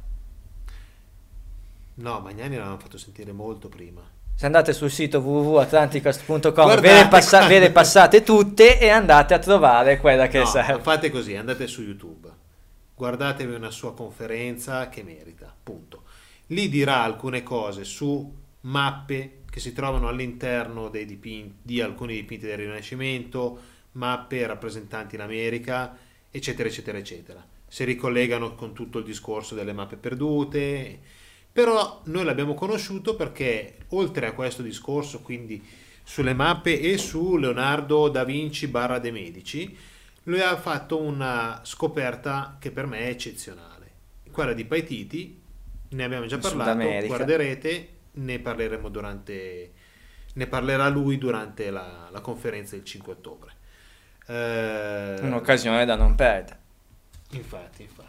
No, Magnani l'avevano fatto sentire molto prima. Se andate sul sito w w w punto atlanticast punto com ve, Guardate le passa- quando- ve le passate tutte e andate a trovare quella che No, serve. fate così, andate su YouTube, guardatevi una sua conferenza che merita, punto. Lì dirà alcune cose su mappe che si trovano all'interno dei dipinti, di alcuni dipinti del Rinascimento, mappe rappresentanti in America, eccetera, eccetera, eccetera. Si ricollegano con tutto il discorso delle mappe perdute, però noi l'abbiamo conosciuto perché oltre a questo discorso, quindi sulle mappe e su Leonardo da Vinci barra De Medici, lui ha fatto una scoperta che per me è eccezionale, quella di Paititi. Ne abbiamo già In parlato, Sud America. guarderete, ne parleremo durante, ne parlerà lui durante la, la conferenza del cinque ottobre. Eh, Un'occasione da non perdere. Infatti, infatti.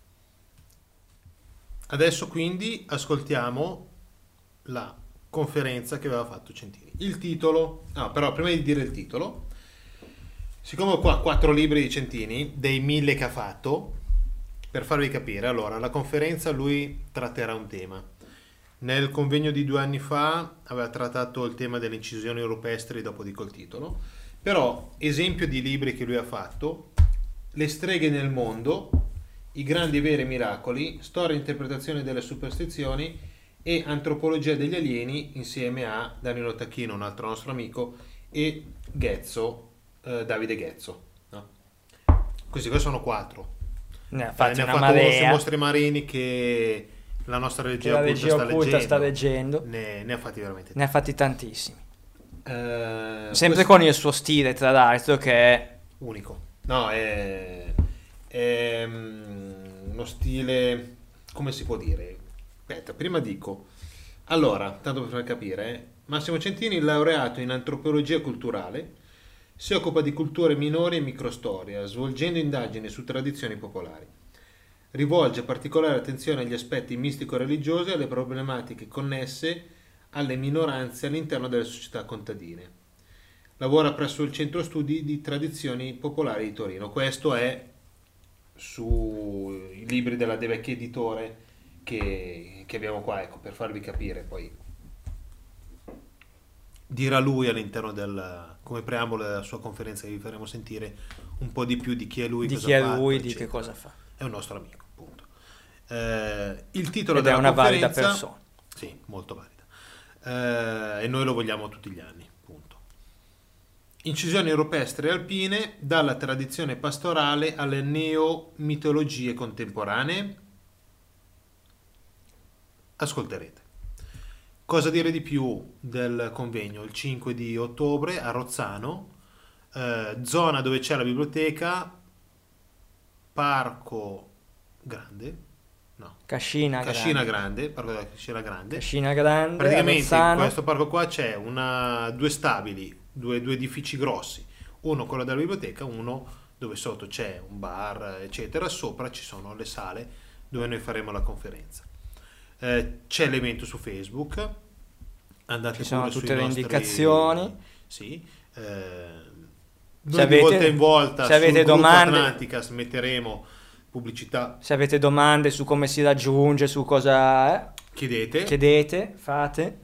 Adesso quindi ascoltiamo la conferenza che aveva fatto Centini. Il titolo, no, però prima di dire il titolo, siccome ho qua quattro libri di Centini, dei mille che ha fatto, per farvi capire, allora, la conferenza lui tratterà un tema. Nel convegno di due anni fa aveva trattato il tema delle incisioni rupestri, dopo dico il titolo, però esempio di libri che lui ha fatto: Le streghe nel mondo, I grandi e veri miracoli, Storia e interpretazione delle superstizioni e Antropologia degli alieni insieme a Danilo Tacchino, un altro nostro amico, e Ghezzo, eh, Davide Ghezzo. No? Questi qua sono quattro. Ne ha Eh, fatti ne ha una fatto sui marea. mostri marini che la nostra Che regia la occulta, regia sta, occulta leggendo. sta leggendo. Ne, ne ha fatti veramente Ne ha fatti tantissimi. Eh, Sempre questo- con il suo stile, tra l'altro, che è unico. No, è, è mm, uno stile, come si può dire? Aspetta, prima dico. Allora, tanto per far capire, eh, Massimo Centini, laureato in antropologia culturale, si occupa di culture minori e microstoria, svolgendo indagini su tradizioni popolari. Rivolge particolare attenzione agli aspetti mistico-religiosi e alle problematiche connesse alle minoranze all'interno delle società contadine. Lavora presso il Centro Studi di Tradizioni Popolari di Torino. Questo è sui libri della De Vecchi Editore che, che abbiamo qua, ecco, per farvi capire. Poi dirà lui all'interno del, come preambolo della sua conferenza, che vi faremo sentire un po' di più di chi è lui, di cosa chi è fa, lui, eccetera. di che cosa fa. È un nostro amico, appunto. Eh, il titolo Ed è della una valida conferenza, persona. sì, molto valida. Eh, e noi lo vogliamo tutti gli anni, appunto. Incisioni rupestri e alpine, dalla tradizione pastorale alle neomitologie contemporanee. Ascolterete. Cosa dire di più del convegno? Il cinque di ottobre a Rozzano, eh, zona dove c'è la biblioteca, Parco Grande, no, Cascina, Cascina Grande. Grande, Parco della Cascina Grande. Cascina Grande, Praticamente in Rozzano. questo parco qua c'è una, due stabili, due, due edifici grossi, uno quello della biblioteca, uno dove sotto c'è un bar, eccetera, sopra ci sono le sale dove noi faremo la conferenza. Eh, c'è l'evento su Facebook, andate Ci sono pure tutte sui le nostri- indicazioni. Sì, eh, noi Se di avete- volta in volta se avete sul gruppo domande- Atlanticas metteremo pubblicità, Se avete domande su come si raggiunge, su cosa eh, chiedete. chiedete, fate.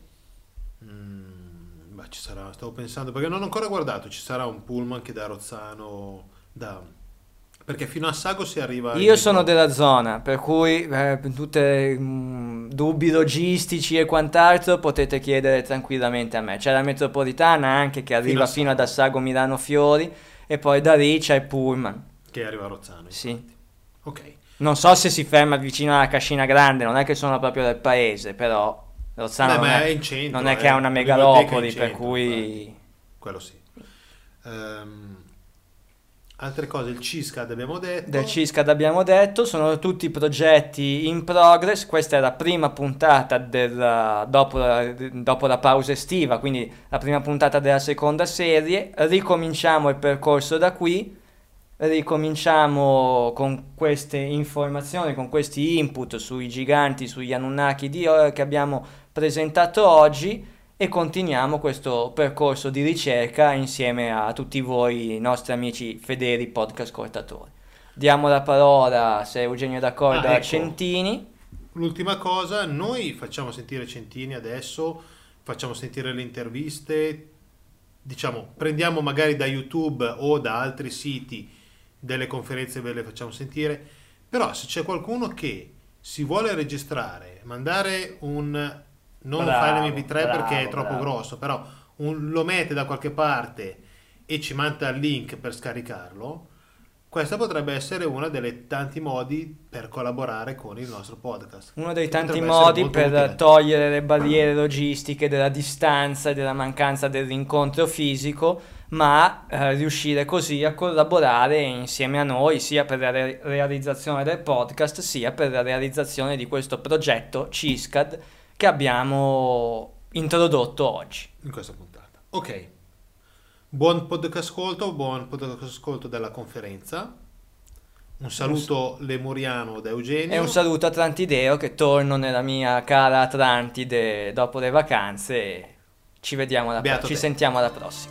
Mm, ma ci sarà, stavo pensando, perché non ho ancora guardato, ci sarà un pullman che da Rozzano, da, perché fino a Sago si arriva in Io sono metro. della zona, per cui eh, per tutti dubbi logistici e quant'altro potete chiedere tranquillamente a me. C'è la metropolitana anche che arriva a fino ad Sago. Assago Milano Fiori e poi da lì c'è il pullman. Che arriva a Rozzano. Sì. Ok. Non so se si ferma vicino alla Cascina Grande, non è che sono proprio del paese, però Rozzano Beh, non ma è, è in centro, non è eh. che è una La biblioteca è in megalopoli, per centro, cui... infatti. Quello sì. Ehm, altre cose, il C I S C A D abbiamo detto. Del C I S C A D abbiamo detto, sono tutti progetti in progress. Questa è la prima puntata del, dopo, la, dopo la pausa estiva, quindi la prima puntata della seconda serie. Ricominciamo il percorso da qui, ricominciamo con queste informazioni, con questi input sui giganti, sugli Anunnaki di, che abbiamo presentato oggi, e continuiamo questo percorso di ricerca insieme a tutti voi nostri amici fedeli podcast ascoltatori. Diamo la parola, se Eugenio è d'accordo, Ah, a ecco. Centini. L'ultima cosa, noi facciamo sentire Centini adesso, facciamo sentire le interviste, diciamo, prendiamo magari da YouTube o da altri siti delle conferenze, ve le facciamo sentire, però se c'è qualcuno che si vuole registrare, mandare un, non Bravo, un file M P tre bravo, perché è troppo bravo. grosso, però un- lo mette da qualche parte e ci manda il link per scaricarlo, questa potrebbe essere uno dei tanti modi per collaborare con il nostro podcast. Uno dei tanti Potrebbe essere modi molto per utile. togliere le barriere logistiche della distanza e della mancanza dell'incontro fisico, ma eh, riuscire così a collaborare insieme a noi sia per la re- realizzazione del podcast sia per la realizzazione di questo progetto C I S C A D che abbiamo introdotto oggi. In questa puntata. Ok. Buon podcast ascolto, buon podcast ascolto della conferenza. Un saluto lemuriano da Eugenio. E un saluto a Atlantideo, che torno nella mia cara Atlantide dopo le vacanze e ci vediamo alla Beato ci te. sentiamo alla prossima.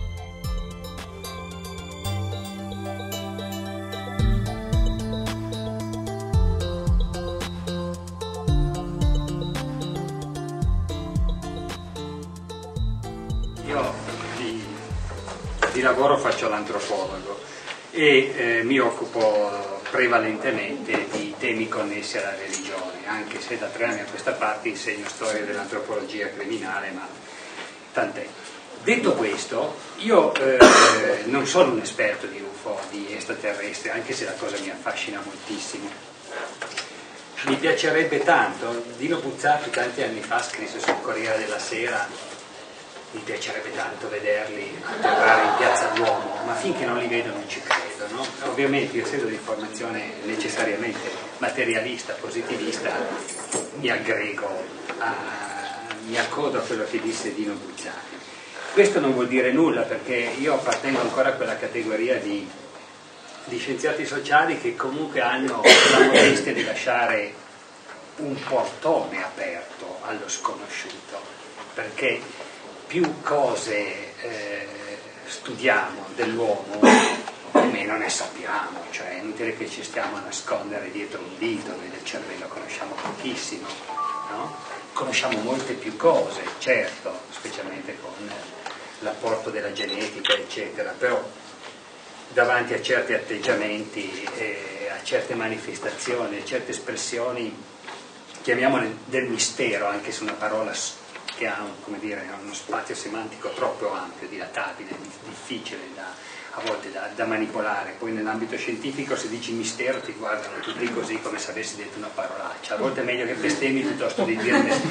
Io di, di lavoro faccio l'antropologo e eh, mi occupo prevalentemente di temi connessi alla religione, anche se da tre anni a questa parte insegno storia dell'antropologia criminale, ma tant'è. Detto questo, io eh, non sono un esperto di U F O, di extraterrestri, anche se la cosa mi affascina moltissimo. Mi piacerebbe tanto, Dino Buzzati tanti anni fa scrisse sul Corriere della Sera, mi piacerebbe tanto vederli atterrare in Piazza Duomo, ma finché non li vedo non ci credo, no? Ovviamente io, essendo di formazione necessariamente materialista, positivista, mi aggrego, a, mi accodo a quello che disse Dino Buzzati. Questo non vuol dire nulla, perché io appartengo ancora a quella categoria di, di scienziati sociali che comunque hanno la modestia di lasciare un portone aperto allo sconosciuto, perché più cose eh, studiamo dell'uomo, meno ne sappiamo, cioè è inutile che ci stiamo a nascondere dietro un dito, noi del cervello conosciamo pochissimo, no? Conosciamo molte più cose, certo, specialmente con l'apporto della genetica, eccetera, però davanti a certi atteggiamenti, eh, a certe manifestazioni, a certe espressioni, chiamiamole del mistero, anche se una parola che ha un, come dire, uno spazio semantico troppo ampio, dilatabile, difficile da, a volte da, da manipolare. Poi nell'ambito scientifico, se dici mistero ti guardano tutti così come se avessi detto una parolaccia, a volte è meglio che bestemmi piuttosto di dire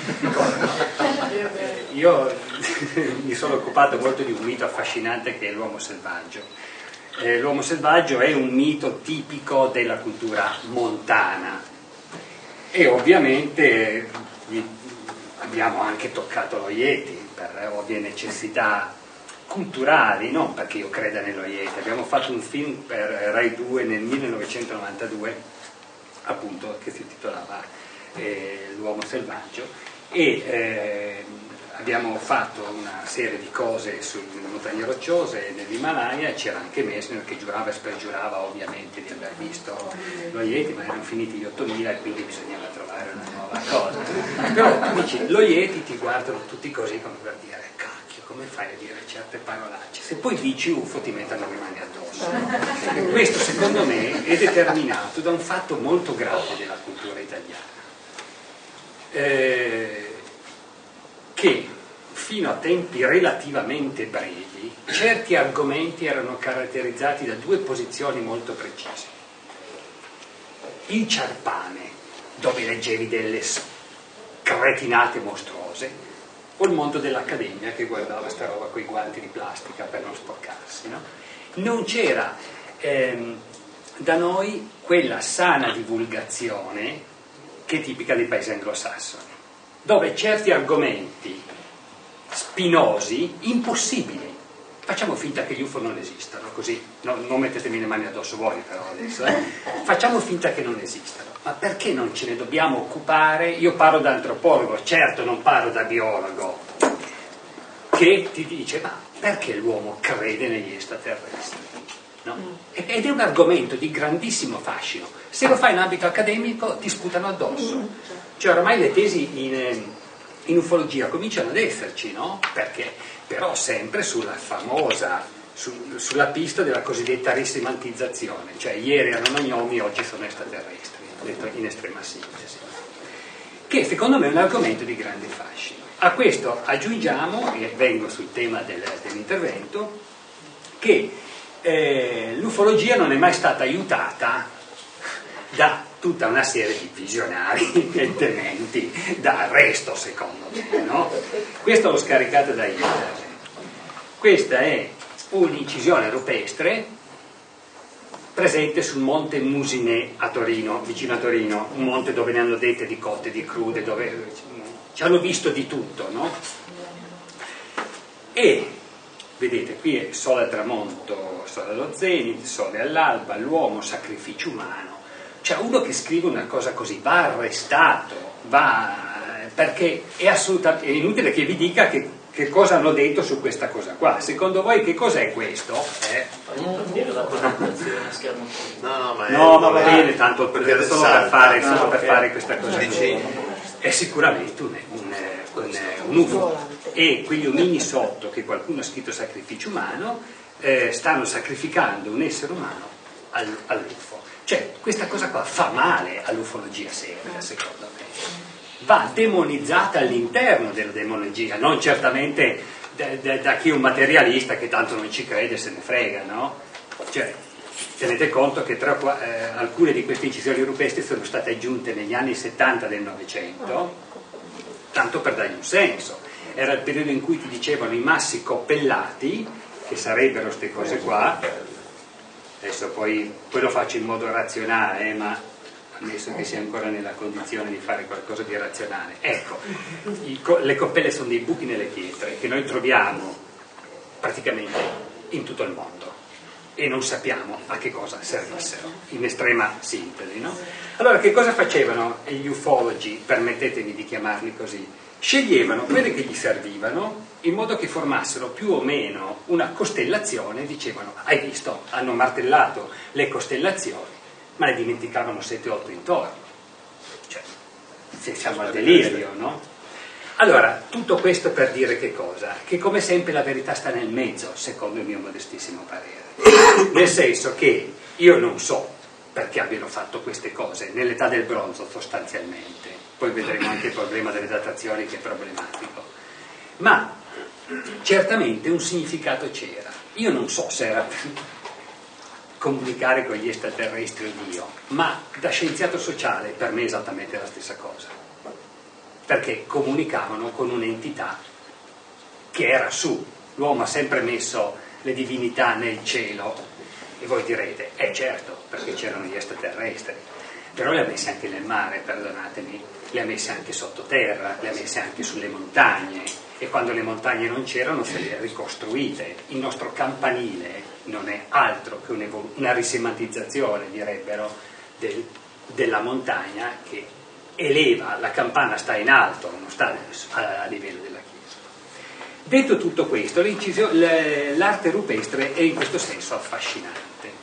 io mi sono occupato molto di un mito affascinante che è l'uomo selvaggio. Eh, l'uomo selvaggio è un mito tipico della cultura montana e ovviamente abbiamo anche toccato lo Yeti per ovvie necessità culturali, non perché io creda nello Yeti. Abbiamo fatto un film per Rai due nel millenovecentonovantadue, appunto, che si intitolava eh, L'uomo selvaggio, e eh, abbiamo fatto una serie di cose sulle montagne rocciose nell'Himalaya, e c'era anche Messner che giurava e spergiurava ovviamente di aver visto lo Yeti, ma erano finiti gli ottomila e quindi bisognava trovare una nuova cosa. Però tu dici, lo Yeti, ti guardano tutti così come per dire cacchio, come fai a dire certe parolacce? Se poi dici U F O ti mettono le mani addosso. Questo secondo me è determinato da un fatto molto grave della cultura italiana, eh, che fino a tempi relativamente brevi certi argomenti erano caratterizzati da due posizioni molto precise: il ciarpame, dove leggevi delle cretinate mostruose, o il mondo dell'accademia che guardava sta roba coi guanti di plastica per non sporcarsi, no? Non c'era ehm, da noi quella sana divulgazione che è tipica dei paesi anglosassoni, dove certi argomenti spinosi, impossibili, facciamo finta che gli U F O non esistano, così no, non mettetemi le mani addosso voi però adesso, eh? Facciamo finta che non esistano, ma perché non ce ne dobbiamo occupare? Io parlo da antropologo, certo non parlo da biologo, che ti dice ma perché l'uomo crede negli extraterrestri? No? Ed è un argomento di grandissimo fascino. Se lo fai in ambito accademico ti sputano addosso. Cioè ormai le tesi in, in ufologia cominciano ad esserci, no? Perché? Però sempre sulla famosa, su, sulla pista della cosiddetta risemantizzazione, cioè ieri erano gnomi, oggi sono extraterrestri, detto in estrema sintesi, che secondo me è un argomento di grande fascino. A questo aggiungiamo, e vengo sul tema del, dell'intervento, che eh, l'ufologia non è mai stata aiutata da tutta una serie di visionari e tementi da arresto, secondo me, no? Questo l'ho scaricato da internet. Questa è un'incisione rupestre presente sul monte Musinè a Torino, vicino a Torino, un monte dove ne hanno dette di cotte e di crude, dove ci hanno visto di tutto, no? E vedete, qui è sole al tramonto, sole allo zenit, sole all'alba, l'uomo, sacrificio umano. Cioè uno che scrive una cosa così va arrestato, va, perché è assolutamente è inutile che vi dica che, che cosa hanno detto su questa cosa qua. Secondo voi che cos'è questo? Eh? Non dire la presentazione a schermo. No, no, ma, no, ma va bene, tanto perché per, solo per fare, no, solo per okay. fare questa cosa qui. È sicuramente un, un, un, un U F O, e quegli omini sotto che qualcuno ha scritto sacrificio umano eh, stanno sacrificando un essere umano al, all'U F O. Cioè questa cosa qua fa male all'ufologia seria, secondo me. va demonizzata all'interno della demonologia, non certamente da, da, da chi è un materialista che tanto non ci crede se ne frega, no? Cioè, tenete conto che tra, eh, alcune di queste incisioni rupestri sono state aggiunte negli anni settanta del Novecento, tanto per dargli un senso. Era il periodo in cui ti dicevano i massi coppellati, che sarebbero queste cose qua. Adesso poi, poi lo faccio in modo razionale, eh, ma ammesso che sia ancora nella condizione di fare qualcosa di razionale. Ecco, i, le coppelle sono dei buchi nelle pietre che noi troviamo praticamente in tutto il mondo e non sappiamo a che cosa servissero, in estrema sintesi, no? Allora, che cosa facevano gli ufologi, permettetemi di chiamarli così? Sceglievano quelle che gli servivano in modo che formassero più o meno una costellazione. Dicevano, hai visto, hanno martellato le costellazioni, ma ne dimenticavano sette otto intorno. Cioè, se siamo al delirio, no? Allora, tutto questo per dire che cosa? Che come sempre la verità sta nel mezzo, secondo il mio modestissimo parere. Nel senso che io non so perché abbiano fatto queste cose nell'età del bronzo sostanzialmente, poi vedremo anche il problema delle datazioni che è problematico, ma certamente un significato c'era. Io non so se era per comunicare con gli extraterrestri o Dio, ma da scienziato sociale per me è esattamente la stessa cosa, perché comunicavano con un'entità che era su. L'uomo ha sempre messo le divinità nel cielo, e voi direte, eh certo, perché c'erano gli extraterrestri, però le ha messe anche nel mare, perdonatemi, le ha messe anche sottoterra, le ha messe anche sulle montagne, e quando le montagne non c'erano se le ha ricostruite. Il nostro campanile non è altro che una risemantizzazione, direbbero, del, della montagna che eleva, la campana sta in alto, non sta a, a livello della chiesa. Detto tutto questo, l'arte rupestre è in questo senso affascinante.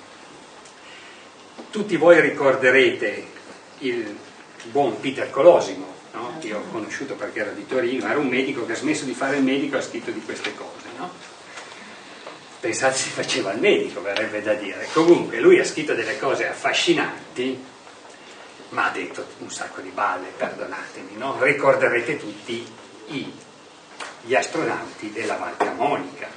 Tutti voi ricorderete il buon Peter Colosimo, no? Che ho conosciuto perché era di Torino, era un medico che ha smesso di fare il medico e ha scritto di queste cose, no? Pensate si faceva il medico, verrebbe da dire. Comunque lui ha scritto delle cose affascinanti, ma ha detto un sacco di balle, perdonatemi, no? Ricorderete tutti i, gli astronauti della Val Camonica.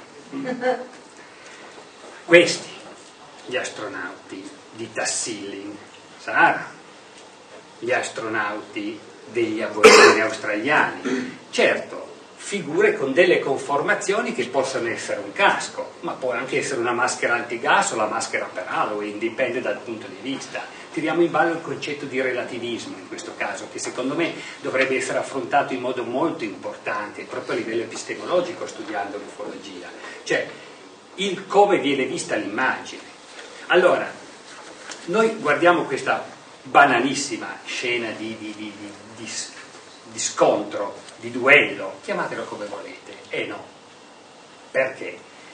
Questi, gli astronauti di Tassili, Sahara, gli astronauti degli aborigeni australiani, certo, figure con delle conformazioni che possono essere un casco, ma può anche essere una maschera antigas o la maschera per Halloween, dipende dal punto di vista. Tiriamo in ballo il concetto di relativismo in questo caso, che secondo me dovrebbe essere affrontato in modo molto importante, proprio a livello epistemologico, studiando l'ufologia, cioè il come viene vista l'immagine. Allora, noi guardiamo questa banalissima scena di, di, di, di, di, di scontro, di duello, chiamatelo come volete, e no. Perché?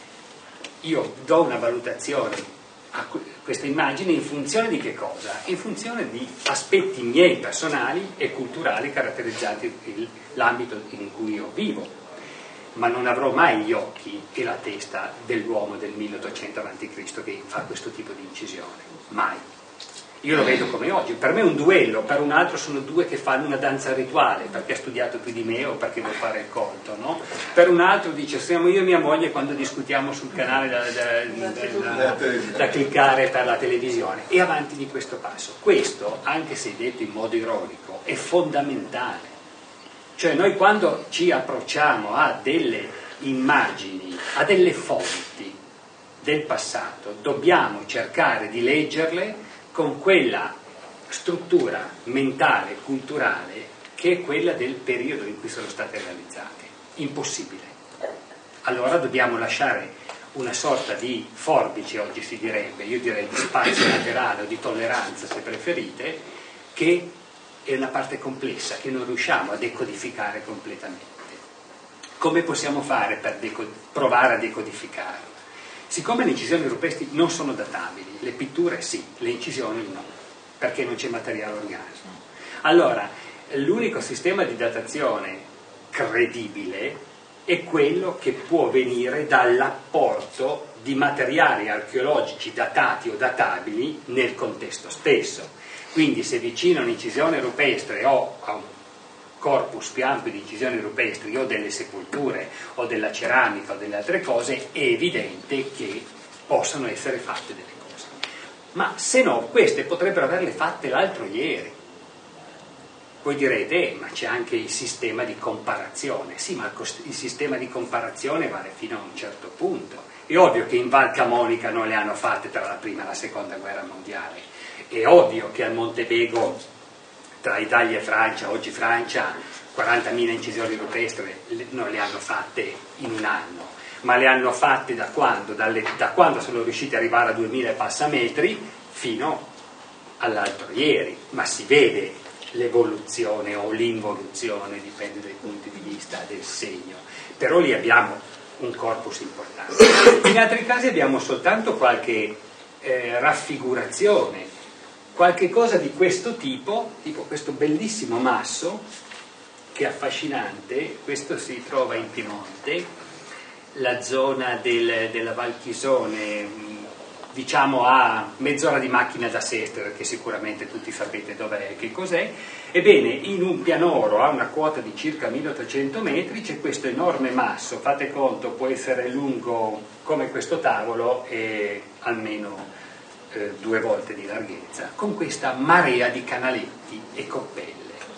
Io do una valutazione a questa immagine in funzione di che cosa? In funzione di aspetti miei personali e culturali caratterizzanti l'ambito in cui io vivo, ma non avrò mai gli occhi e la testa dell'uomo del milleottocento avanti Cristo che fa questo tipo di incisione, mai. Io lo vedo come oggi, per me è un duello, per un altro sono due che fanno una danza rituale perché ha studiato più di me o perché vuole fare il conto, no? Per un altro dice siamo io e mia moglie quando discutiamo sul canale da, da, da, da, da cliccare per la televisione, e avanti di questo passo. Questo, anche se detto in modo ironico, è fondamentale. Cioè noi quando ci approcciamo a delle immagini, a delle fonti del passato, dobbiamo cercare di leggerle con quella struttura mentale, culturale, che è quella del periodo in cui sono state realizzate. Impossibile. Allora dobbiamo lasciare una sorta di forbice, oggi si direbbe, io direi di spazio laterale o di tolleranza, se preferite, che è una parte complessa, che non riusciamo a decodificare completamente. Come possiamo fare per deco- provare a decodificarlo? Siccome le incisioni rupestri non sono databili, le pitture sì, le incisioni no, perché non c'è materiale organico. Allora, l'unico sistema di datazione credibile è quello che può venire dall'apporto di materiali archeologici datati o databili nel contesto stesso. Quindi se vicino a un'incisione rupestre o a un corpus più ampio di incisioni rupestri o delle sepolture o della ceramica o delle altre cose, è evidente che possano essere fatte delle cose. Ma se no, queste potrebbero averle fatte l'altro ieri. Voi direte, eh, ma c'è anche il sistema di comparazione. Sì, ma il, cost- il sistema di comparazione vale fino a un certo punto. È ovvio che in Val Camonica non le hanno fatte tra la prima e la seconda guerra mondiale. È ovvio che al Montebego, tra Italia e Francia, oggi Francia, quarantamila incisioni rupestri non le hanno fatte in un anno, ma le hanno fatte da quando? Dalle, da quando sono riusciti ad arrivare a duemila passametri fino all'altro ieri. Ma si vede l'evoluzione o l'involuzione, dipende dai punti di vista, del segno. Però lì abbiamo un corpus importante. In altri casi abbiamo soltanto qualche eh, raffigurazione, qualche cosa di questo tipo, tipo questo bellissimo masso, che è affascinante. Questo si trova in Piemonte, la zona del, della Val Chisone, diciamo a mezz'ora di macchina da Seste, perché sicuramente tutti sapete dov'è e che cos'è. Ebbene, in un pianoro a una quota di circa milletrecento metri c'è questo enorme masso, fate conto, può essere lungo come questo tavolo e almeno eh, due volte di larghezza, con questa marea di canaletti e coppelle.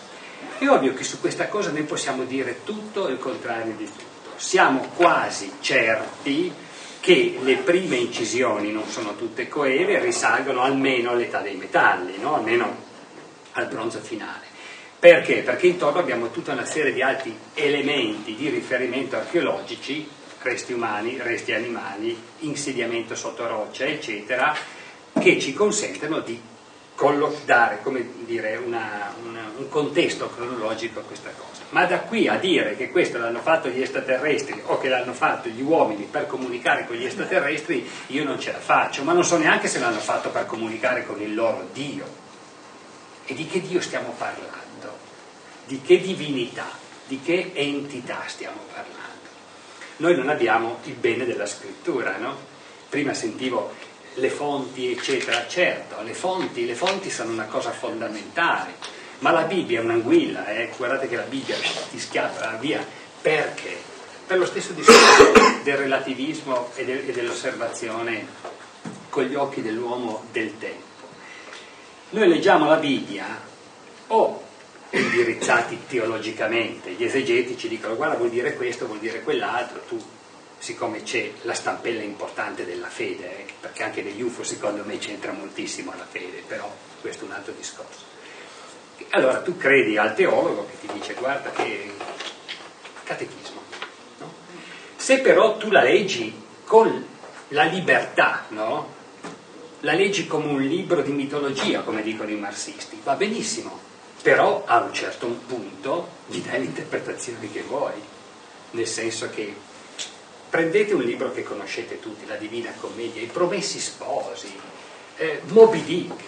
È ovvio che su questa cosa noi possiamo dire tutto e il contrario di tutto. Siamo quasi certi che le prime incisioni non sono tutte coeve, risalgono almeno all'età dei metalli, no? Almeno al bronzo finale. Perché? Perché intorno abbiamo tutta una serie di altri elementi di riferimento archeologici, resti umani, resti animali, insediamento sotto roccia, eccetera, che ci consentono di dare, come dire, una, una, un contesto cronologico a questa cosa. Ma da qui a dire che questo l'hanno fatto gli extraterrestri o che l'hanno fatto gli uomini per comunicare con gli extraterrestri, io non ce la faccio, ma non so neanche se l'hanno fatto per comunicare con il loro Dio. E di che Dio stiamo parlando? Di che divinità, di che entità stiamo parlando? Noi non abbiamo il bene della scrittura, no? Prima sentivo le fonti, eccetera. Certo, le fonti, le fonti sono una cosa fondamentale, ma la Bibbia è un'anguilla, eh? Guardate che la Bibbia ti schiatta via. Perché? Per lo stesso discorso del relativismo e, de- e dell'osservazione con gli occhi dell'uomo del tempo. Noi leggiamo la Bibbia o indirizzati teologicamente, gli esegeti ci dicono guarda vuol dire questo, vuol dire quell'altro, tu siccome c'è la stampella importante della fede, eh, perché anche negli U F O secondo me c'entra moltissimo la fede, però questo è un altro discorso. Allora tu credi al teologo che ti dice guarda che catechismo, no? Se però tu la leggi con la libertà, no? La leggi come un libro di mitologia, come dicono i marxisti, va benissimo, però a un certo punto gli dai l'interpretazione che vuoi, nel senso che prendete un libro che conoscete tutti, la Divina Commedia, i Promessi Sposi, eh, Moby Dick,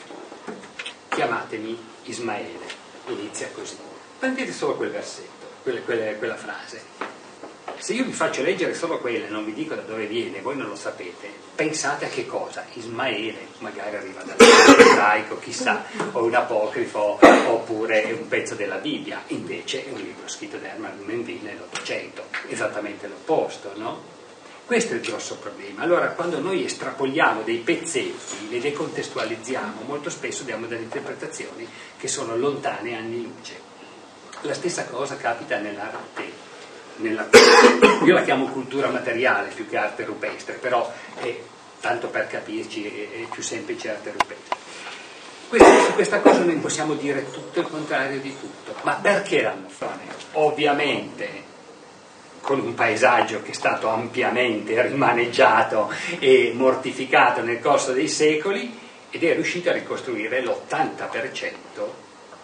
chiamatemi Ismaele, inizia così, prendete solo quel versetto, quelle, quelle, quella frase. Se io vi faccio leggere solo quella e non vi dico da dove viene, voi non lo sapete, pensate a che cosa? Ismaele, magari arriva dall'ebraico, chissà, o un apocrifo, oppure un pezzo della Bibbia, invece è un libro scritto da Herman Melville nell'Ottocento, esattamente l'opposto, no? Questo è il grosso problema. Allora, quando noi estrapoliamo dei pezzetti, li decontestualizziamo, molto spesso diamo delle interpretazioni che sono lontane anni luce. La stessa cosa capita nell'arte. Nella, io la chiamo cultura materiale più che arte rupestre, però è, tanto per capirci è, è più semplice arte rupestre. Questo, su questa cosa noi possiamo dire tutto il contrario di tutto, ma perché l'hanno fatto? Ovviamente con un paesaggio che è stato ampiamente rimaneggiato e mortificato nel corso dei secoli ed è riuscito a ricostruire l'ottanta per cento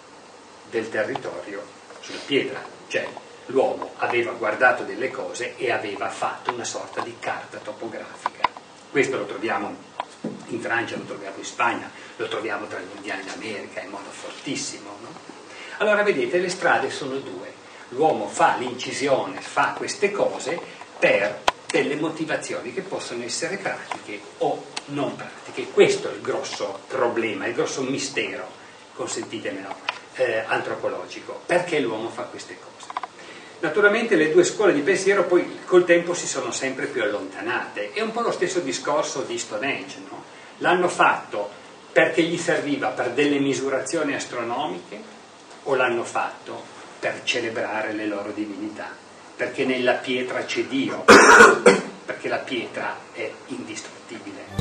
del territorio sulla pietra, cioè l'uomo aveva guardato delle cose e aveva fatto una sorta di carta topografica. Questo lo troviamo in Francia, lo troviamo in Spagna, lo troviamo tra gli indiani d'America in modo fortissimo, no? Allora vedete, le strade sono due. L'uomo fa l'incisione, fa queste cose per delle motivazioni che possono essere pratiche o non pratiche. Questo è il grosso problema, il grosso mistero, consentitemelo, eh, antropologico. Perché l'uomo fa queste cose? Naturalmente le due scuole di pensiero poi col tempo si sono sempre più allontanate. È un po' lo stesso discorso di Stonehenge, no? L'hanno fatto perché gli serviva per delle misurazioni astronomiche o l'hanno fatto per celebrare le loro divinità? Perché nella pietra c'è Dio, perché la pietra è indistruttibile.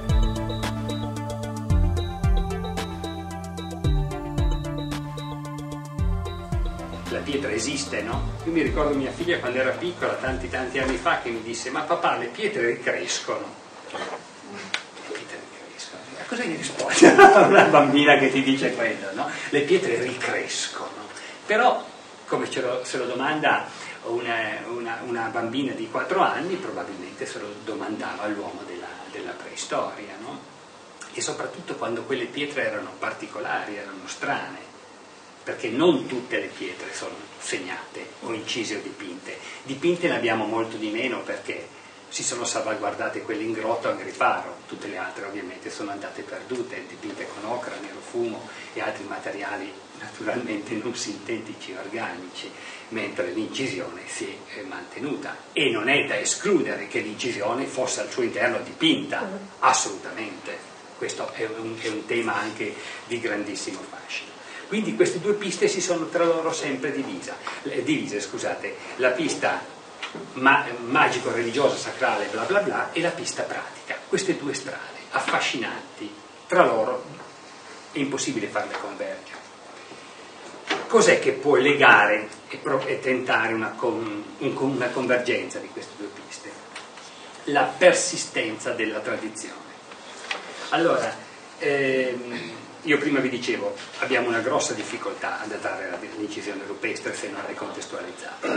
La pietra esiste, no? Io mi ricordo mia figlia quando era piccola, tanti tanti anni fa, che mi disse: ma papà, le pietre ricrescono. Le pietre ricrescono. A cosa gli rispondi a una bambina che ti dice quello, no? Le pietre ricrescono. Però, come ce lo, se lo domanda una, una, una bambina di quattro anni, probabilmente se lo domandava l'uomo della, della preistoria, no? E soprattutto quando quelle pietre erano particolari, erano strane. Perché non tutte le pietre sono segnate o incise o dipinte. Dipinte ne abbiamo molto di meno perché si sono salvaguardate quelle in grotto a Griparo, tutte le altre ovviamente sono andate perdute, dipinte con ocra, nero fumo e altri materiali naturalmente non sintetici organici, mentre l'incisione si è mantenuta. E non è da escludere che l'incisione fosse al suo interno dipinta, assolutamente. Questo è un, è un tema anche di grandissimo fascino. Quindi queste due piste si sono tra loro sempre divisa, eh, divise, scusate, la pista ma, magico-religiosa, sacrale, bla bla bla, e la pista pratica. Queste due strade affascinanti, tra loro è impossibile farle convergere. Cos'è che può legare e, pro- e tentare una, con, un, una convergenza di queste due piste? La persistenza della tradizione. Allora, ehm, io prima vi dicevo, abbiamo una grossa difficoltà a datare l'incisione rupestre se non è contestualizzata.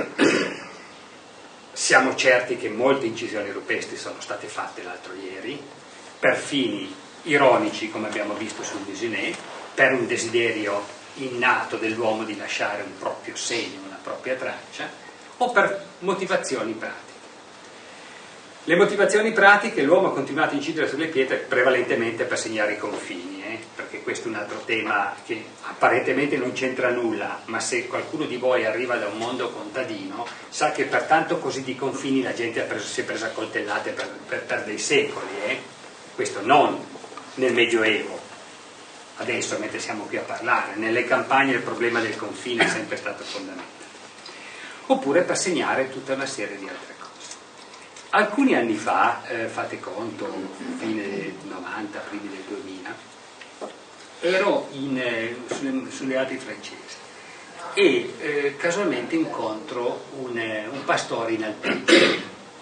Siamo certi che molte incisioni rupestri sono state fatte l'altro ieri, per fini ironici, come abbiamo visto sul Musinè, per un desiderio innato dell'uomo di lasciare un proprio segno, una propria traccia, o per motivazioni pratiche. Le motivazioni pratiche, l'uomo ha continuato a incidere sulle pietre prevalentemente per segnare i confini, eh? Perché questo è un altro tema che apparentemente non c'entra nulla, ma se qualcuno di voi arriva da un mondo contadino sa che per tanto così di confini la gente ha preso, si è presa a coltellate per, per, per dei secoli, eh? Questo non nel Medioevo, adesso mentre siamo qui a parlare, nelle campagne il problema del confine è sempre stato fondamentale, oppure per segnare tutta una serie di altre cose. Alcuni anni fa, eh, fate conto, fine del novanta, primi del duemila, ero in, eh, sulle, sulle Alpi francesi e eh, casualmente incontro un, eh, un pastore in alpeggia.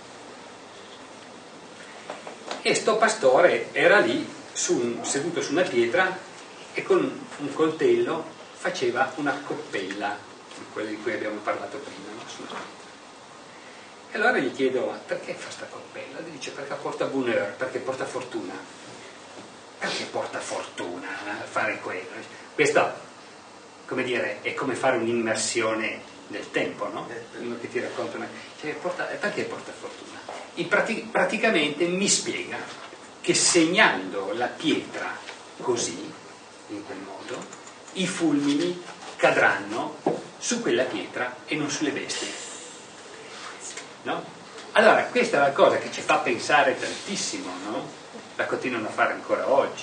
E sto pastore era lì, su un, seduto su una pietra, e con un coltello faceva una coppella, quella di cui abbiamo parlato prima, no? Sulla pietra. E allora gli chiedo: ma perché fa sta coppella? Lui dice: perché porta bonheur, perché porta fortuna. Perché porta fortuna a fare quello? Questo, come dire, è come fare un'immersione nel tempo, no? Uno che ti racconta una... Cioè, porta... perché porta fortuna? In prati... praticamente mi spiega che segnando la pietra così, in quel modo, i fulmini cadranno su quella pietra e non sulle bestie. No? Allora, questa è una cosa che ci fa pensare tantissimo, no? La continuano a fare ancora oggi.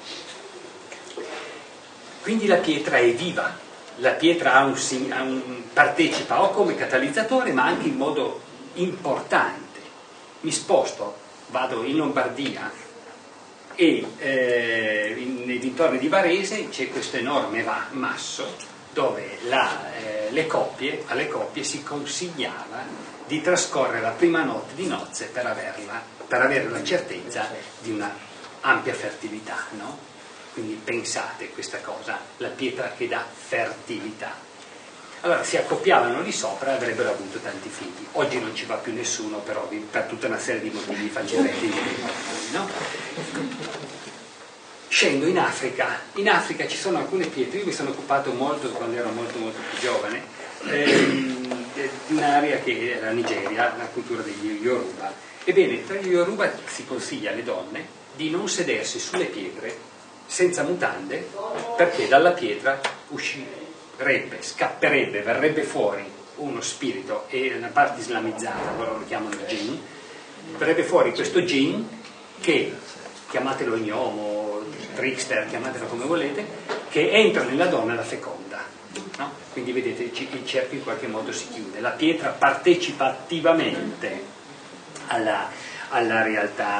Quindi la pietra è viva, la pietra ha un, ha un, partecipa o come catalizzatore ma anche in modo importante. Mi sposto, vado in Lombardia e eh, in, nei dintorni di Varese c'è questo enorme va, masso dove la, eh, le coppie, alle coppie si consigliava di trascorrere la prima notte di nozze per averla, per avere la certezza di una ampia fertilità, no? Quindi pensate questa cosa, la pietra che dà fertilità. Allora si accoppiavano lì sopra e avrebbero avuto tanti figli. Oggi non ci va più nessuno, però per tutta una serie di motivi facilmente, no? Scendo in Africa. In Africa ci sono alcune pietre. Io mi sono occupato molto quando ero molto molto più giovane ehm, di un'area che era Nigeria, la cultura degli Yoruba. Ebbene, tra gli Yoruba si consiglia alle donne di non sedersi sulle pietre senza mutande, perché dalla pietra usci, uscirebbe, scapperebbe, verrebbe fuori uno spirito, e una parte islamizzata, loro lo chiamano jinn, verrebbe fuori questo jinn che, chiamatelo gnomo, trickster, chiamatelo come volete, che entra nella donna e la feconda, no? Quindi vedete il cerchio in qualche modo si chiude, la pietra partecipa attivamente alla, alla realtà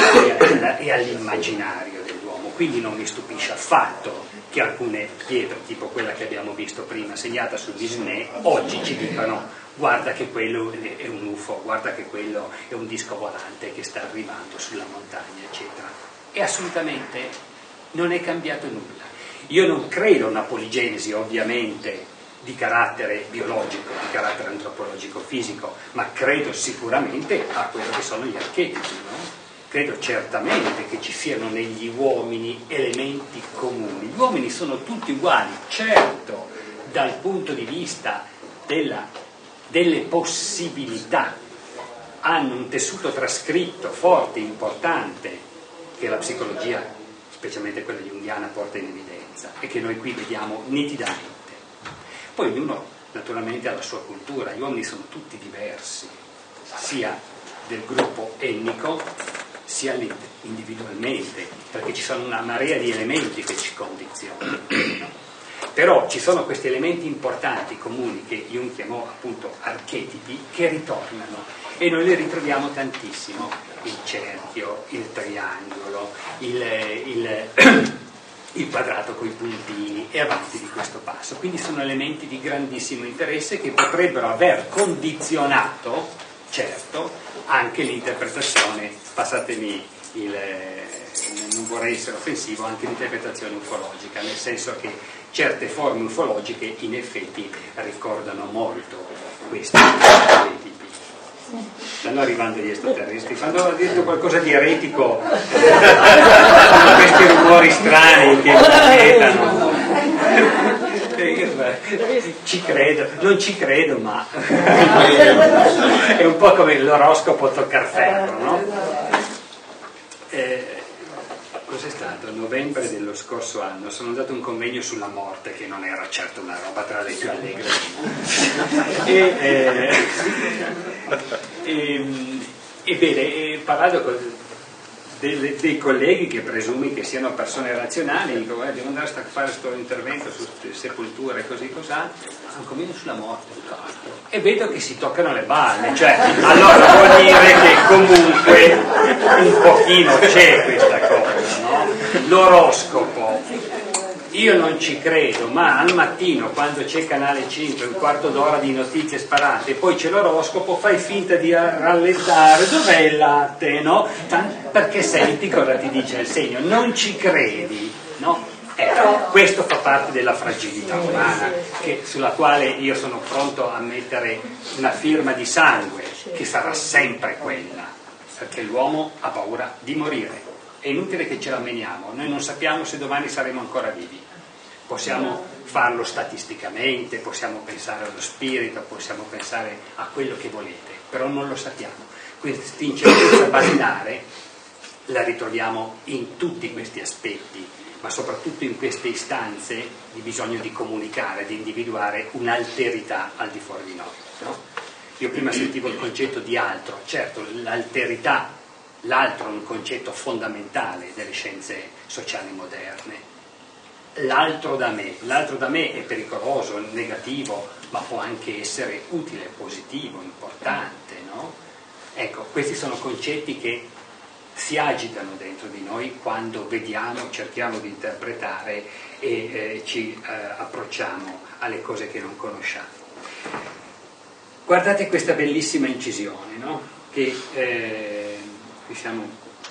e all'immaginario dell'uomo, quindi non mi stupisce affatto che alcune pietre, tipo quella che abbiamo visto prima segnata su Disney, oggi ci dicono guarda che quello è un U F O, guarda che quello è un disco volante che sta arrivando sulla montagna, eccetera. E assolutamente non è cambiato nulla. Io non credo a una poligenesi, ovviamente, di carattere biologico, di carattere antropologico-fisico, ma credo sicuramente a quello che sono gli archetipi, no? Credo certamente che ci siano negli uomini elementi comuni. Gli uomini sono tutti uguali, certo, dal punto di vista della, delle possibilità, hanno un tessuto trascritto forte, importante, che la psicologia, specialmente quella jungiana, porta in evidenza e che noi qui vediamo nitidamente. Poi ognuno naturalmente ha la sua cultura, gli uomini sono tutti diversi, sia del gruppo etnico sia individualmente, perché ci sono una marea di elementi che ci condizionano. Però ci sono questi elementi importanti, comuni, che Jung chiamò appunto archetipi, che ritornano e noi li ritroviamo tantissimo: il cerchio, il triangolo, il, il, il quadrato coi puntini e avanti di questo passo. Quindi sono elementi di grandissimo interesse che potrebbero aver condizionato, certo, anche l'interpretazione, passatemi il, non vorrei essere offensivo, anche l'interpretazione ufologica, nel senso che certe forme ufologiche in effetti ricordano molto questi archetipi. Stanno arrivando gli extraterrestri, quando detto qualcosa di eretico fanno questi rumori strani che inquietano. Ci credo, non ci credo, ma è un po' come l'oroscopo toccar ferro, no? Eh, cos'è stato? A novembre dello scorso anno sono andato a un convegno sulla morte, che non era certo una roba tra le più allegre, e, eh, e, e bene, parlando con Dei, dei colleghi che presumi che siano persone razionali, dico guarda, devo andare a fare questo intervento su sepolture e così cos'ha, un convegno sulla morte, e vedo che si toccano le balle, cioè allora vuol dire che comunque un pochino c'è questa cosa, no? L'oroscopo io non ci credo, ma al mattino quando c'è Canale cinque, un quarto d'ora di notizie sparate, poi c'è l'oroscopo, fai finta di rallentare, dov'è il latte, no? Perché senti cosa ti dice il segno, non ci credi, no? Ecco, questo fa parte della fragilità umana, che, sulla quale io sono pronto a mettere una firma di sangue, che sarà sempre quella, perché l'uomo ha paura di morire. È inutile che ce la meniamo, noi non sappiamo se domani saremo ancora vivi, possiamo farlo statisticamente, possiamo pensare allo spirito, possiamo pensare a quello che volete, però non lo sappiamo. Questa incertezza basilare la ritroviamo in tutti questi aspetti, ma soprattutto in queste istanze di bisogno di comunicare, di individuare un'alterità al di fuori di noi, no? Io prima sentivo il concetto di altro, certo l'alterità, l'altro è un concetto fondamentale delle scienze sociali moderne. L'altro da me, l'altro da me è pericoloso, negativo, ma può anche essere utile, positivo, importante, no? Ecco, questi sono concetti che si agitano dentro di noi quando vediamo, cerchiamo di interpretare e eh, ci eh, approcciamo alle cose che non conosciamo. Guardate questa bellissima incisione, no? Che eh, qui siamo,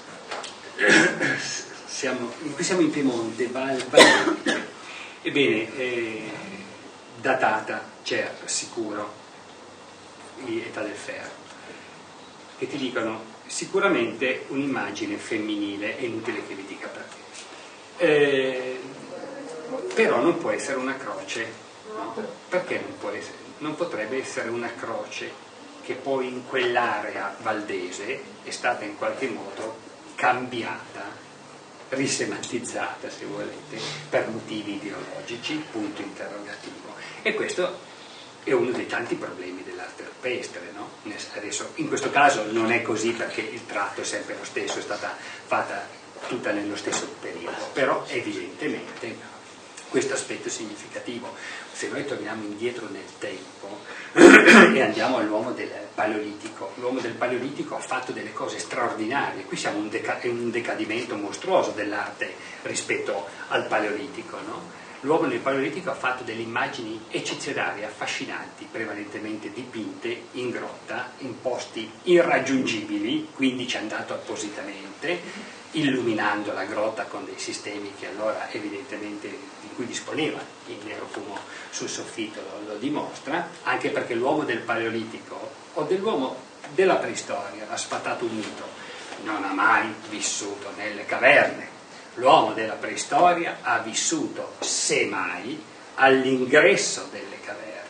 siamo, qui siamo in Piemonte, Val, Val. Ebbene, eh, datata, certo, sicuro, di Età del Ferro, che ti dicono sicuramente un'immagine femminile, è inutile che vi dica perché, eh, però non può essere una croce, no? Perché non può essere? Non potrebbe essere una croce che poi in quell'area valdese è stata in qualche modo cambiata, risemantizzata se volete, per motivi ideologici, punto interrogativo. E questo è uno dei tanti problemi dell'arte rupestre, no? Adesso, in questo caso non è così perché il tratto è sempre lo stesso, è stata fatta tutta nello stesso periodo, però evidentemente questo aspetto è significativo. Se noi torniamo indietro nel tempo e andiamo all'uomo del Paleolitico, l'uomo del Paleolitico ha fatto delle cose straordinarie. Qui siamo un, deca- un decadimento mostruoso dell'arte rispetto al Paleolitico, no? L'uomo nel Paleolitico ha fatto delle immagini eccezionali, affascinanti, prevalentemente dipinte in grotta, in posti irraggiungibili, quindi ci è andato appositamente, illuminando la grotta con dei sistemi che allora evidentemente di cui disponeva, il nero fumo sul soffitto lo, lo dimostra, anche perché l'uomo del Paleolitico o dell'uomo della preistoria, ha sfatato un mito, non ha mai vissuto nelle caverne. L'uomo della preistoria ha vissuto, semmai, all'ingresso delle caverne.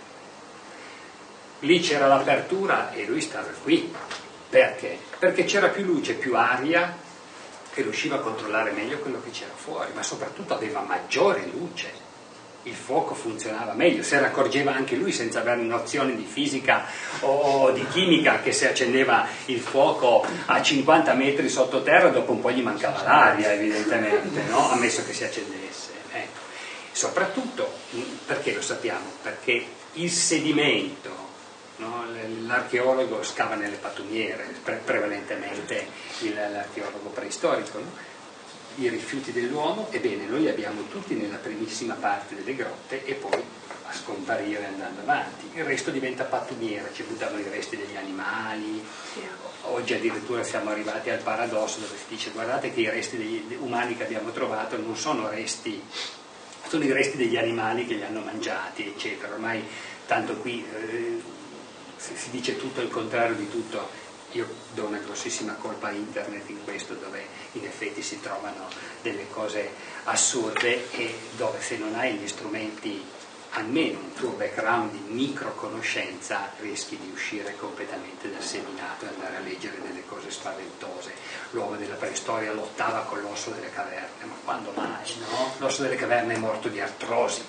Lì c'era l'apertura e lui stava qui. Perché? Perché c'era più luce, più aria, e riusciva a controllare meglio quello che c'era fuori, ma soprattutto aveva maggiore luce. Il fuoco funzionava meglio, se ne accorgeva anche lui senza avere nozioni di fisica o di chimica, che se accendeva il fuoco a cinquanta metri sottoterra dopo un po' gli mancava l'aria, evidentemente, no? Ammesso che si accendesse. Ecco. Soprattutto, perché lo sappiamo? Perché il sedimento, no? L'archeologo scava nelle pattumiere, pre- prevalentemente il, l'archeologo preistorico, no? I rifiuti dell'uomo, ebbene noi li abbiamo tutti nella primissima parte delle grotte e poi a scomparire andando avanti. Il resto diventa pattumiera, ci buttano i resti degli animali. Oggi addirittura siamo arrivati al paradosso dove si dice guardate che i resti degli umani che abbiamo trovato non sono resti, sono i resti degli animali che li hanno mangiati, eccetera. Ormai tanto qui eh, si dice tutto il contrario di tutto. Io do una grossissima colpa a internet in questo, dove in effetti si trovano delle cose assurde e dove se non hai gli strumenti, almeno un tuo background di microconoscenza, rischi di uscire completamente dal seminato e andare a leggere delle cose spaventose. L'uomo della preistoria lottava con l'osso delle caverne, ma quando mai, no? L'osso delle caverne è morto di artrosi.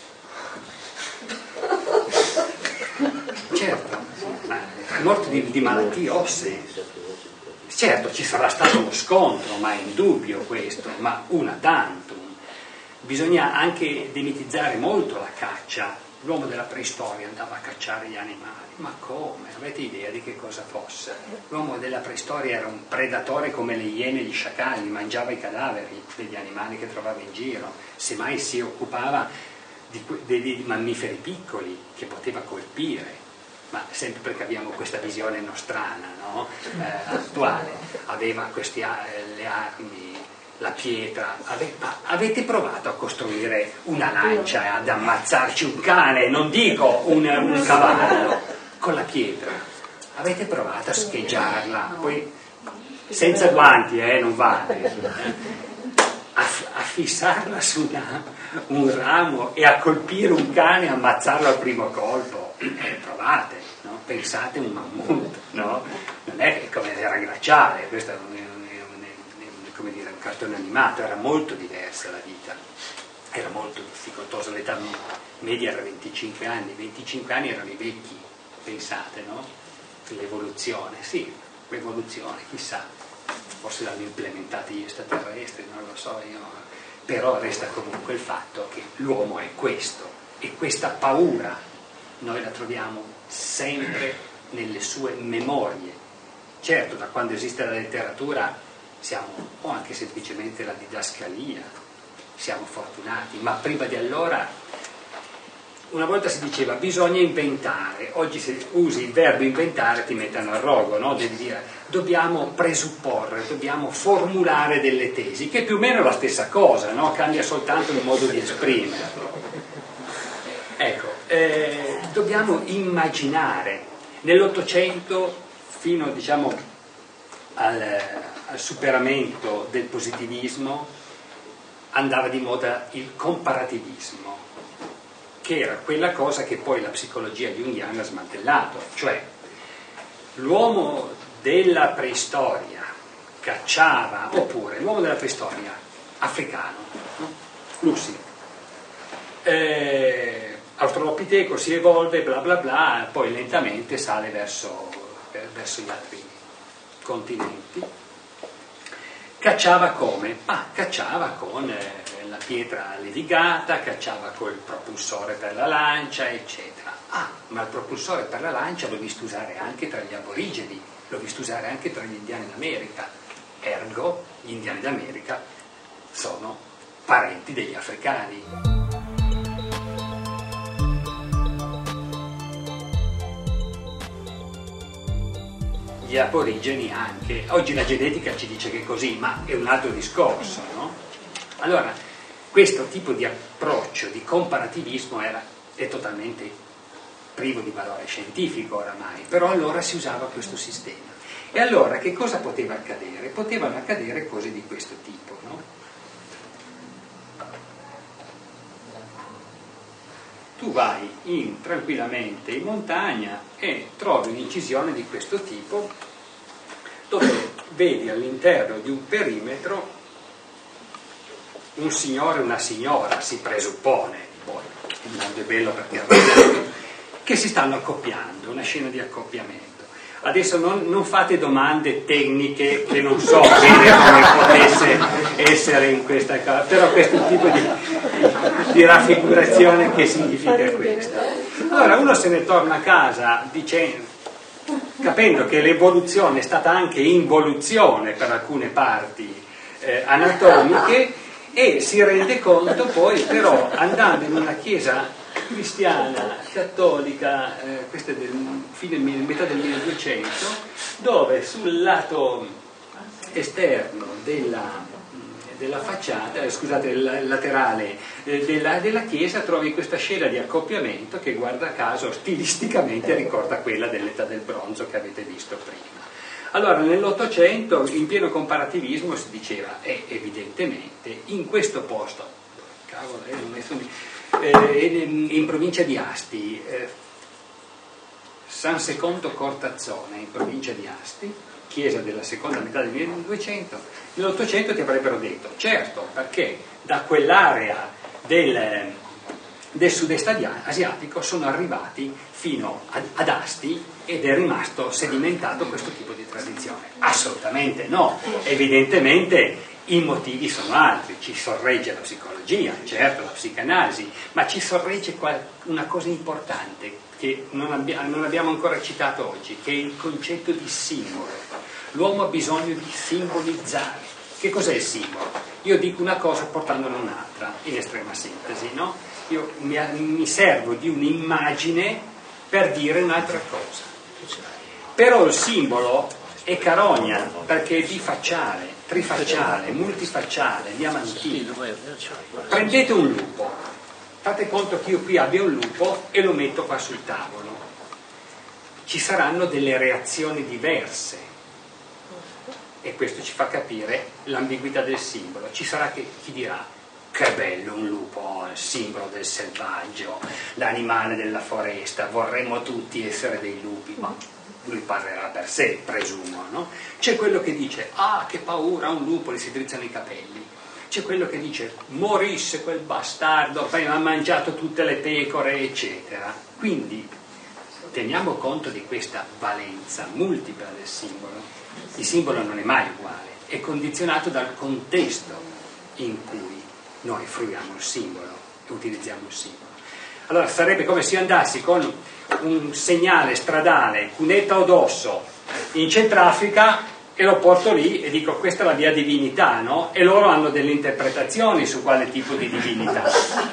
Certo, è morto di, di malattie ossee. Certo, ci sarà stato uno scontro, ma è indubbio questo, ma una tantum. Bisogna anche demitizzare molto la caccia. L'uomo della preistoria andava a cacciare gli animali. Ma come? Avete idea di che cosa fosse? L'uomo della preistoria era un predatore come le iene e gli sciacalli, mangiava i cadaveri degli animali che trovava in giro, semmai si occupava di, di, di mammiferi piccoli che poteva colpire. Ma sempre perché abbiamo questa visione nostrana, no? eh, attuale, aveva queste eh, le armi, la pietra. Ave, ma avete provato a costruire una lancia e ad ammazzarci un cane, non dico un, un cavallo, con la pietra? Avete provato a scheggiarla? Poi senza guanti, eh, non vale. A, a fissarla su una, un ramo e a colpire un cane e ammazzarlo al primo colpo? Eh, provate. No? Pensate un mammut, no? Non è che come era glaciale, questo è un, un, un, un, come dire, un cartone animato, era molto diversa la vita, era molto difficoltosa, l'età media era venticinque anni, venticinque anni erano i vecchi, pensate, no? L'evoluzione, sì, l'evoluzione, chissà, forse l'hanno implementati gli extraterrestri, non lo so io, però resta comunque il fatto che l'uomo è questo, e questa paura noi la troviamo sempre nelle sue memorie. Certo, da quando esiste la letteratura siamo, o anche semplicemente la didascalia, siamo fortunati, ma prima di allora, una volta si diceva bisogna inventare, oggi se usi il verbo inventare ti mettono al rogo, no? Devi dire dobbiamo presupporre, dobbiamo formulare delle tesi, che più o meno è la stessa cosa, no? Cambia soltanto il modo di esprimerlo. Ecco, eh, dobbiamo immaginare. Nell'Ottocento, fino diciamo al, al superamento del positivismo, andava di moda il comparativismo, che era quella cosa che poi la psicologia junghiana ha smantellato, cioè l'uomo della preistoria cacciava, oppure l'uomo della preistoria africano, no? Lussi, eh, Australopiteco si evolve, bla bla bla, poi lentamente sale verso, verso gli altri continenti. Cacciava come? Ah, cacciava con eh, la pietra levigata, cacciava col propulsore per la lancia, eccetera. Ah, ma il propulsore per la lancia l'ho visto usare anche tra gli aborigeni, l'ho visto usare anche tra gli indiani d'America. Ergo, gli indiani d'America sono parenti degli africani. Gli aborigeni anche. Oggi la genetica ci dice che è così, ma è un altro discorso, no? Allora, questo tipo di approccio, di comparativismo era, è totalmente privo di valore scientifico oramai, però allora si usava questo sistema. E allora che cosa poteva accadere? Potevano accadere cose di questo tipo, no? Tu vai in, tranquillamente in montagna e trovi un'incisione di questo tipo dove vedi all'interno di un perimetro un signore e una signora, si presuppone, poi il mondo è bello perché è che si stanno accoppiando, una scena di accoppiamento. Adesso non, non fate domande tecniche che non so bene come potesse essere in questa cosa, però questo tipo di, di raffigurazione che significa questo. Allora uno se ne torna a casa dicendo, capendo che l'evoluzione è stata anche involuzione per alcune parti eh, anatomiche, e si rende conto poi però andando in una chiesa cristiana, cattolica, eh, questa è del fine metà del milleduecento, dove sul lato esterno della, della facciata, eh, scusate, il laterale eh, della, della chiesa trovi questa scena di accoppiamento che guarda caso stilisticamente ricorda quella dell'età del bronzo che avete visto prima. Allora nell'Ottocento in pieno comparativismo si diceva eh, evidentemente in questo posto, cavolo, eh, non è sono... Eh, in provincia di Asti, eh, San Secondo Cortazzone, in provincia di Asti, chiesa della seconda metà del milleduecento, nell'Ottocento ti avrebbero detto, certo, perché da quell'area del, del sud-est asiatico sono arrivati fino ad, ad Asti ed è rimasto sedimentato questo tipo di tradizione. Assolutamente no, evidentemente i motivi sono altri, ci sorregge la psicologia, certo, la psicanalisi, ma ci sorregge una cosa importante che non, abbi- non abbiamo ancora citato oggi, che è il concetto di simbolo. L'uomo ha bisogno di simbolizzare. Che cos'è il simbolo? Io dico una cosa portandola un'altra, in estrema sintesi, no? Io mi, mi servo di un'immagine per dire un'altra cosa. Però il simbolo è carogna, perché è bifacciale, trifacciale, multifacciale, diamantino. Prendete un lupo, fate conto che io qui abbia un lupo e lo metto qua sul tavolo. Ci saranno delle reazioni diverse e questo ci fa capire l'ambiguità del simbolo. Ci sarà che, chi dirà che bello un lupo, il simbolo del selvaggio, l'animale della foresta, vorremmo tutti essere dei lupi, ma lui parlerà per sé, presumo, no? C'è quello che dice, ah che paura, un lupo, gli si drizzano i capelli. C'è quello che dice, morisse quel bastardo, poi ha mangiato tutte le pecore, eccetera. Quindi teniamo conto di questa valenza multipla del simbolo. Il simbolo non è mai uguale, è condizionato dal contesto in cui noi fruiamo il simbolo e utilizziamo il simbolo. Allora sarebbe come se io andassi con un segnale stradale, cunetta o d'osso, in Centrafrica e lo porto lì e dico questa è la mia divinità, no? E loro hanno delle interpretazioni su quale tipo di divinità.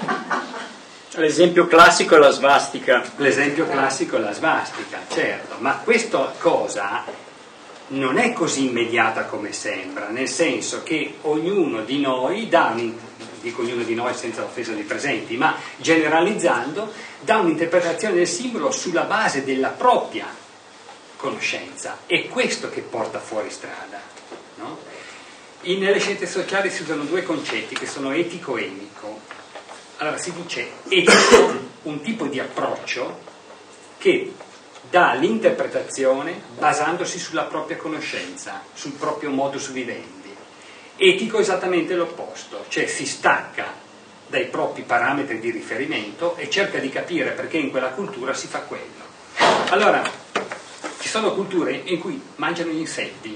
L'esempio classico è la svastica. L'esempio classico è la svastica, certo, ma questa cosa non è così immediata come sembra, nel senso che ognuno di noi dà un, dico ognuno di noi senza offesa dei presenti, ma generalizzando, dà un'interpretazione del simbolo sulla base della propria conoscenza. È questo che porta fuori strada, no? In, nelle scienze sociali si usano due concetti che sono etico e emico. Allora si dice etico, un tipo di approccio che dà l'interpretazione basandosi sulla propria conoscenza, sul proprio modus vivendi. Etico è esattamente l'opposto, cioè si stacca dai propri parametri di riferimento e cerca di capire perché in quella cultura si fa quello. Allora, ci sono culture in cui mangiano gli insetti,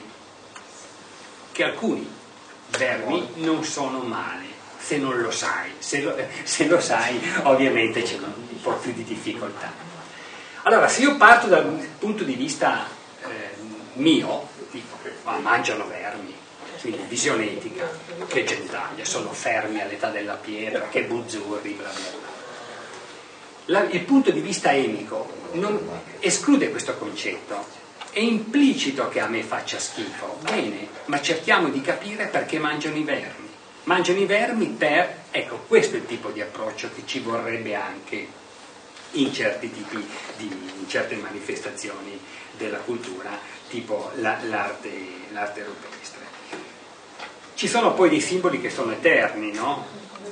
che alcuni vermi non sono male, se non lo sai, se lo, se lo sai ovviamente c'è un po' più di difficoltà. Allora, se io parto dal punto di vista eh, mio, dico, ma mangiano vermi, quindi visione etica, che gentaglia, sono fermi all'età della pietra, che buzzurri, bla bla bla. La, il punto di vista emico non esclude questo concetto. È implicito che a me faccia schifo, bene, ma cerchiamo di capire perché mangiano i vermi. Mangiano i vermi per, ecco, questo è il tipo di approccio che ci vorrebbe anche in certi tipi di, in certe manifestazioni della cultura, tipo la, l'arte, l'arte rupestre. Ci sono poi dei simboli che sono eterni, no?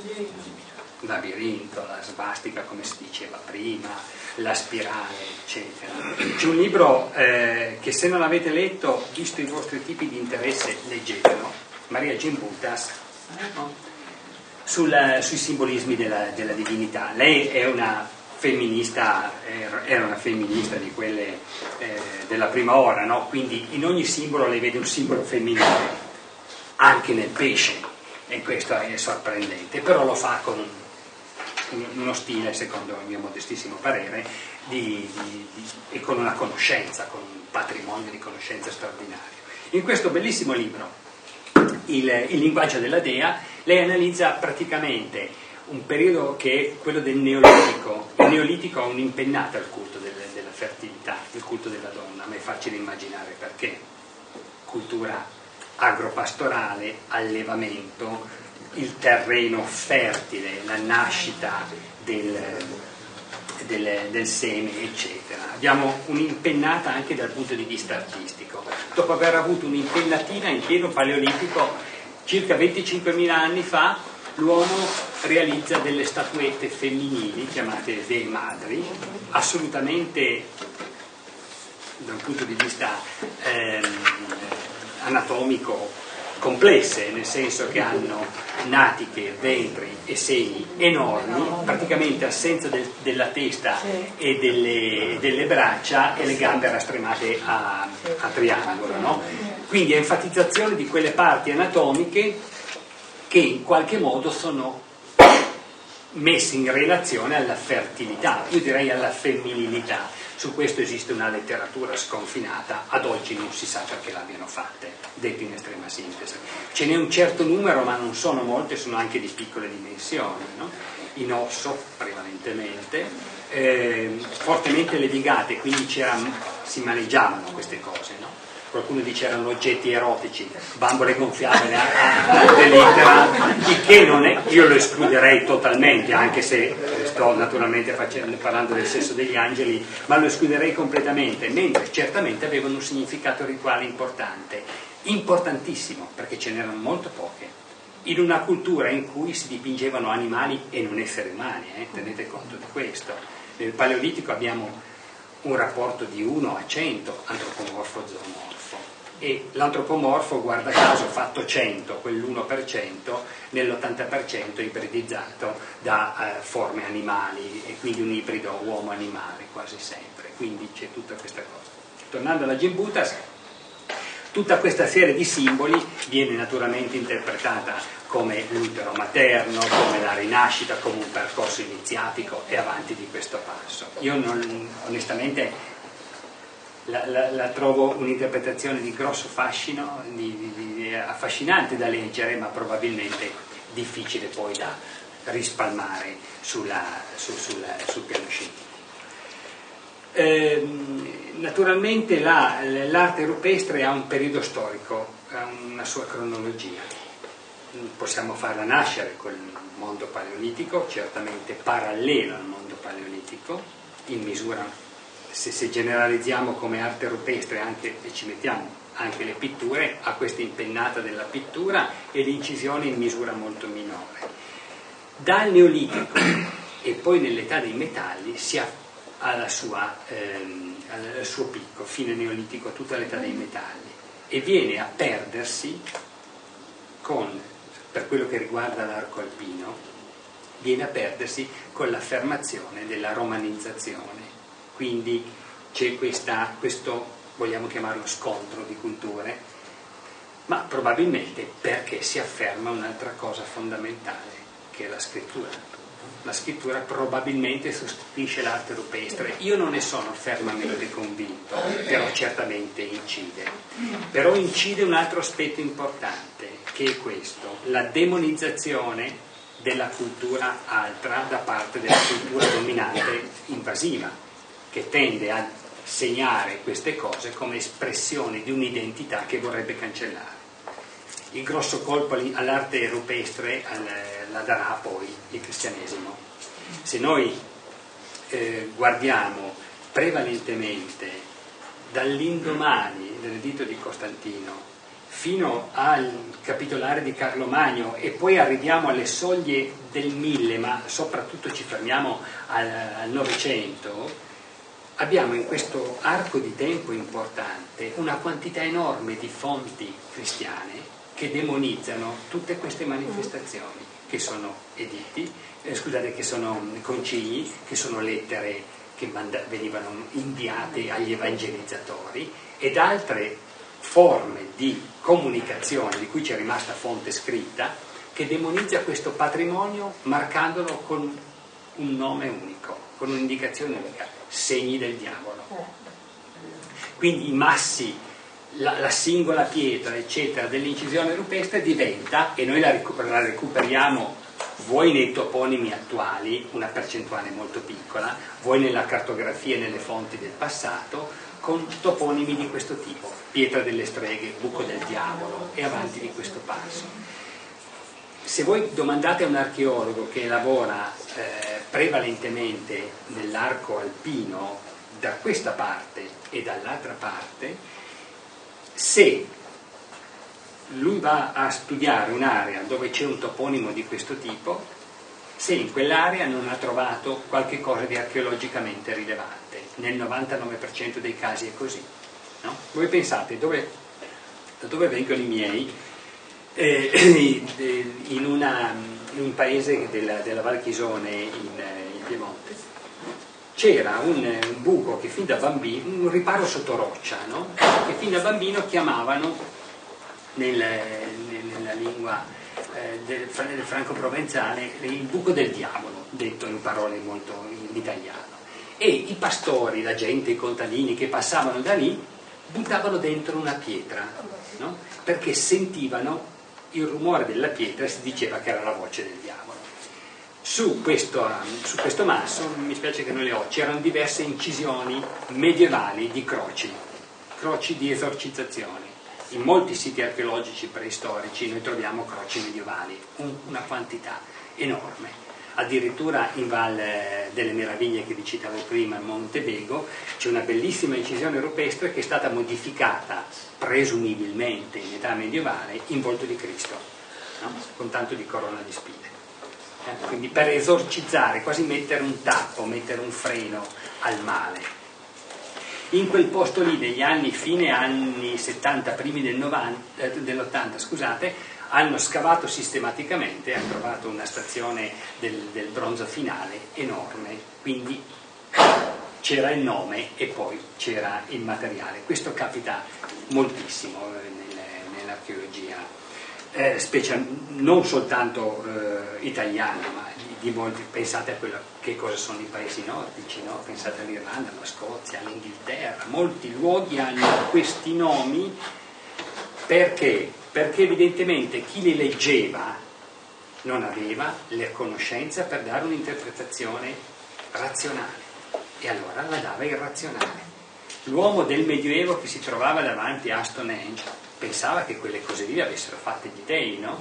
Il labirinto, la svastica, come si diceva prima, la spirale, eccetera. C'è un libro eh, che, se non avete letto, visto i vostri tipi di interesse, leggetelo, Maria Gimbutas, no? Sul, sui simbolismi della, della divinità. Lei è una femminista, era una femminista di quelle eh, della prima ora, no? Quindi in ogni simbolo lei vede un simbolo femminile, anche nel pesce, e questo è sorprendente, però lo fa con uno stile, secondo il mio modestissimo parere, di, di, di, e con una conoscenza, con un patrimonio di conoscenza straordinario. In questo bellissimo libro, il, il linguaggio della dea, lei analizza praticamente un periodo che è quello del Neolitico. Il Neolitico ha un'impennata al culto del, della fertilità, il culto della donna, ma è facile immaginare perché. Cultura agropastorale, allevamento, il terreno fertile, la nascita del, del, del seme, eccetera. Abbiamo un'impennata anche dal punto di vista artistico. Dopo aver avuto un'impennatina in pieno paleolitico, circa venticinquemila anni fa, l'uomo realizza delle statuette femminili, chiamate dee madri, assolutamente, da un punto di vista ehm, anatomico, complesse, nel senso che hanno natiche, ventri e seni enormi, praticamente assenza del, della testa e delle, delle braccia, e le gambe rastremate a, a triangolo, no? Quindi è enfatizzazione di quelle parti anatomiche che in qualche modo sono messe in relazione alla fertilità, io direi alla femminilità. Su questo esiste una letteratura sconfinata, ad oggi non si sa perché l'abbiano fatte, detto in estrema sintesi. Ce n'è un certo numero, ma non sono molte, sono anche di piccole dimensioni, no? In osso prevalentemente, eh, fortemente levigate, quindi si maneggiavano queste cose, no? Qualcuno dice erano oggetti erotici, bambole gonfiabili a dell'intera, il che non è, io lo escluderei totalmente, anche se sto naturalmente facendo, parlando del sesso degli angeli, ma lo escluderei completamente, mentre certamente avevano un significato rituale importante, importantissimo, perché ce n'erano molto poche, in una cultura in cui si dipingevano animali e non esseri umani, eh? Tenete conto di questo. Nel Paleolitico abbiamo un rapporto di uno a cento, antropomorfo-zoomorfo, e l'antropomorfo, guarda caso, fatto cento, quell'uno per cento, nell'ottanta per cento ibridizzato da eh, forme animali, e quindi un ibrido uomo-animale quasi sempre, quindi c'è tutta questa cosa. Tornando alla Gimbutas, tutta questa serie di simboli viene naturalmente interpretata come l'utero materno, come la rinascita, come un percorso iniziatico e avanti di questo passo. Io non, onestamente la, la, la trovo un'interpretazione di grosso fascino, di, di, di, affascinante da leggere, ma probabilmente difficile poi da rispalmare sulla, su, sulla, sul piano scientifico. Eh, naturalmente la, l'arte rupestre ha un periodo storico, ha una sua cronologia. Possiamo farla nascere col mondo paleolitico, certamente parallelo al mondo paleolitico, in misura, se, se generalizziamo come arte rupestre anche, e ci mettiamo anche le pitture, ha questa impennata della pittura e l'incisione in misura molto minore. Dal Neolitico e poi nell'età dei metalli si ha alla sua, ehm, al suo picco, fine Neolitico, tutta l'età dei metalli, e viene a perdersi con, per quello che riguarda l'arco alpino, viene a perdersi con l'affermazione della romanizzazione. Quindi c'è questa, questo, vogliamo chiamarlo scontro di culture, ma probabilmente perché si afferma un'altra cosa fondamentale, che è la scrittura. La scrittura probabilmente sostituisce l'arte rupestre. Io non ne sono fermamente convinto, però certamente incide. Però incide un altro aspetto importante, che è questo: la demonizzazione della cultura altra da parte della cultura dominante invasiva, che tende a segnare queste cose come espressioni di un'identità che vorrebbe cancellare. Il grosso colpo all'arte rupestre la darà poi il cristianesimo. Se noi eh, guardiamo prevalentemente dall'indomani dell'editto di Costantino fino al capitolare di Carlo Magno e poi arriviamo alle soglie del mille, ma soprattutto ci fermiamo al Novecento, abbiamo in questo arco di tempo importante una quantità enorme di fonti cristiane che demonizzano tutte queste manifestazioni, che sono editti, eh, scusate, che sono concili, che sono lettere che manda- venivano inviate agli evangelizzatori ed altre forme di comunicazione di cui c'è rimasta fonte scritta, che demonizza questo patrimonio marcandolo con un nome unico, con un'indicazione unica: segni del diavolo. Quindi i massi, La, la singola pietra eccetera dell'incisione rupestre diventa, e noi la, recuper- la recuperiamo vuoi nei toponimi attuali, una percentuale molto piccola, vuoi nella cartografia e nelle fonti del passato, con toponimi di questo tipo: pietra delle streghe, buco del diavolo, e avanti di questo passo. Se voi domandate a un archeologo che lavora eh, prevalentemente nell'arco alpino da questa parte e dall'altra parte, se lui va a studiare un'area dove c'è un toponimo di questo tipo, se in quell'area non ha trovato qualche cosa di archeologicamente rilevante, nel novantanove per cento dei casi è così, no? Voi pensate, dove, da dove vengono i miei? Eh, in, una, in un paese della, della Val Chisone in, in Piemonte c'era un, un buco che fin da bambino, un riparo sotto roccia, no? Che fin da bambino chiamavano nel, nel, nella lingua eh, del, del franco-provenzale il buco del diavolo, detto in parole molto in italiano. E i pastori, la gente, i contadini che passavano da lì buttavano dentro una pietra, no? Perché sentivano il rumore della pietra e si diceva che era la voce del diavolo. Su questo, su questo masso, mi spiace che non le ho, c'erano diverse incisioni medievali di croci, croci di esorcizzazione. In molti siti archeologici preistorici noi troviamo croci medievali, un, una quantità enorme. Addirittura in Valle delle Meraviglie, che vi citavo prima, a Montebego, c'è una bellissima incisione rupestre che è stata modificata presumibilmente in età medievale in volto di Cristo, no? Con tanto di corona di spine. Eh, quindi per esorcizzare, quasi mettere un tappo, mettere un freno al male. In quel posto lì, negli anni, fine anni settanta, primi del novanta, eh, dell'ottanta, scusate, hanno scavato sistematicamente e hanno trovato una stazione del, del bronzo finale enorme, quindi c'era il nome e poi c'era il materiale. Questo capita moltissimo nel, nell'archeologia. Eh, special, non soltanto eh, italiana, ma di, di molti. Pensate a quello, che cosa sono i paesi nordici, no? Pensate all'Irlanda, alla Scozia, all'Inghilterra. Molti luoghi hanno questi nomi perché? Perché evidentemente chi li leggeva non aveva la conoscenza per dare un'interpretazione razionale, e allora la dava irrazionale. L'uomo del Medioevo che si trovava davanti a Stonehenge pensava che quelle cose lì le avessero fatte gli dei, no?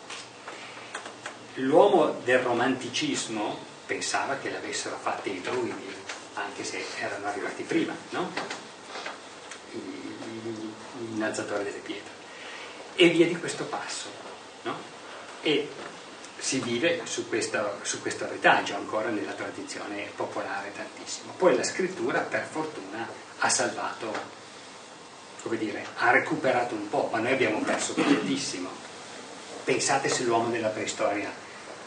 L'uomo del romanticismo pensava che le avessero fatte i druidi, anche se erano arrivati prima, no? I, i, i innalzatori delle pietre. E via di questo passo, no? E si vive su questo, su questo retaggio ancora nella tradizione popolare tantissimo. Poi la scrittura, per fortuna, ha salvato, come dire, ha recuperato un po', ma noi abbiamo perso tantissimo. Pensate se l'uomo della preistoria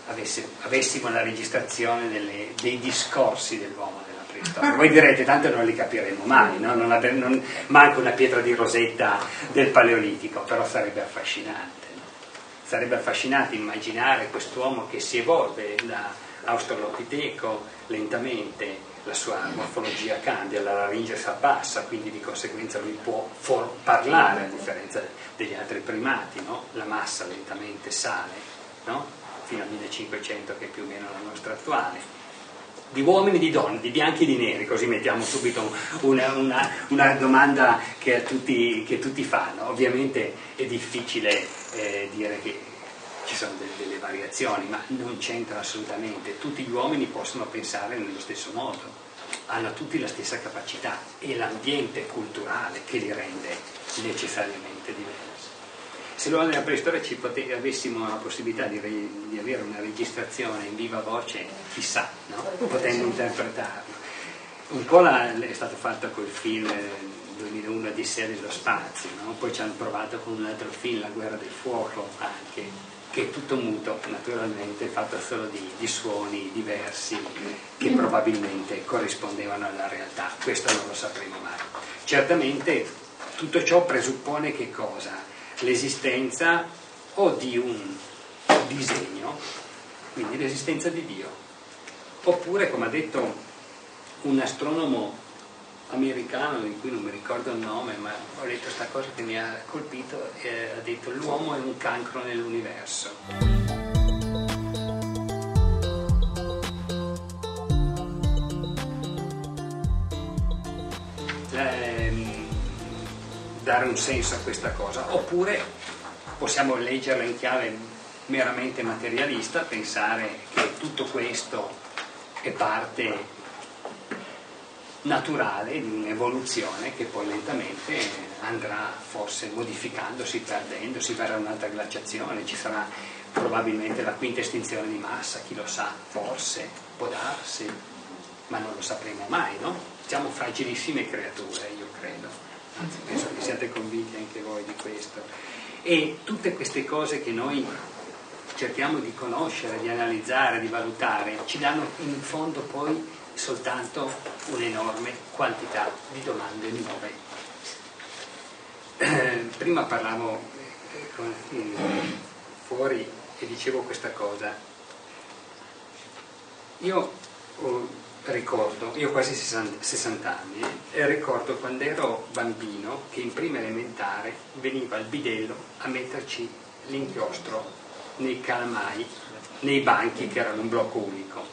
avesse, avessimo la registrazione delle, dei discorsi dell'uomo della preistoria. Voi direte, tanto non li capiremo mai, no? non, abbe, non manca una pietra di Rosetta del Paleolitico, però sarebbe affascinante. No? Sarebbe affascinante immaginare quest'uomo che si evolve da australopiteco lentamente, la sua morfologia cambia, la laringe si abbassa, quindi di conseguenza lui può for- parlare a differenza degli altri primati, no? La massa lentamente sale, no? Fino al millecinquecento, che è più o meno la nostra attuale. Di uomini e di donne, di bianchi e di neri, così mettiamo subito una, una, una domanda che, a tutti, che tutti fanno. Ovviamente è difficile eh, dire che ci sono delle, delle variazioni, ma non c'entra assolutamente. Tutti gli uomini possono pensare nello stesso modo, hanno tutti la stessa capacità, e l'ambiente culturale che li rende necessariamente diversi. Se l'uomo della preistoria ci pote- avessimo la possibilità di, re- di avere una registrazione in viva voce, chissà, no? Potendo interpretarlo. Un po' la, è stato fatto col film duemilauno Odissea dello spazio, no? Poi ci hanno provato con un altro film, La guerra del fuoco, anche, che è tutto muto, naturalmente, fatto solo di, di suoni diversi che probabilmente corrispondevano alla realtà. Questo non lo sapremo mai. Certamente tutto ciò presuppone che cosa? L'esistenza o di un disegno, quindi l'esistenza di Dio, oppure, come ha detto un astronomo americano di cui non mi ricordo il nome, ma ho letto questa cosa che mi ha colpito, eh, ha detto: l'uomo è un cancro nell'universo. Eh, dare un senso a questa cosa, oppure possiamo leggerla in chiave meramente materialista, pensare che tutto questo è parte naturale di un'evoluzione che poi lentamente andrà forse modificandosi, perdendosi, verrà un'altra glaciazione, ci sarà probabilmente la quinta estinzione di massa, chi lo sa, forse, può darsi, ma non lo sapremo mai, no? Siamo fragilissime creature, io credo, anzi penso che siate convinti anche voi di questo, e tutte queste cose che noi cerchiamo di conoscere, di analizzare, di valutare, ci danno in fondo poi soltanto un'enorme quantità di domande nuove. Eh, prima parlavo eh, con, eh, fuori e dicevo questa cosa. Io oh, ricordo, io ho quasi sessanta anni, eh, e ricordo quando ero bambino che in prima elementare veniva il bidello a metterci l'inchiostro nei calamai, nei banchi che erano un blocco unico.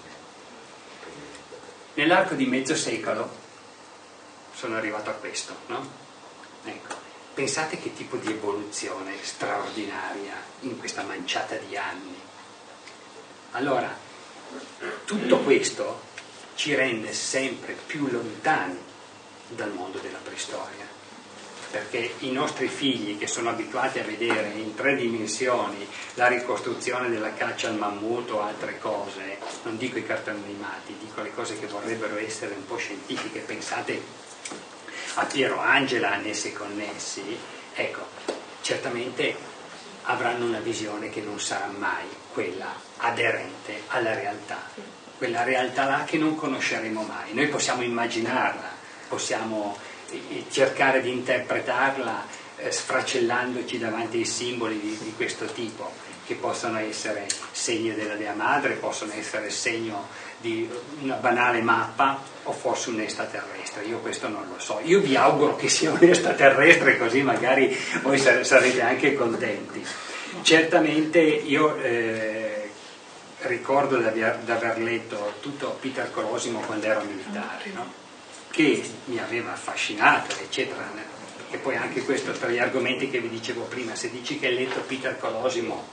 Nell'arco di mezzo secolo sono arrivato a questo, no? Ecco, pensate che tipo di evoluzione straordinaria in questa manciata di anni. Allora, tutto questo ci rende sempre più lontani dal mondo della preistoria, perché i nostri figli, che sono abituati a vedere in tre dimensioni la ricostruzione della caccia al mammut o altre cose, non dico i cartoni animati, dico le cose che vorrebbero essere un po' scientifiche, pensate a Piero Angela, annessi e connessi, ecco, certamente avranno una visione che non sarà mai quella aderente alla realtà, quella realtà là che non conosceremo mai. Noi possiamo immaginarla, possiamo cercare di interpretarla eh, sfracellandoci davanti ai simboli di, di questo tipo, che possono essere segni della Dea Madre, possono essere segno di una banale mappa o forse un extraterrestre. Io questo non lo so, io vi auguro che sia un extraterrestre, così magari voi sarete anche contenti. Certamente io eh, ricordo di aver, di aver letto tutto Peter Colosimo quando ero militare, no? Che mi aveva affascinato, eccetera, e poi anche questo tra gli argomenti che vi dicevo prima: se dici che hai letto Peter Colosimo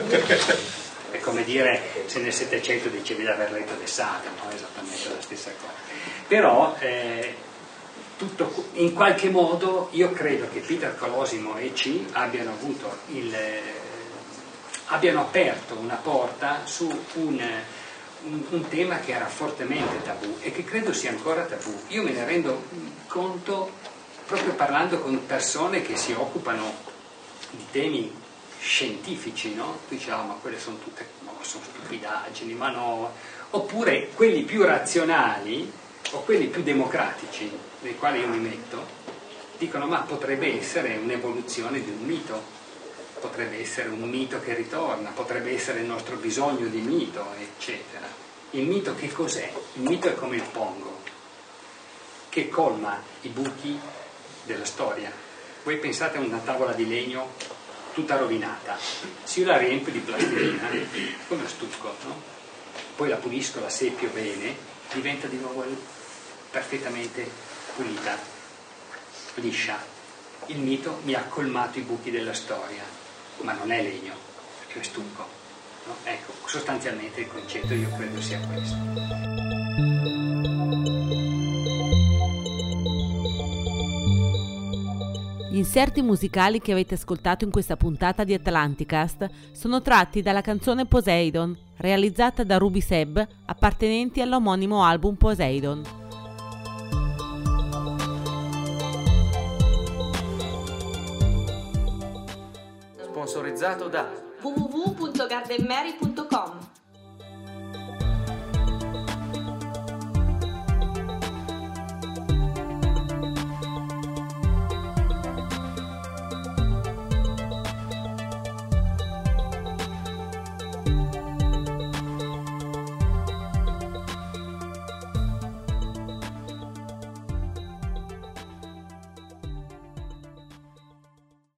è come dire se nel Settecento dicevi di aver letto De Sade, no? È esattamente la stessa cosa. Però eh, tutto, in qualche modo io credo che Peter Colosimo e C abbiano avuto il, eh, abbiano aperto una porta su un Un, un tema che era fortemente tabù e che credo sia ancora tabù. Io me ne rendo conto proprio parlando con persone che si occupano di temi scientifici, no? Tu dici, ah, ma quelle sono tutte, no, sono stupidaggini, ma no. Oppure quelli più razionali o quelli più democratici, nei quali io mi metto, dicono ma potrebbe essere un'evoluzione di un mito, potrebbe essere un mito che ritorna, potrebbe essere il nostro bisogno di mito, eccetera. Il mito che cos'è? Il mito è come il pongo, che colma i buchi della storia. Voi pensate a una tavola di legno tutta rovinata, se io la riempio di plastilina, come lo stucco, no? Poi la pulisco, la seppio bene, diventa di nuovo perfettamente pulita, liscia. Il mito mi ha colmato i buchi della storia, ma non è legno, è stucco, no? Ecco, sostanzialmente il concetto io credo sia questo. Gli inserti musicali che avete ascoltato in questa puntata di Atlanticast sono tratti dalla canzone Poseidon, realizzata da Ruby Seb, appartenenti all'omonimo album Poseidon. Sponsorizzato da w w w punto gardenmary punto com